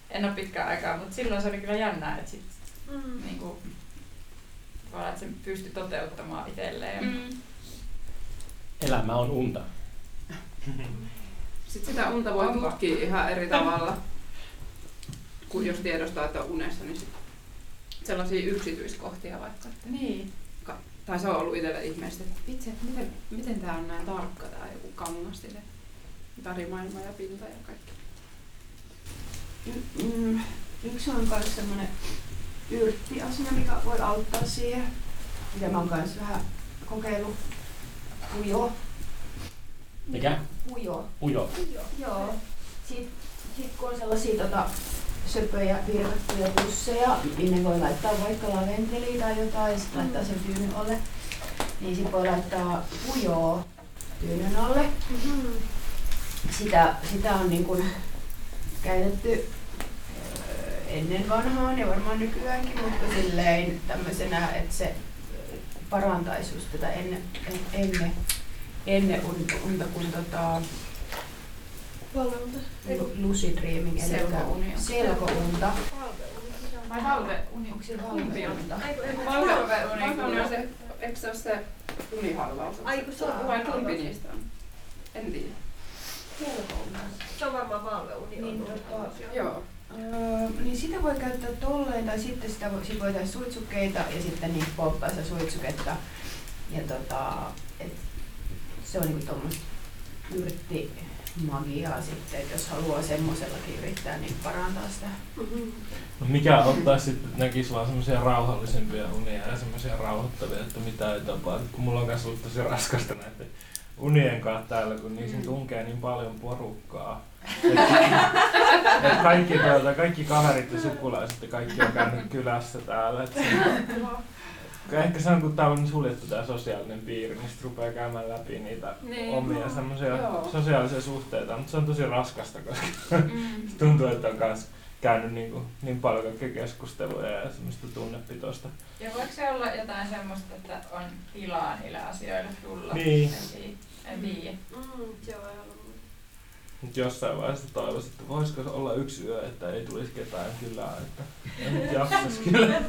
en ole pitkään aikaa, mutta silloin se oli kyllä jännää, että sit, Mm. niinku, vaan, että se pystyi toteuttamaan itselleen. Mm. Elämä on unta. Sitten sitä unta voi Onko? tutkia ihan eri tavalla. Kun jos tiedostaa, että on unessa, niin sit sellaisia yksityiskohtia vaikka. Niin. Ka- tai se on ollut itselle ihmeellistä, että vitsi, että miten, miten tää on näin tarkka tää joku kangas, se värimaailma ja pinta ja kaikki. Mm, yksi on myös semmoinen yrttiasia, mikä voi auttaa siihen. Mitä mä oon kanssa vähän kokeillut. Ujo. Mikä? Ujo. Ujo. Joo. Sitten sit kun on sellaisia tota, söpöjä virrattuja pusseja, minne voi laittaa vaikka laventeliä tai jotain ja sitten laittaa sen tyynyn alle. Niin sit voi laittaa ujoa tyynyn alle. Mm-hmm. Sitä, sitä on niin kun käytetty öö, ennen vanhaan ja varmaan nykyäänkin, mutta silleen tämmöisenä, että se parantaisi just tätä ennen, ennen, ennen unta, unta kun tota, Valveunta. lu- lucid dreaming, eli Selkounia. selkounta. Vai valveuni? Onko se Kumpi on? valveunta? Ei kun ei kun Valveuni. Valveuni on se, eikö se ole se unihallaus? Ai, kun se on Vai unihallaus. kumpi niistä on? En tiedä. Selkounta. Se on varmaan valveuni. Niin, on tota, ollut. Joo. Öö, niin sitä voi käyttää tolleen, tai sitten sitä voi, sit voi tehdä suitsukkeita ja sitten niin polttaa sitä suitsuketta. Ja tota, et se on niinku tommoista yrttimagiaa sitten, et jos haluaa semmoisellakin yrittää niin parantaa sitä. Mm-hmm. No mikä ottaa sitten, että näkisi vaan semmoisia rauhallisempia unia ja semmoisia rauhoittavia, että mitä ei tapahdu. Kun mulla on kanssa ollut tosi raskasta näiden unien kanssa täällä, kun niissä tunkee niin paljon porukkaa. Et, et kaikki, tuota, kaikki kaverit ja sukulaiset ja kaikki on käynyt kylässä täällä. Et se, ehkä se on, kun täällä on niin suljettu tää sosiaalinen piiri, niin sit rupeaa käymään läpi niitä Niin. omia semmoisia Joo. sosiaalisia suhteita, mutta se on tosi raskasta, koska Mm. tuntuu, että on kans käynyt niin, kuin, niin paljon kaikkea keskusteluja ja semmoista tunnepitoista. Ja voiko se olla jotain semmoista, että on tilaa niille asioille tulla? Niin. En tiedä. En tiedä. Mm, se voi olla. Mut jossain vaiheessa toivoisin, että voisiko se olla yksi yö, että ei tulisi ketään kylään, että en nyt jaksas kyllä.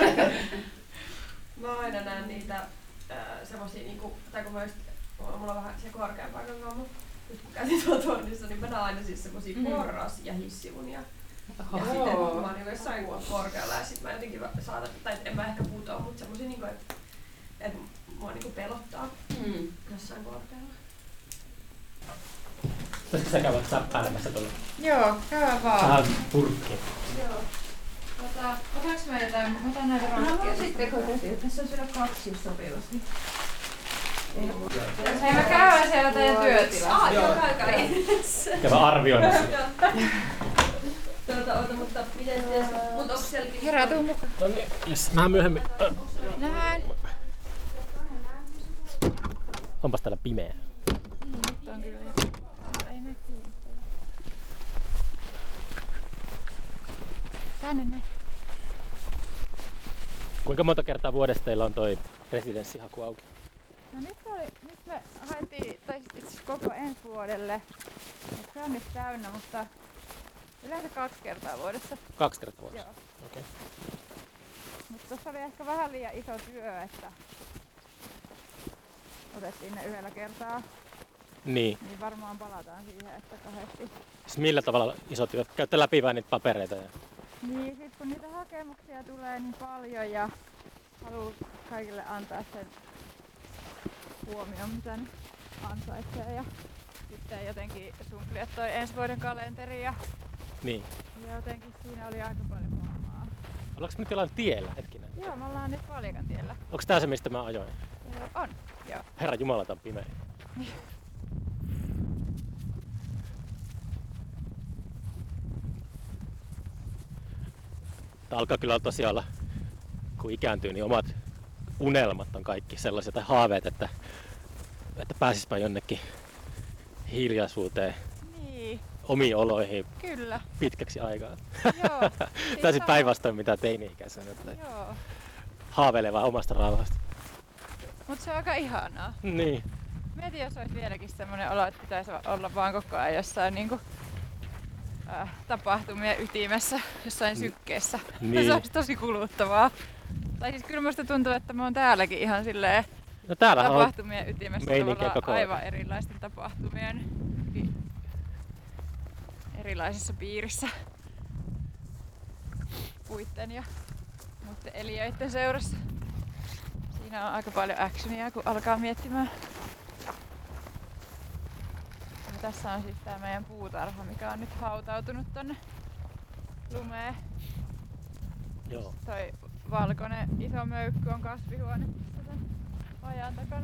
Mä aina näen niitä äh, semmosia niinku, tai kun mä just, mulla on vähän se korkean paikan kammo, nyt kun käsin tuolla tornissa, niin mä näen aina siis semmosia Mm. porras- ja hissiunia. Ja Joo. sitten kun mä oon niinku jossain korkealla ja sit mä jotenkin saatan, tai en mä ehkä putoa, mut semmosia niinku, että et mua niinku pelottaa Mm. jossain korkealla. Pitäisikö sä käydä säppäilemässä tuolla? Joo, käy vaan. Vähän purkki. Joo. Tota, otaks mä jotain? Mä otan näitä rankkia sitten. Tässä on vielä kaksi sopivasti. Hei, mä käyn siellä teidän työtilassa. Ah, joo, käy käy. Käydä arvioinnissa. Tuota, oota, mutta miten ties, mut onko sielläkin... Herra, tuu mukaan. No niin, jes, nähdään myöhemmin. Näin. Onpas täällä pimeä. Nyt on kyllä. Ei näe kiinnostaa. Tänne näin. Kuinka monta kertaa vuodessa teillä on toi residenssihaku auki? No nyt, oli, nyt me haettiin, tai itse asiassa koko ensi vuodelle. Et se on nyt täynnä, mutta yleensä kaksi kertaa vuodessa. Kaksi kertaa vuodessa? Joo. Okei. Mutta tuossa oli ehkä vähän liian iso työ, että otettiin ne yhdellä kertaa. Niin. Niin varmaan palataan siihen, että kahdesti. Siis millä tavalla iso työ? Käytte läpi vähän niitä papereita? Ja... Niin, sit kun niitä hakemuksia tulee niin paljon ja haluaa kaikille antaa sen huomioon, mitä ne ansaitsee. Ja sitten jotenkin sunklia toi ensi vuoden kalenteri ja, Niin. ja jotenkin siinä oli aika paljon hommaa. Ollaanko me nyt jollain tiellä? Hetkinen. Joo, me ollaan nyt Valjakan tiellä. Onko tää se, mistä mä ajoin? Joo, on. Joo. Herra Jumala, tää on pimeä. Tää alkaa kyllä tosiaan olla, kun ikääntyy, niin omat unelmat on kaikki sellaisia tai haaveet, että, että pääsispä jonnekin hiljaisuuteen, Niin, omiin oloihin kyllä. pitkäksi aikaa. Joo. Täysin sama. päinvastoin mitä teini-ikäisenä, että Joo. haaveilee vaan omasta rauhasta. Mut se on aika ihanaa. Niin. Mietin, jos olisi vieläkin semmoinen olo, että pitäisi olla vaan koko ajan jossain niinku, äh, tapahtumien ytimessä, jossain sykkeessä. Niin. Se olisi tosi kuluttavaa. Tai siis kyllä musta tuntuu, että mä oon täälläkin ihan silleen No täällähän on tapahtumien ytimessä meininkiä tavallaan koko ajan. aivan erilaisten tapahtumien pi- erilaisissa piirissä puitten ja muiden eliöiden seurassa. Siinä on aika paljon actionia, kun alkaa miettimään. Ja tässä on siis tää meidän puutarha, mikä on nyt hautautunut tonne lumeen. Joo. Toi valkoinen iso möykky on kasvihuone tän ajan takana.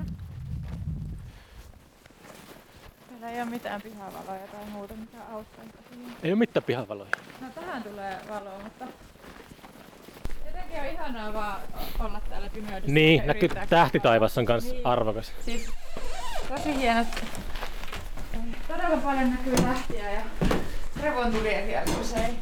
Meillä ei ole mitään pihavaloja tai muuta, mikä auttaisi siinä. Ei ole mitään pihavaloja. No tähän tulee valoa, mutta jotenkin on ihanaa vaan olla täällä pimeydessä. Niin, ja näkyy yrittää tähtitaivas on kans Niin. arvokas. Siis tosi hienot. Todella paljon näkyy tähtiä ja revontuliakin aika usein.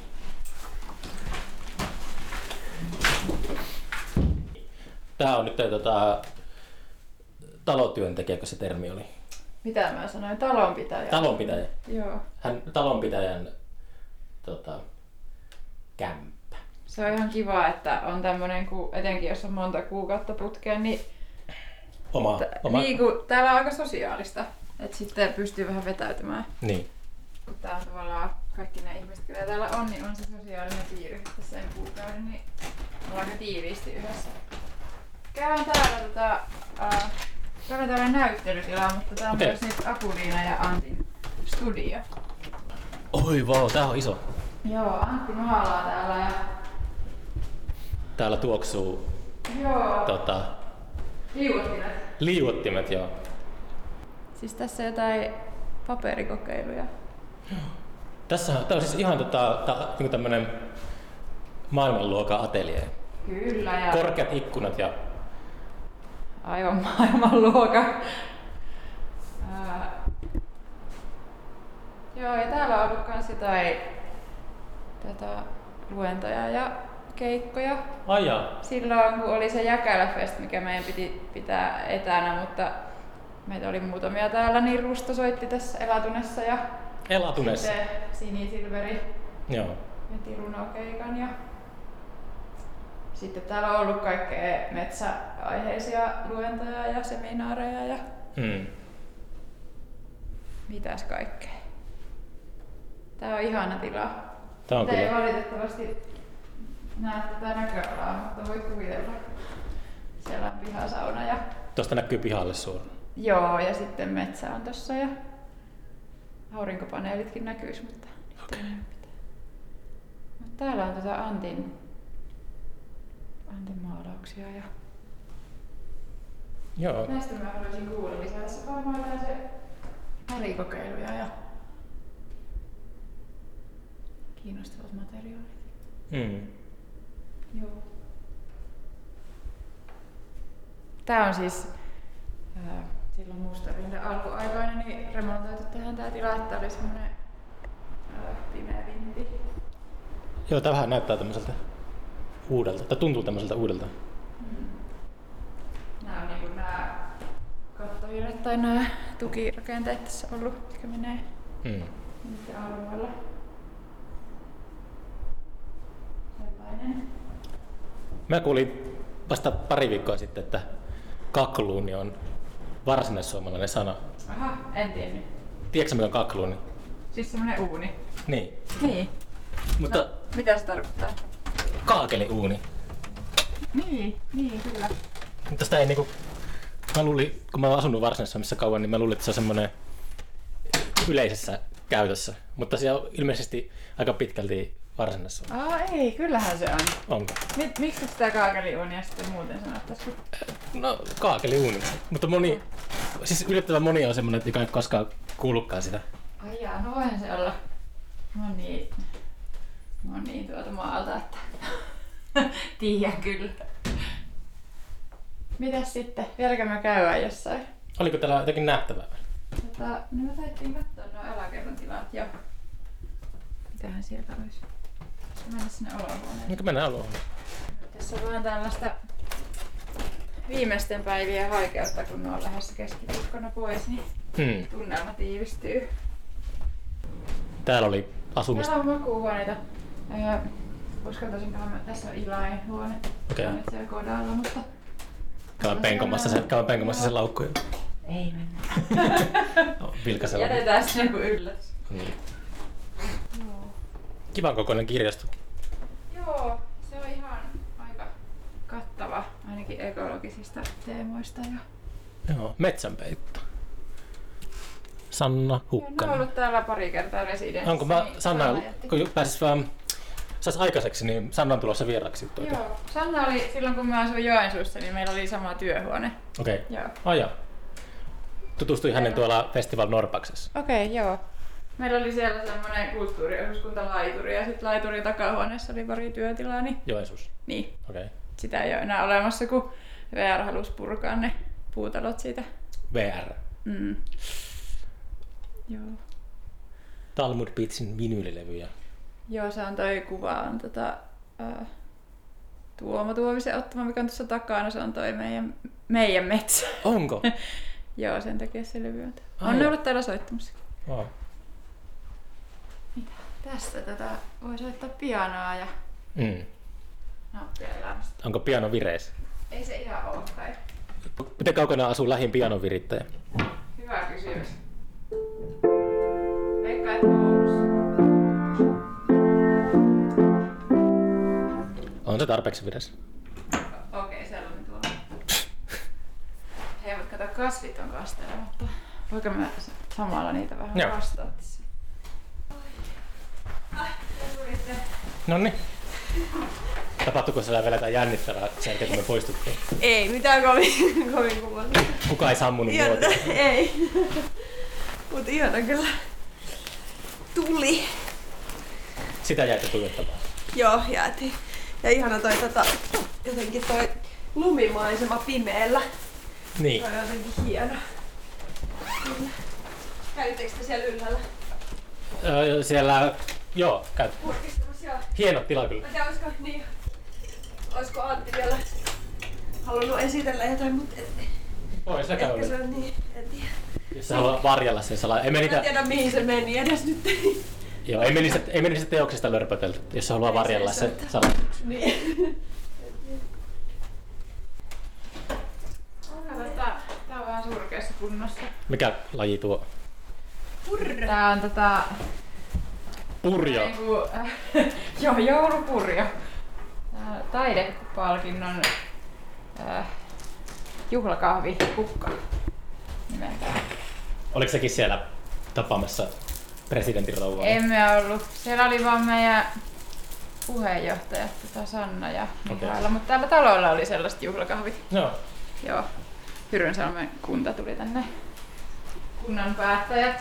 Tää on nyt tota, talotyöntekijäkö se termi oli? Mitä mä sanoin? Talonpitäjä. Talonpitäjä. Joo. Hän talonpitäjän tota, kämppä. Se on ihan kiva, että on tämmönen, kun etenkin jos on monta kuukautta putkeen, niin, Oma, t- oma. niin kun, täällä on aika sosiaalista. Että sitten pystyy vähän vetäytymään. Niin. Kun tää on tavallaan kaikki ne ihmiset, jotka täällä on, niin on se sosiaalinen piiri tässä sen kuukauden, niin ollaan aika tiiviisti yhdessä. Käyn täällä tota, äh, käydään täällä näyttelytila, mutta tää on Okei. myös nyt Akuliina ja Antin studio. Oi vau, tää on iso. Joo, Antti maalaa täällä ja Täällä tuoksuu joo, tota, liuottimet. liuottimet, joo. Siis tässä jotain paperikokeiluja. Tässä on, tää on siis ihan tota, ta, niin tämmönen maailmanluokan ateljee. Kyllä ja Korkeat ikkunat ja aivan maailmanluokan. Ää, joo, ja täällä on ollut kans jotain tätä, luentoja ja keikkoja. aja. Silloin kun oli se Jäkäläfest, mikä meidän piti pitää etänä, mutta meitä oli muutamia täällä, niin Rusto soitti tässä Elatunessa ja Elatunessa. sitten Sinisilveri Joo. veti runokeikan ja sitten täällä on ollut kaikkea metsäaiheisia luentoja ja seminaareja ja Hmm. mitäs kaikkea. Tää on ihana tila. Tää on Te ei kyllä. valitettavasti näe tätä näköalaa, mutta voit kuvitella. Siellä on pihasauna ja Tosta näkyy pihalle suoraan. joo, ja sitten metsä on tossa ja aurinkopaneelitkin näkyis, mutta Okei. okay. Mut täällä on tota Antin, Antin maalauksia ja Joo. näistä mä haluaisin kuulla lisää. Tässä varmaan jotain se värikokeiluja ja kiinnostavat materiaalit. Hmm. Joo. Tää on siis ää, silloin Mustarinnan alkuaikoina niin remontoitu tähän tää tila, että oli semmonen ää, pimeä vinti. Joo, tää vähän näyttää tämmöiseltä uudelta, tai tuntuu tämmöiseltä uudelta. Mm. Nää on niinku nää kattohiiret tai nää tukirakenteet tässä ollut, jotka menee Hmm. niiden alueella. Sellainen. Mä kuulin vasta pari viikkoa sitten, että kakluuni on varsinaissuomalainen sana. Aha, en tiennyt. Tiedätkö mikä on kakluuni? Siis semmonen uuni. Niin. Niin. Mutta No, mitä se tarkoittaa? kaakeliuuni. Niin, niin kyllä. Mutta sitä ei niinku... Mä luulin, kun mä oon asunut Varsinais-Suomessa kauan, niin mä luulin, että se on semmoinen yleisessä käytössä. Mutta se on ilmeisesti aika pitkälti Varsinais-Suomessa. Aa ei, kyllähän se on. Onko? Mik, miksi sitä kaakeliuunia sitten muuten sanottaisiin? No, kaakeliuuni. Mutta moni... Siis yllättävän moni on semmoinen, joka ei koskaan kuullutkaan sitä. Ai jaa, no voihan se olla. Mä oon niin... Mä oon niin tuolta maalta, että... Tiedän kyllä. Mitäs sitten? Vieläkö me käydään jossain? Oliko täällä jotakin nähtävää? Tota, no me taittiin katsoa nuo alakerran tilat jo. Mitähän sieltä olisi? Mennä sinne olohuoneeseen. Eikö mennään aloon? Tässä on vaan tällaista viimeisten päivien haikeutta, kun ne on lähdössä keskiviikkona pois, niin Hmm. tunnelma tiivistyy. Täällä oli asumista? Täällä on makuuhuoneita. Öö, uskaltaisinkohan mä, tässä on Ilai-huone. Okei. Se on nyt siellä kodalla, mutta... Käyn penkomassa sen, käyn penkomassa sen laukkuja. Ei mennä. No, vilkaisella. Jätetään sinne joku yllätys. Niin. Joo. Kivan kokoinen kirjasto. Joo, se on ihan aika kattava, ainakin ekologisista teemoista. Ja... Joo, metsänpeitto. Sanna Joo, ne on Hukkanen. ollut täällä pari kertaa residenssissä. Onko mä, niin Sanna, Sanna jätti. kun pääsis vaan, sais aikaiseksi, niin Sanna on tulossa vieraksi tuota. Joo, Sanna oli silloin kun mä asuin Joensuussa, niin meillä oli sama työhuone. Okei. Okay. Joo. Oh, joo. Tutustuin hänen tuolla Festival Norpaksessa. Okei, okay, joo. Meillä oli siellä semmoinen kulttuuriosuuskunta laituri ja sitten laiturin takahuoneessa oli pari työtilaa, niin, Joensuus. niin Okei. Okay. sitä ei ole enää olemassa, kun V R halusi purkaa ne puutalot siitä. V R. Mm. Joo. Talmud Beatsin vinyylilevyjä. Joo, se on toi kuva on tota, ää, Tuomo Tuovisen ottama, mikä on tuossa takana, se on toi meidän, meidän metsä. Onko? Joo, sen takia se levy on. Ai On ne joo. ollut täällä soittamassa. Wow. Mitä? Tästä tätä voi soittaa pianoa ja Mm. nappia elämästä. Onko piano vireessä? Ei se ihan oo kai. Miten kaukana asuu lähin pianovirittäjä? Hyvä kysymys. Veikka, että Oulussa. On se tarpeeksi vireessä. Okei, okay, siellä on tuolla. Hei, mutta kato, kasvit on kastelematta. Voinko mä samalla niitä vähän Joo. kastaa tässä? Ah, te tulitte. Noniin. Tapahtuiko siellä vielä jotain jännittävää sen jälkeen, kun me poistuttiin? Ei mitään kovin, kovin kuvallista. Kuka ei sammunut Ihana, nuotia? ei. Mut ihana kyllä. Tuli. Sitä jäitte tuijottamaan. Joo, jäätiin. Ja ihana toi tota, jotenkin toi lumimaisema pimeällä. Niin. Toi on jotenkin hieno. Kyllä. Käyttekö te siellä ylhäällä? Öö, siellä, joo, käyt. Kurkistamassa, joo. Hieno tila kyllä. Mä tiedän, olisiko, niin, olisiko Antti vielä halunnut esitellä jotain, mutta en, Voi se ehkä käy. se on niin, en tiedä. Jos sä haluat varjella sen salaa. Ei me Mä en niitä, tiedä mihin se meni edes nyt. joo, ei me niistä, ei me niistä teoksista lörpötelty, jos sä haluaa Ei varjella se se soita. salaa. Niin. Tää, tää on vähän surkeassa kunnossa. Mikä laji tuo? Tää on tota... Purjo. Niinku, äh, joo, joulupurjo. Tää taidepalkinnon äh, juhlakahvi kukka nimeltään. Oliko sekin siellä tapaamassa presidentin rouvaa? Emme ollut. Siellä oli vaan meidän puheenjohtajat, tota Sanna ja Mikaela, Okei. mutta täällä talolla oli sellaiset juhlakahvit. Joo. Joo. Hyrynsalmen kunta tuli tänne. Kunnan päättäjät.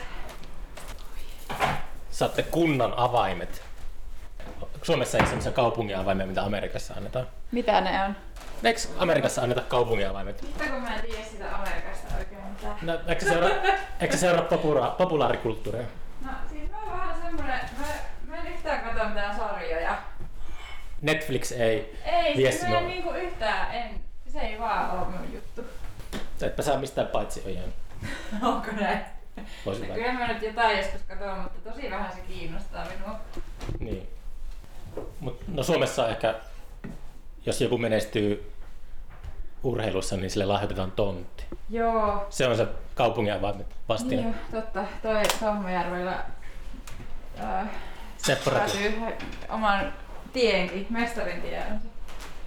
Saatte kunnan avaimet. Suomessa ei semmoisia kaupungin avaimia, mitä Amerikassa annetaan. Mitä ne on? Eikö Amerikassa anneta kaupungin avaimet? Mitä kun mä en tiedä sitä Amerikasta oikein mitään? No, eikö se seuraa, eikö se seuraa popula- populaarikulttuuria? No siis mä oon vähän semmonen, mä, mä en yhtään katso mitään sarjoja. Netflix ei Ei, viesti siis mä en nolla. niinku yhtään, en, se ei vaan oo mun juttu. Etpä sä mistään paitsi ole jäänyt. Onko näin? Vois No, hyvä. kyllä mä nyt jotain joskus katson, mutta tosi vähän se kiinnostaa minua. Niin. Mut, no Suomessa ehkä, jos joku menestyy urheilussa, niin sille lahjoitetaan tontti. Joo. Se on se kaupungin avaimet vastine. Niin jo, totta. Toi Sohmajärvellä äh, Seppo Räty. päätyy oman tienkin, mestarin tie on se.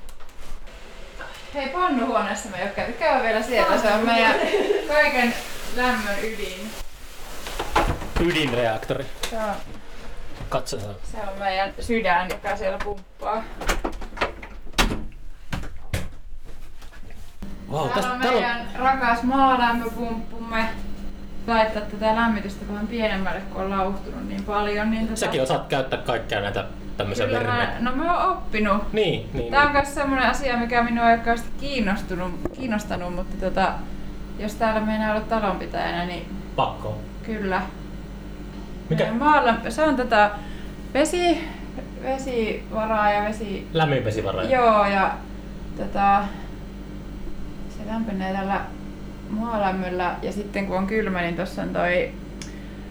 Hei, pannuhuoneessa me ei oo käyty. Käy vielä siellä, se on meidän kaiken lämmön ydin. Ydinreaktori. Se on, Katsotaan. se on meidän sydän, joka siellä pumppaa. Wow, Täällä tästä, on täällä on, meidän rakas maalämpöpumppumme. Laittaa tätä lämmitystä vähän pienemmälle, kun on lauhtunut niin paljon. Niin tota, säkin osaat käyttää kaikkia näitä tämmöisiä kyllä vermejä. mä, no mä oon oppinut. Niin, niin. Tää on niin. myös semmoinen asia, mikä minua ei ole kiinnostunut, kiinnostanut, mutta tota, jos täällä meinaa olla talonpitäjänä, niin Pakko. kyllä. Mikä? Meidän maalämpö, se on tätä vesi, vesivaraa ja vesi... Lämminvesivaroja. Joo, ja tota, se lämpenee tällä maalämmöllä ja sitten kun on kylmä, niin tuossa on toi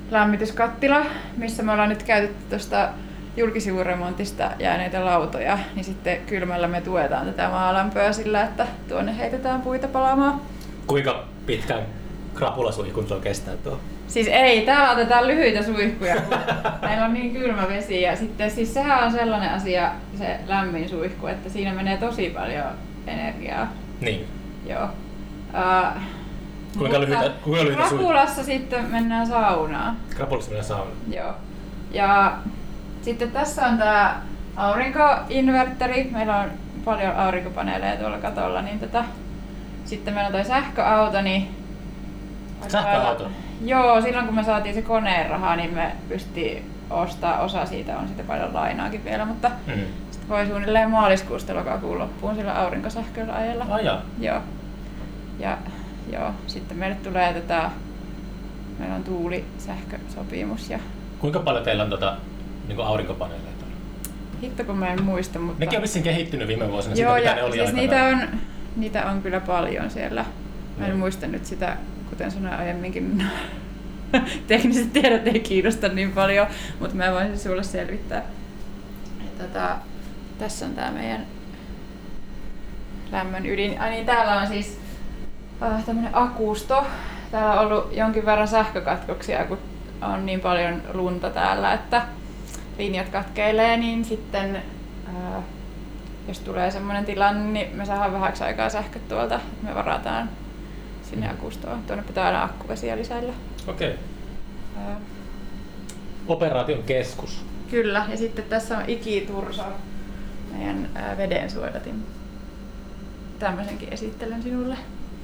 lämmityskattila, missä me ollaan nyt käytetty tuosta julkisivuremontista jääneitä lautoja, niin sitten kylmällä me tuetaan tätä maalämpöä sillä, että tuonne heitetään puita palaamaan. Kuinka pitkään krapulasuihkun tuo kestää tuo? Siis ei, täällä otetaan lyhyitä suihkuja, kun meillä on niin kylmä vesi ja sitten siis sehän on sellainen asia, se lämmin suihku, että siinä menee tosi paljon energiaa. Niin. Joo. Uh, kuinka lyhyitä, kuinka lyhyitä suihkuja? Krapulassa sitten mennään saunaan. Krapulassa mennään saunaan. Joo. Ja sitten tässä on tää aurinkoinverteri. Meillä on paljon aurinkopaneeleja tuolla katolla, niin tätä. Sitten meillä on toi sähköauto, niin sähköauto? Joo, silloin kun me saatiin se koneen rahaa, niin me pystyttiin ostamaan osa siitä, on sitten paljon lainaakin vielä, mutta mm. sitten voi suunnilleen maaliskuusta lokakuun loppuun sillä aurinkosähköllä ajella. Ah, ja. Joo. Ja joo, sitten meille tulee tätä, meillä on tuulisähkösopimus. Ja kuinka paljon teillä on tota, niin aurinkopaneeleja? Hitto kun mä en muista, mutta nekin on vissiin kehittynyt viime vuosina joo, siitä, mitä ja ne oli siis aikanaan. niitä on, niitä on kyllä paljon siellä. Mä en no. muista nyt sitä, kuten sanoin aiemminkin, tekniset tiedot ei kiinnosta niin paljon, mutta mä voin sulle selvittää. Tätä, tässä on tää meidän lämmön ydin. Ai niin, täällä on siis äh, tämmönen akusto. Täällä on ollut jonkin verran sähkökatkoksia, kun on niin paljon lunta täällä, että linjat katkeilee, niin sitten äh, jos tulee semmoinen tilanne, niin me saadaan vähäksi aikaa sähköt tuolta. Me varataan sinne akustoon. Tuonne pitää aina akkuvesiä lisäillä. Okei. Okay. Äh, Operaation keskus. Kyllä, ja sitten tässä on Ikiturso, meidän äh, vedensuodatin. Tämmöisenkin esittelen sinulle.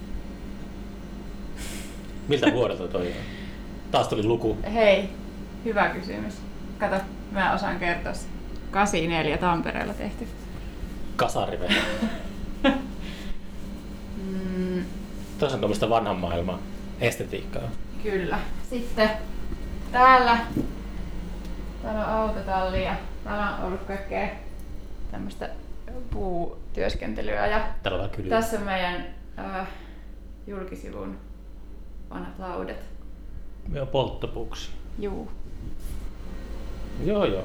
Miltä vuodelta toi on? Taas tuli luku. Hei, hyvä kysymys. Kato, mä osaan kertoa se. kahdeksankymmentäneljä Tampereella tehty. Kasarivene. mm. Tuossa on tuommoista vanhan maailman estetiikkaa. Kyllä. Sitten täällä, täällä on autotalli ja täällä on ollut kaikkea tämmöistä puutyöskentelyä. Ja täällä on kyllä. Tässä on meidän äh, julkisivun vanhat laudet. Meillä on polttopuksi. Juu. Joo joo.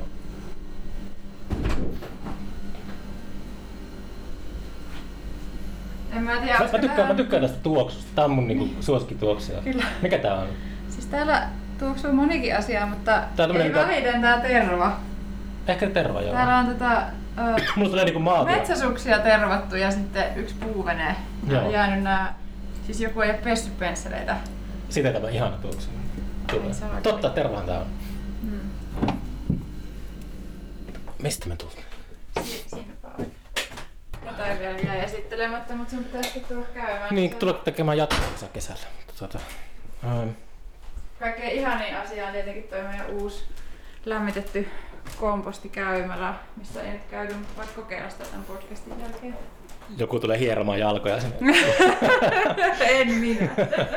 En mä tiedä, mä, mä, tykkään, mä tykkään tästä tuoksusta. Tää on mun niin. niinku, suosikkituoksia. Kyllä. Mikä tää on? Siis täällä tuoksuu monikin asia, mutta tää ei vähiten tää terva. Ehkä terva, joo. Täällä on tätä uh, mulla tulee niinku maatia. metsäsuksia tervattu ja sitten yksi puuvene. On jäänyt nää, siis joku ei ole pessy pensseleitä. Siitä tämä ihana tuoksu. Totta, tervahan tää on. Hmm. Mistä me tultiin? Siinäpä on. Jotain vielä jäi esittelemättä, mutta sun pitäisi tulla käymään. Niin, tulla tekemään jatkoa kesällä. Tuota, ähm. Kaikkein ihanin asia on tietenkin toi meidän uusi lämmitetty kompostikäymälä, missä ei nyt käyty, mutta vaikka kokeilla sitä tämän podcastin jälkeen. Joku tulee hieromaan jalkoja sinne. En minä.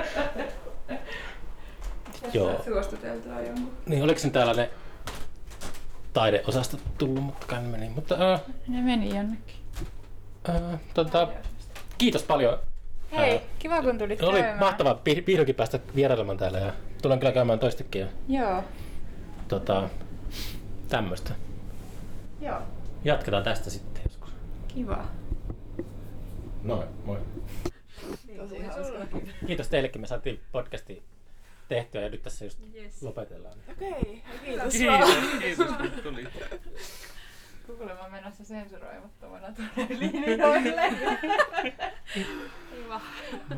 Joo. Suostuteltua jonkun. Niin, oliko sen täällä ne taideosastot tullut, mutta kai ne meni. Mutta, äh, ne meni jonnekin. Äh, tota, kiitos paljon. Hei, äh, kiva kun tulit oli käymään. Oli mahtavaa vihdoinkin päästä vierailemaan täällä ja tulen kyllä käymään toistekin. Joo. Tota, tämmöstä. Joo. Jatketaan tästä sitten joskus. Kiva. Noin, moi. Tosi hauska. Kiitos teillekin, me saatiin podcasti tehtyä ja nyt tässä just yes. lopetellaan. Okei, okay. Kiitos. Kiitos, kiitos kun tulit. Kuulemma menossa sensuroimattomana tuonne linjoille. Kiva.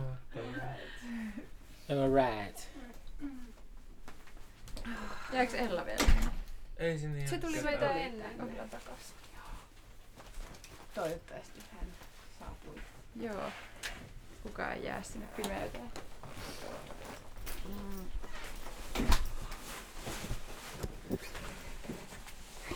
Alright. Jääkö Ella vielä? Ei sinne ihan. Se tuli meitä ennen kyllä takas. Toivottavasti hän saapui. Joo. Kukaan ei jää sinne pimeyteen. Mm.